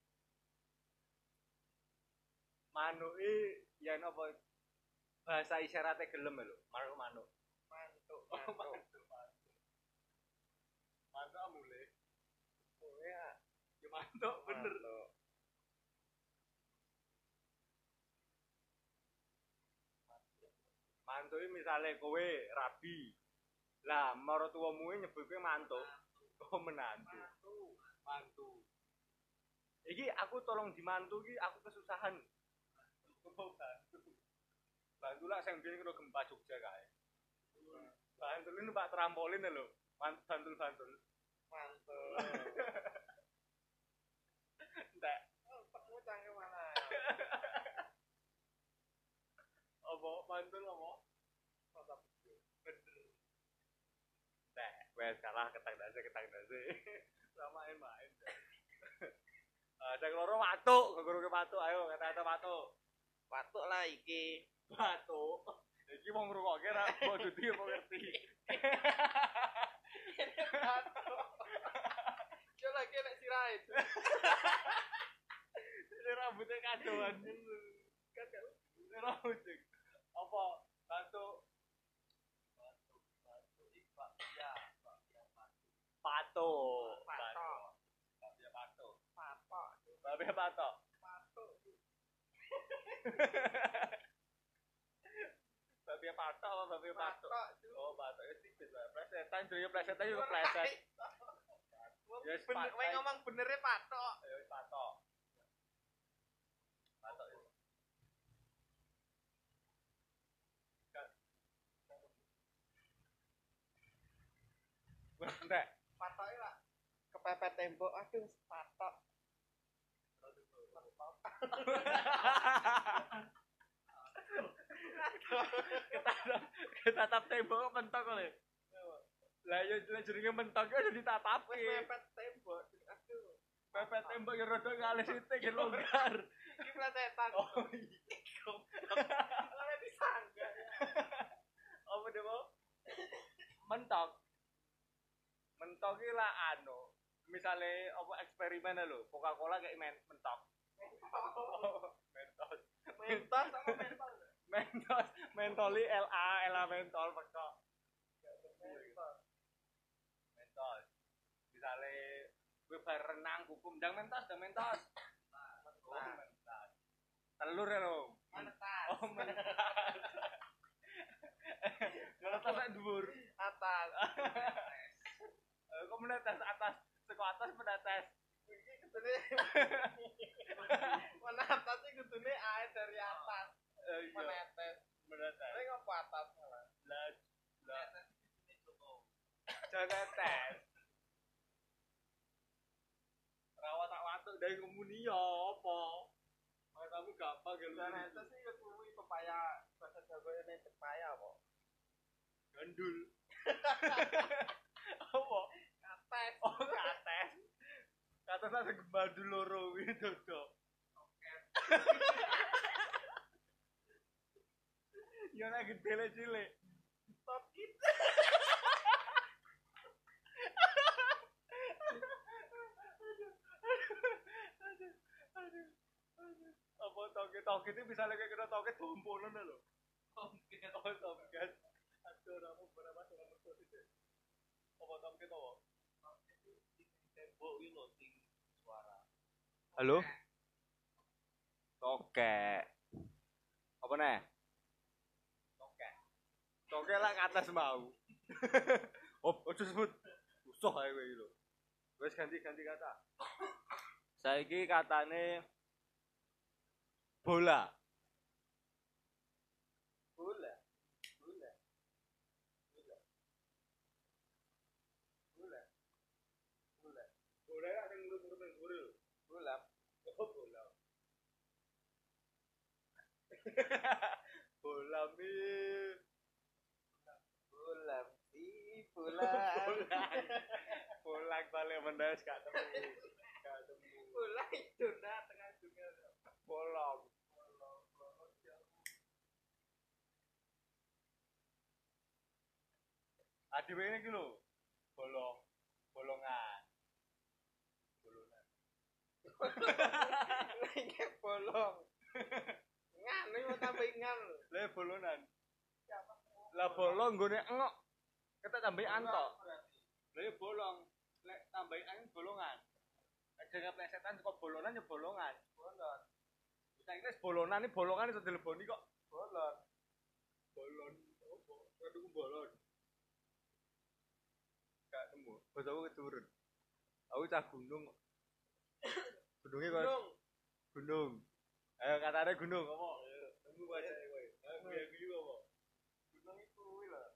manuke yen apa bahasa isyaratnya gelem lho, manuk. Mantuk. Mantuk mulai. Oh ya mantuk bener. Mantuk iki misale kowe rabi. Lah maratuwamu nyebutke mantuk. Oh menantu. Mantu. Iki aku tolong dimantu iki aku kesusahan. Bantu lah sing biyen kena gempa Jogja kae. Bantu ini Pak trampolin lho. Bantul. Mantul. Entek. Tekmu cangke mana? Apa mantul apa? Mantap. Bener. Entek, wes kalah ketang dase. Samain main. Ada loro watuk, guru-guru watuk, ayo kata-kata watuk. Watuk lah iki. Watuk. Iki wong ngrungokke ra bodho iki apa ngerti. Watuk. Yo lagi nek sirahe. Ini rambutnya kadoan. Kan rambut. Apa watuk? Patok. Babe patok. Babe patok apa babe patok? Oh, patok itu tipis lah. Plesetan juga pleset. Ya bener, kowe ngomong benernya patok. Ya patok. Patok itu. Enggak. Patok iki lah. Kepepet tembok, aduh patok. Ketatap tembok mentok kali. Lah yo jenenge mentok yo ditatapi. Pepet tembok. Aduh. Pepet tembok yo rada ngalih sithik yo longgar. Iki plesetan. Oh iya. Ora disangga. Apa demo? Mentok. Mentok iki lah anu. Misale apa eksperimen lho, Coca-Cola kayak mentok. Mentoli LA mentol pekok. Mentos. Misale kowe bar renang kuku ndang mentos. Oh, mentos. Telur lho. Menetas. Oh, menetas. Menetas sak dhuwur. Atas. Kok menetas atas? Seko atas menetas. Iki ketune. Menetas iki ketune air dari atas. Menetes. Tapi kok atas malah. Lah. Jangan tes. Rawat tak watuk dari komuni apa? Matamu gampang ya lu. Jangan tes iki kuwi pepaya bahasa Jawa ini pepaya apa? Gandul. Apa? Kates. Oh, kates. Kates sak gembandul loro kuwi dodok. Oke. Yo nek gede cilik. Stop it. Apa toke itu bisa lagi kena toke dompolan lho. Toke. Aduh, ramu berapa dengan metu itu. Apa toke to? Tembok iki lho ting suara. Halo? Toke. Apa nih? Toke lah ke atas mau. Ojo sebut. Usah ae kowe iki lho. Wis ganti kata. Saiki katane bola. Bola. Bola ya sing urut-urut nang guru. Bola. Oh, bola. Bola mi. Pulang balik mendas gak temu. Pulang itu nah tengah dunia. Bolong. Adewe iki lho. Bolongan. Iki bolong. Ini mau tambingan. Lah bolonan. Lah bolong nggone engok. Kita tambahi antok. Lah ya bolong. Lek tambahi angin bolongan. Jangan plesetan kok bolonan ya bolongan. Bolon. Kita ini bolonan ini bolongan iso dileboni kok. Bolon. Bolon. Opo? Kudu bolon. Gak nemu. Bos aku turun. Aku cah gunung. Gunungnya kok. Gunung. Ayo katanya gunung apa? Nemu baca kowe. Guyu apa? Gunung itu kuwi lho.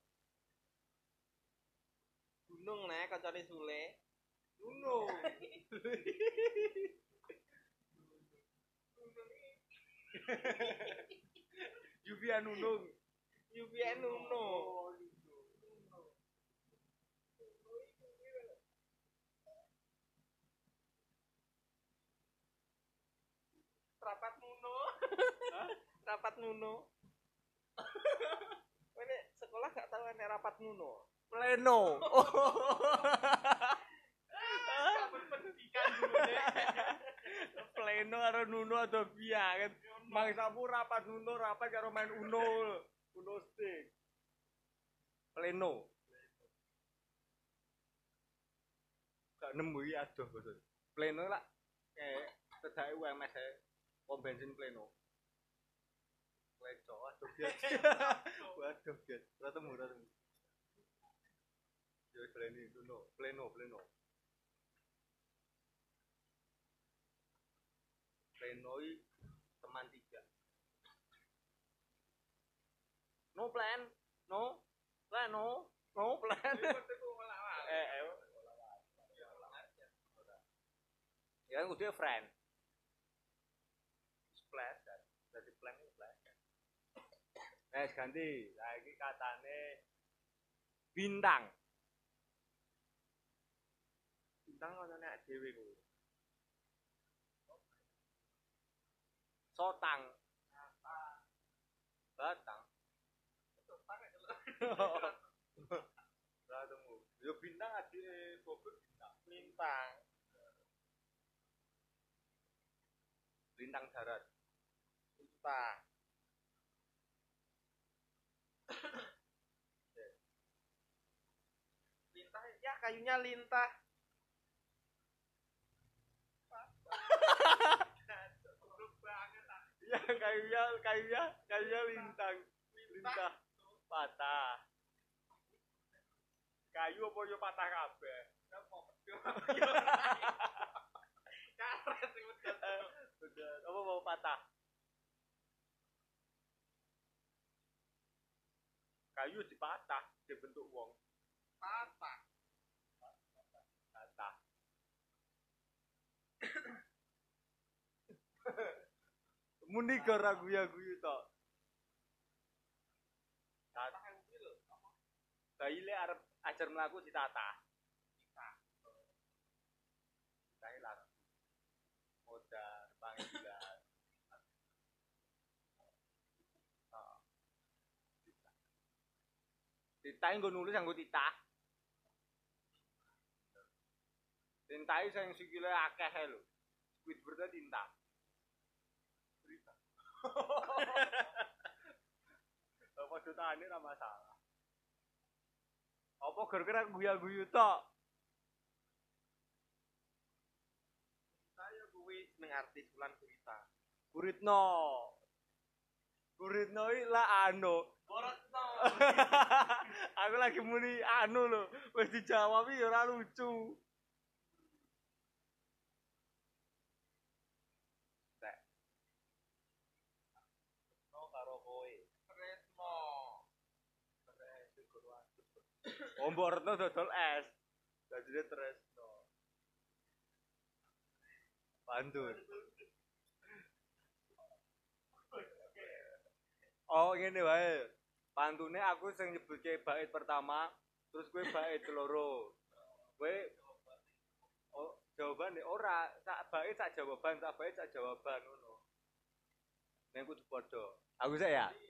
Gunung nek kancane Sule. Gunung. Yubian Nunung. UPN Uno. Rapat Nuno. Rapat Nuno. Ini sekolah gak tahu nek rapat Nuno. Pleno. Kabel pendidikan dulu deh. Pleno karo Nuno atau Via kan. Mangsamu rapat Nuno rapat karo main Uno. Uno stick. Pleno. Gak nemu iki adoh bos. Pleno lah kayak cedake UMS pom bensin Pleno. Pleco aduh biar. Waduh biar. Ora temu. Ya Pleno. Plenoi teman 3. No plan. Ya udah friend. Splash dari plan itu splash. Ganti. Saiki katane bintang. Bintang ana nek dhewe kuwi. Sotang. Batang. Batang. Yo bintang adike bobot bintang. Lintang darat. Lintang. Lintah ya kayunya lintah. Ya kayunya lintang. Lintah patah. Kayu apa yo patah kabeh? Karet sing Bener. Apa mau patah? Kayu dipatah, dibentuk wong. patah. Patah. Muni gara guyu-guyu tok. Bayi le arep ajar mlaku ditatah. Tahe lagu. Modar panggilan. Titah nggo nulis nggo titah. Tintai sing sikile akeh lho. Squidward tinta. Berita. Apa jutane ora masalah. Apa gara-gara guyu-guyu tok? Saya kuwi seneng artis Wulan Gurita. Guritno iki lah anu. Borotno. Aku lagi muni anu lho, wis dijawab iki ora lucu. Tek. No karo kowe. Tresno. Oh, Mbok Retno dodol es. Dadine Tresno. Bantul. Oh, ngene wae. Pantune aku sing nyebutke bait pertama, terus kowe bait keloro. Kowe oh, jawabane ora, sak bait sak jawaban, sak bait sak jawaban ngono. Nek kudu padha. Aku sik ya.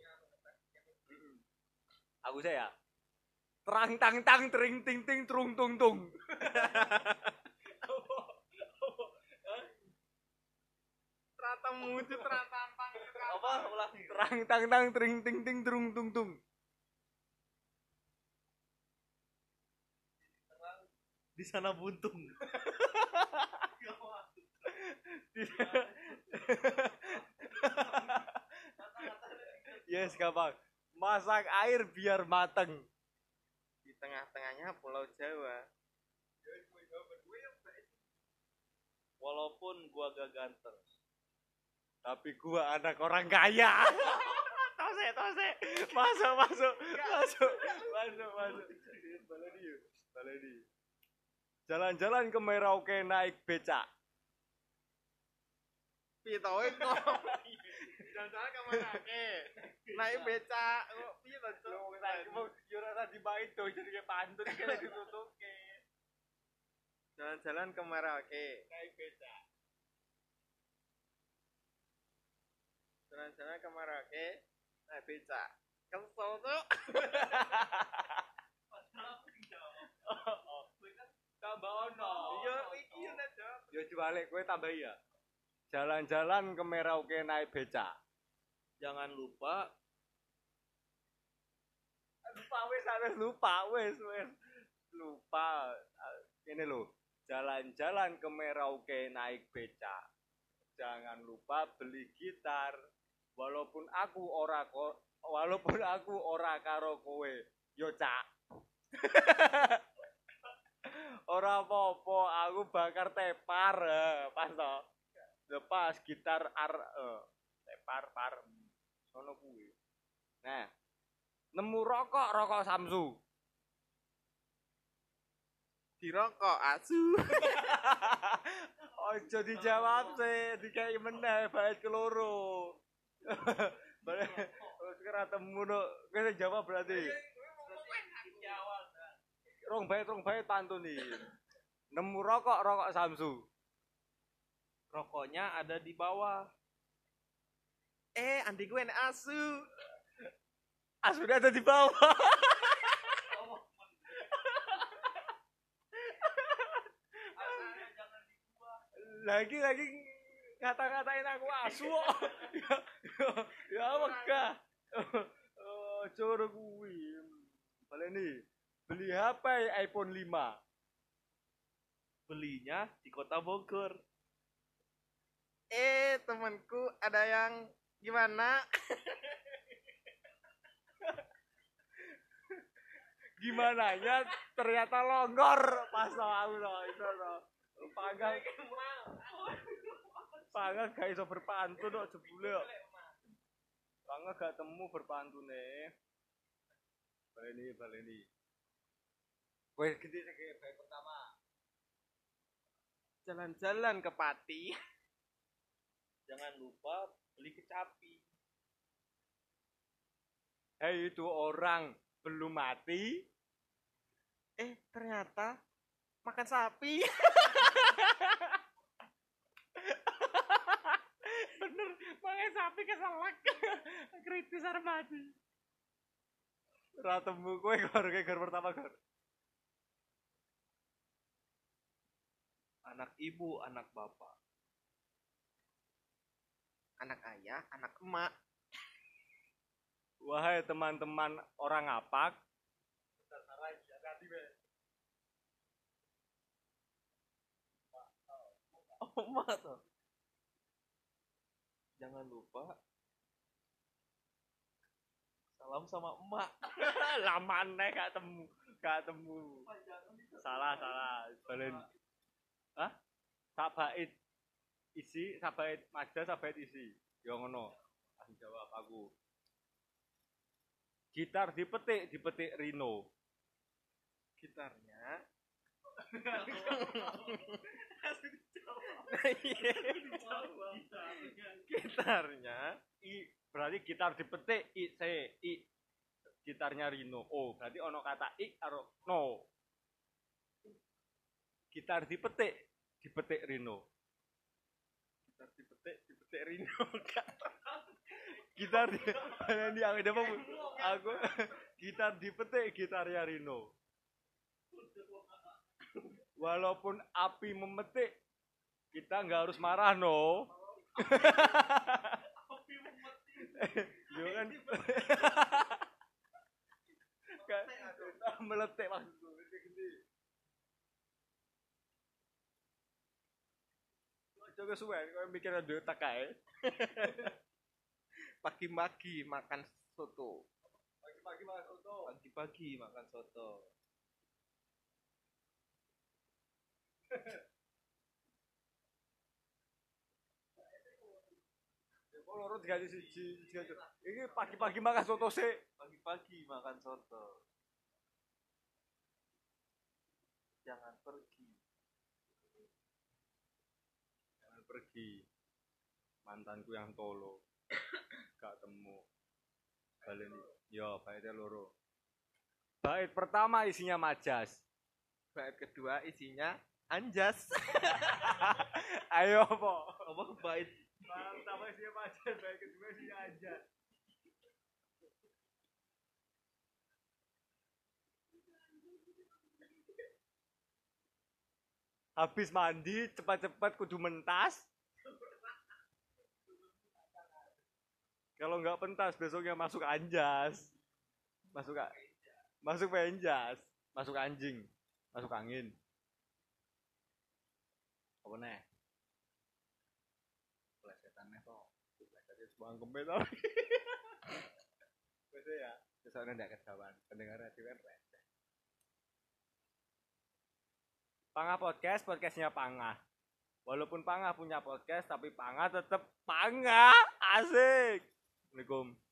Aku sik ya. Terang tang tang tring ting ting trung tung tung. Tratamu itu tratampang Apa? Ulang. Terang tang tang tring ting ting trung tung tung. Di sana buntung. Yes, gampang. Masak air biar mateng. Di tengah-tengahnya Pulau Jawa. Walaupun gua gak ganteng. Tapi gua anak orang kaya. Tose. Masuk. Baledi. Jalan-jalan ke Merauke naik becak. Pitoe kok. Jalan-jalan ke Merauke. Naik becak. Kok piye to, Cuk? Yo ora dibae to jadi kayak pantun kene ditutuke. Jalan-jalan ke Merauke. Naik becak. Jalan-jalan ke Merauke. Naik becak. Kesel tuh. Tambah ono. Iya, iki yo nek jawab. Yo dibalik kowe tambah ya. Jalan-jalan ke Merauke naik becak. Jangan lupa Lupa wis. Lupa. Ini loh. Jalan-jalan ke Merauke naik becak. Jangan lupa beli gitar. Walaupun aku ora karo kowe. Yo cak. Ora apa-apa, aku bakar tepar pas to. Lepas gitar tepar par. Sono kuwi. Nah. Nemu rokok Samsu. Dirokok asu. Ojo dijawab sih, dikai meneh bait keloro. Sekarang temu no, kowe jawab berarti. Rong bait pantun iki. Nemu rokok Samsu. rokoknya ada di bawah. Andi gue enak asu. Asunya ada di bawah. lagi ngata-ngatain aku asu kok. ya wegah. Coro kuwi. Baleni beli HP iPhone 5. Belinya di Kota Bogor. Temanku ada yang gimana? Gimananya ternyata longgor pas aku itu panggang gak iso berpantun kok jebule kok. Panggang gak temu berpantune. Baleni. Kowe gede sing baik pertama. Jalan-jalan ke Pati. Jangan lupa beli kecapi. Hei, itu orang belum mati. Ternyata makan sapi. Bener, makan sapi keselak. Kritis arep mati. Ora temu kowe gor pertama gor. Anak ibu, anak bapak. Anak ayah, anak emak. Wahai teman-teman orang apak. Emak tuh. Jangan lupa salam sama emak. Lama nek gak temu. Salah. Balen. Hah? Sabait isi, sabait maja, sabait isi. Ya ngono. Kasih jawab aku. Gitar dipetik Rino. Gitarnya. Gitarnya berarti gitar dipetik I. Gitarnya Rino. Oh, berarti ono kata I karo no. Gitar dipetik Rino. Gitar dipetik Rino. Gitar di aku gitar dipetik gitarnya Rino. Walaupun api memetik, kita nggak harus marah no. Yo kan. Meletek maksudku. Ojo kesuwen kowe mikir ade otak kae. Pagi-pagi makan soto. Pagi-pagi makan soto. Pagi-pagi makan soto. Kok loro diganti siji. Iki pagi-pagi makan soto sik. Pagi-pagi makan soto. Jangan pergi. Jangan pergi. Mantanku yang tolo. Gak temu. Balen yo baitnya loro. Bait pertama isinya majas. Bait kedua isinya anjas. Ayo apa? Apa bait Pertama isinya majas, bait kedua isinya anjas. Habis mandi cepat-cepat kudu mentas. Kalau nggak pentas besoknya masuk anjas. Masuk penjas, masuk anjing, masuk angin. Apa nih? Plesetannya kok. Plesetnya sebuah kempet tapi. Bisa ya. Besoknya ndak ketahuan. Pendengar radio kan receh. Pangah podcast, podcastnya Pangah. Walaupun Pangah punya podcast, tapi Pangah tetap Pangah. Asik. Assalamualaikum.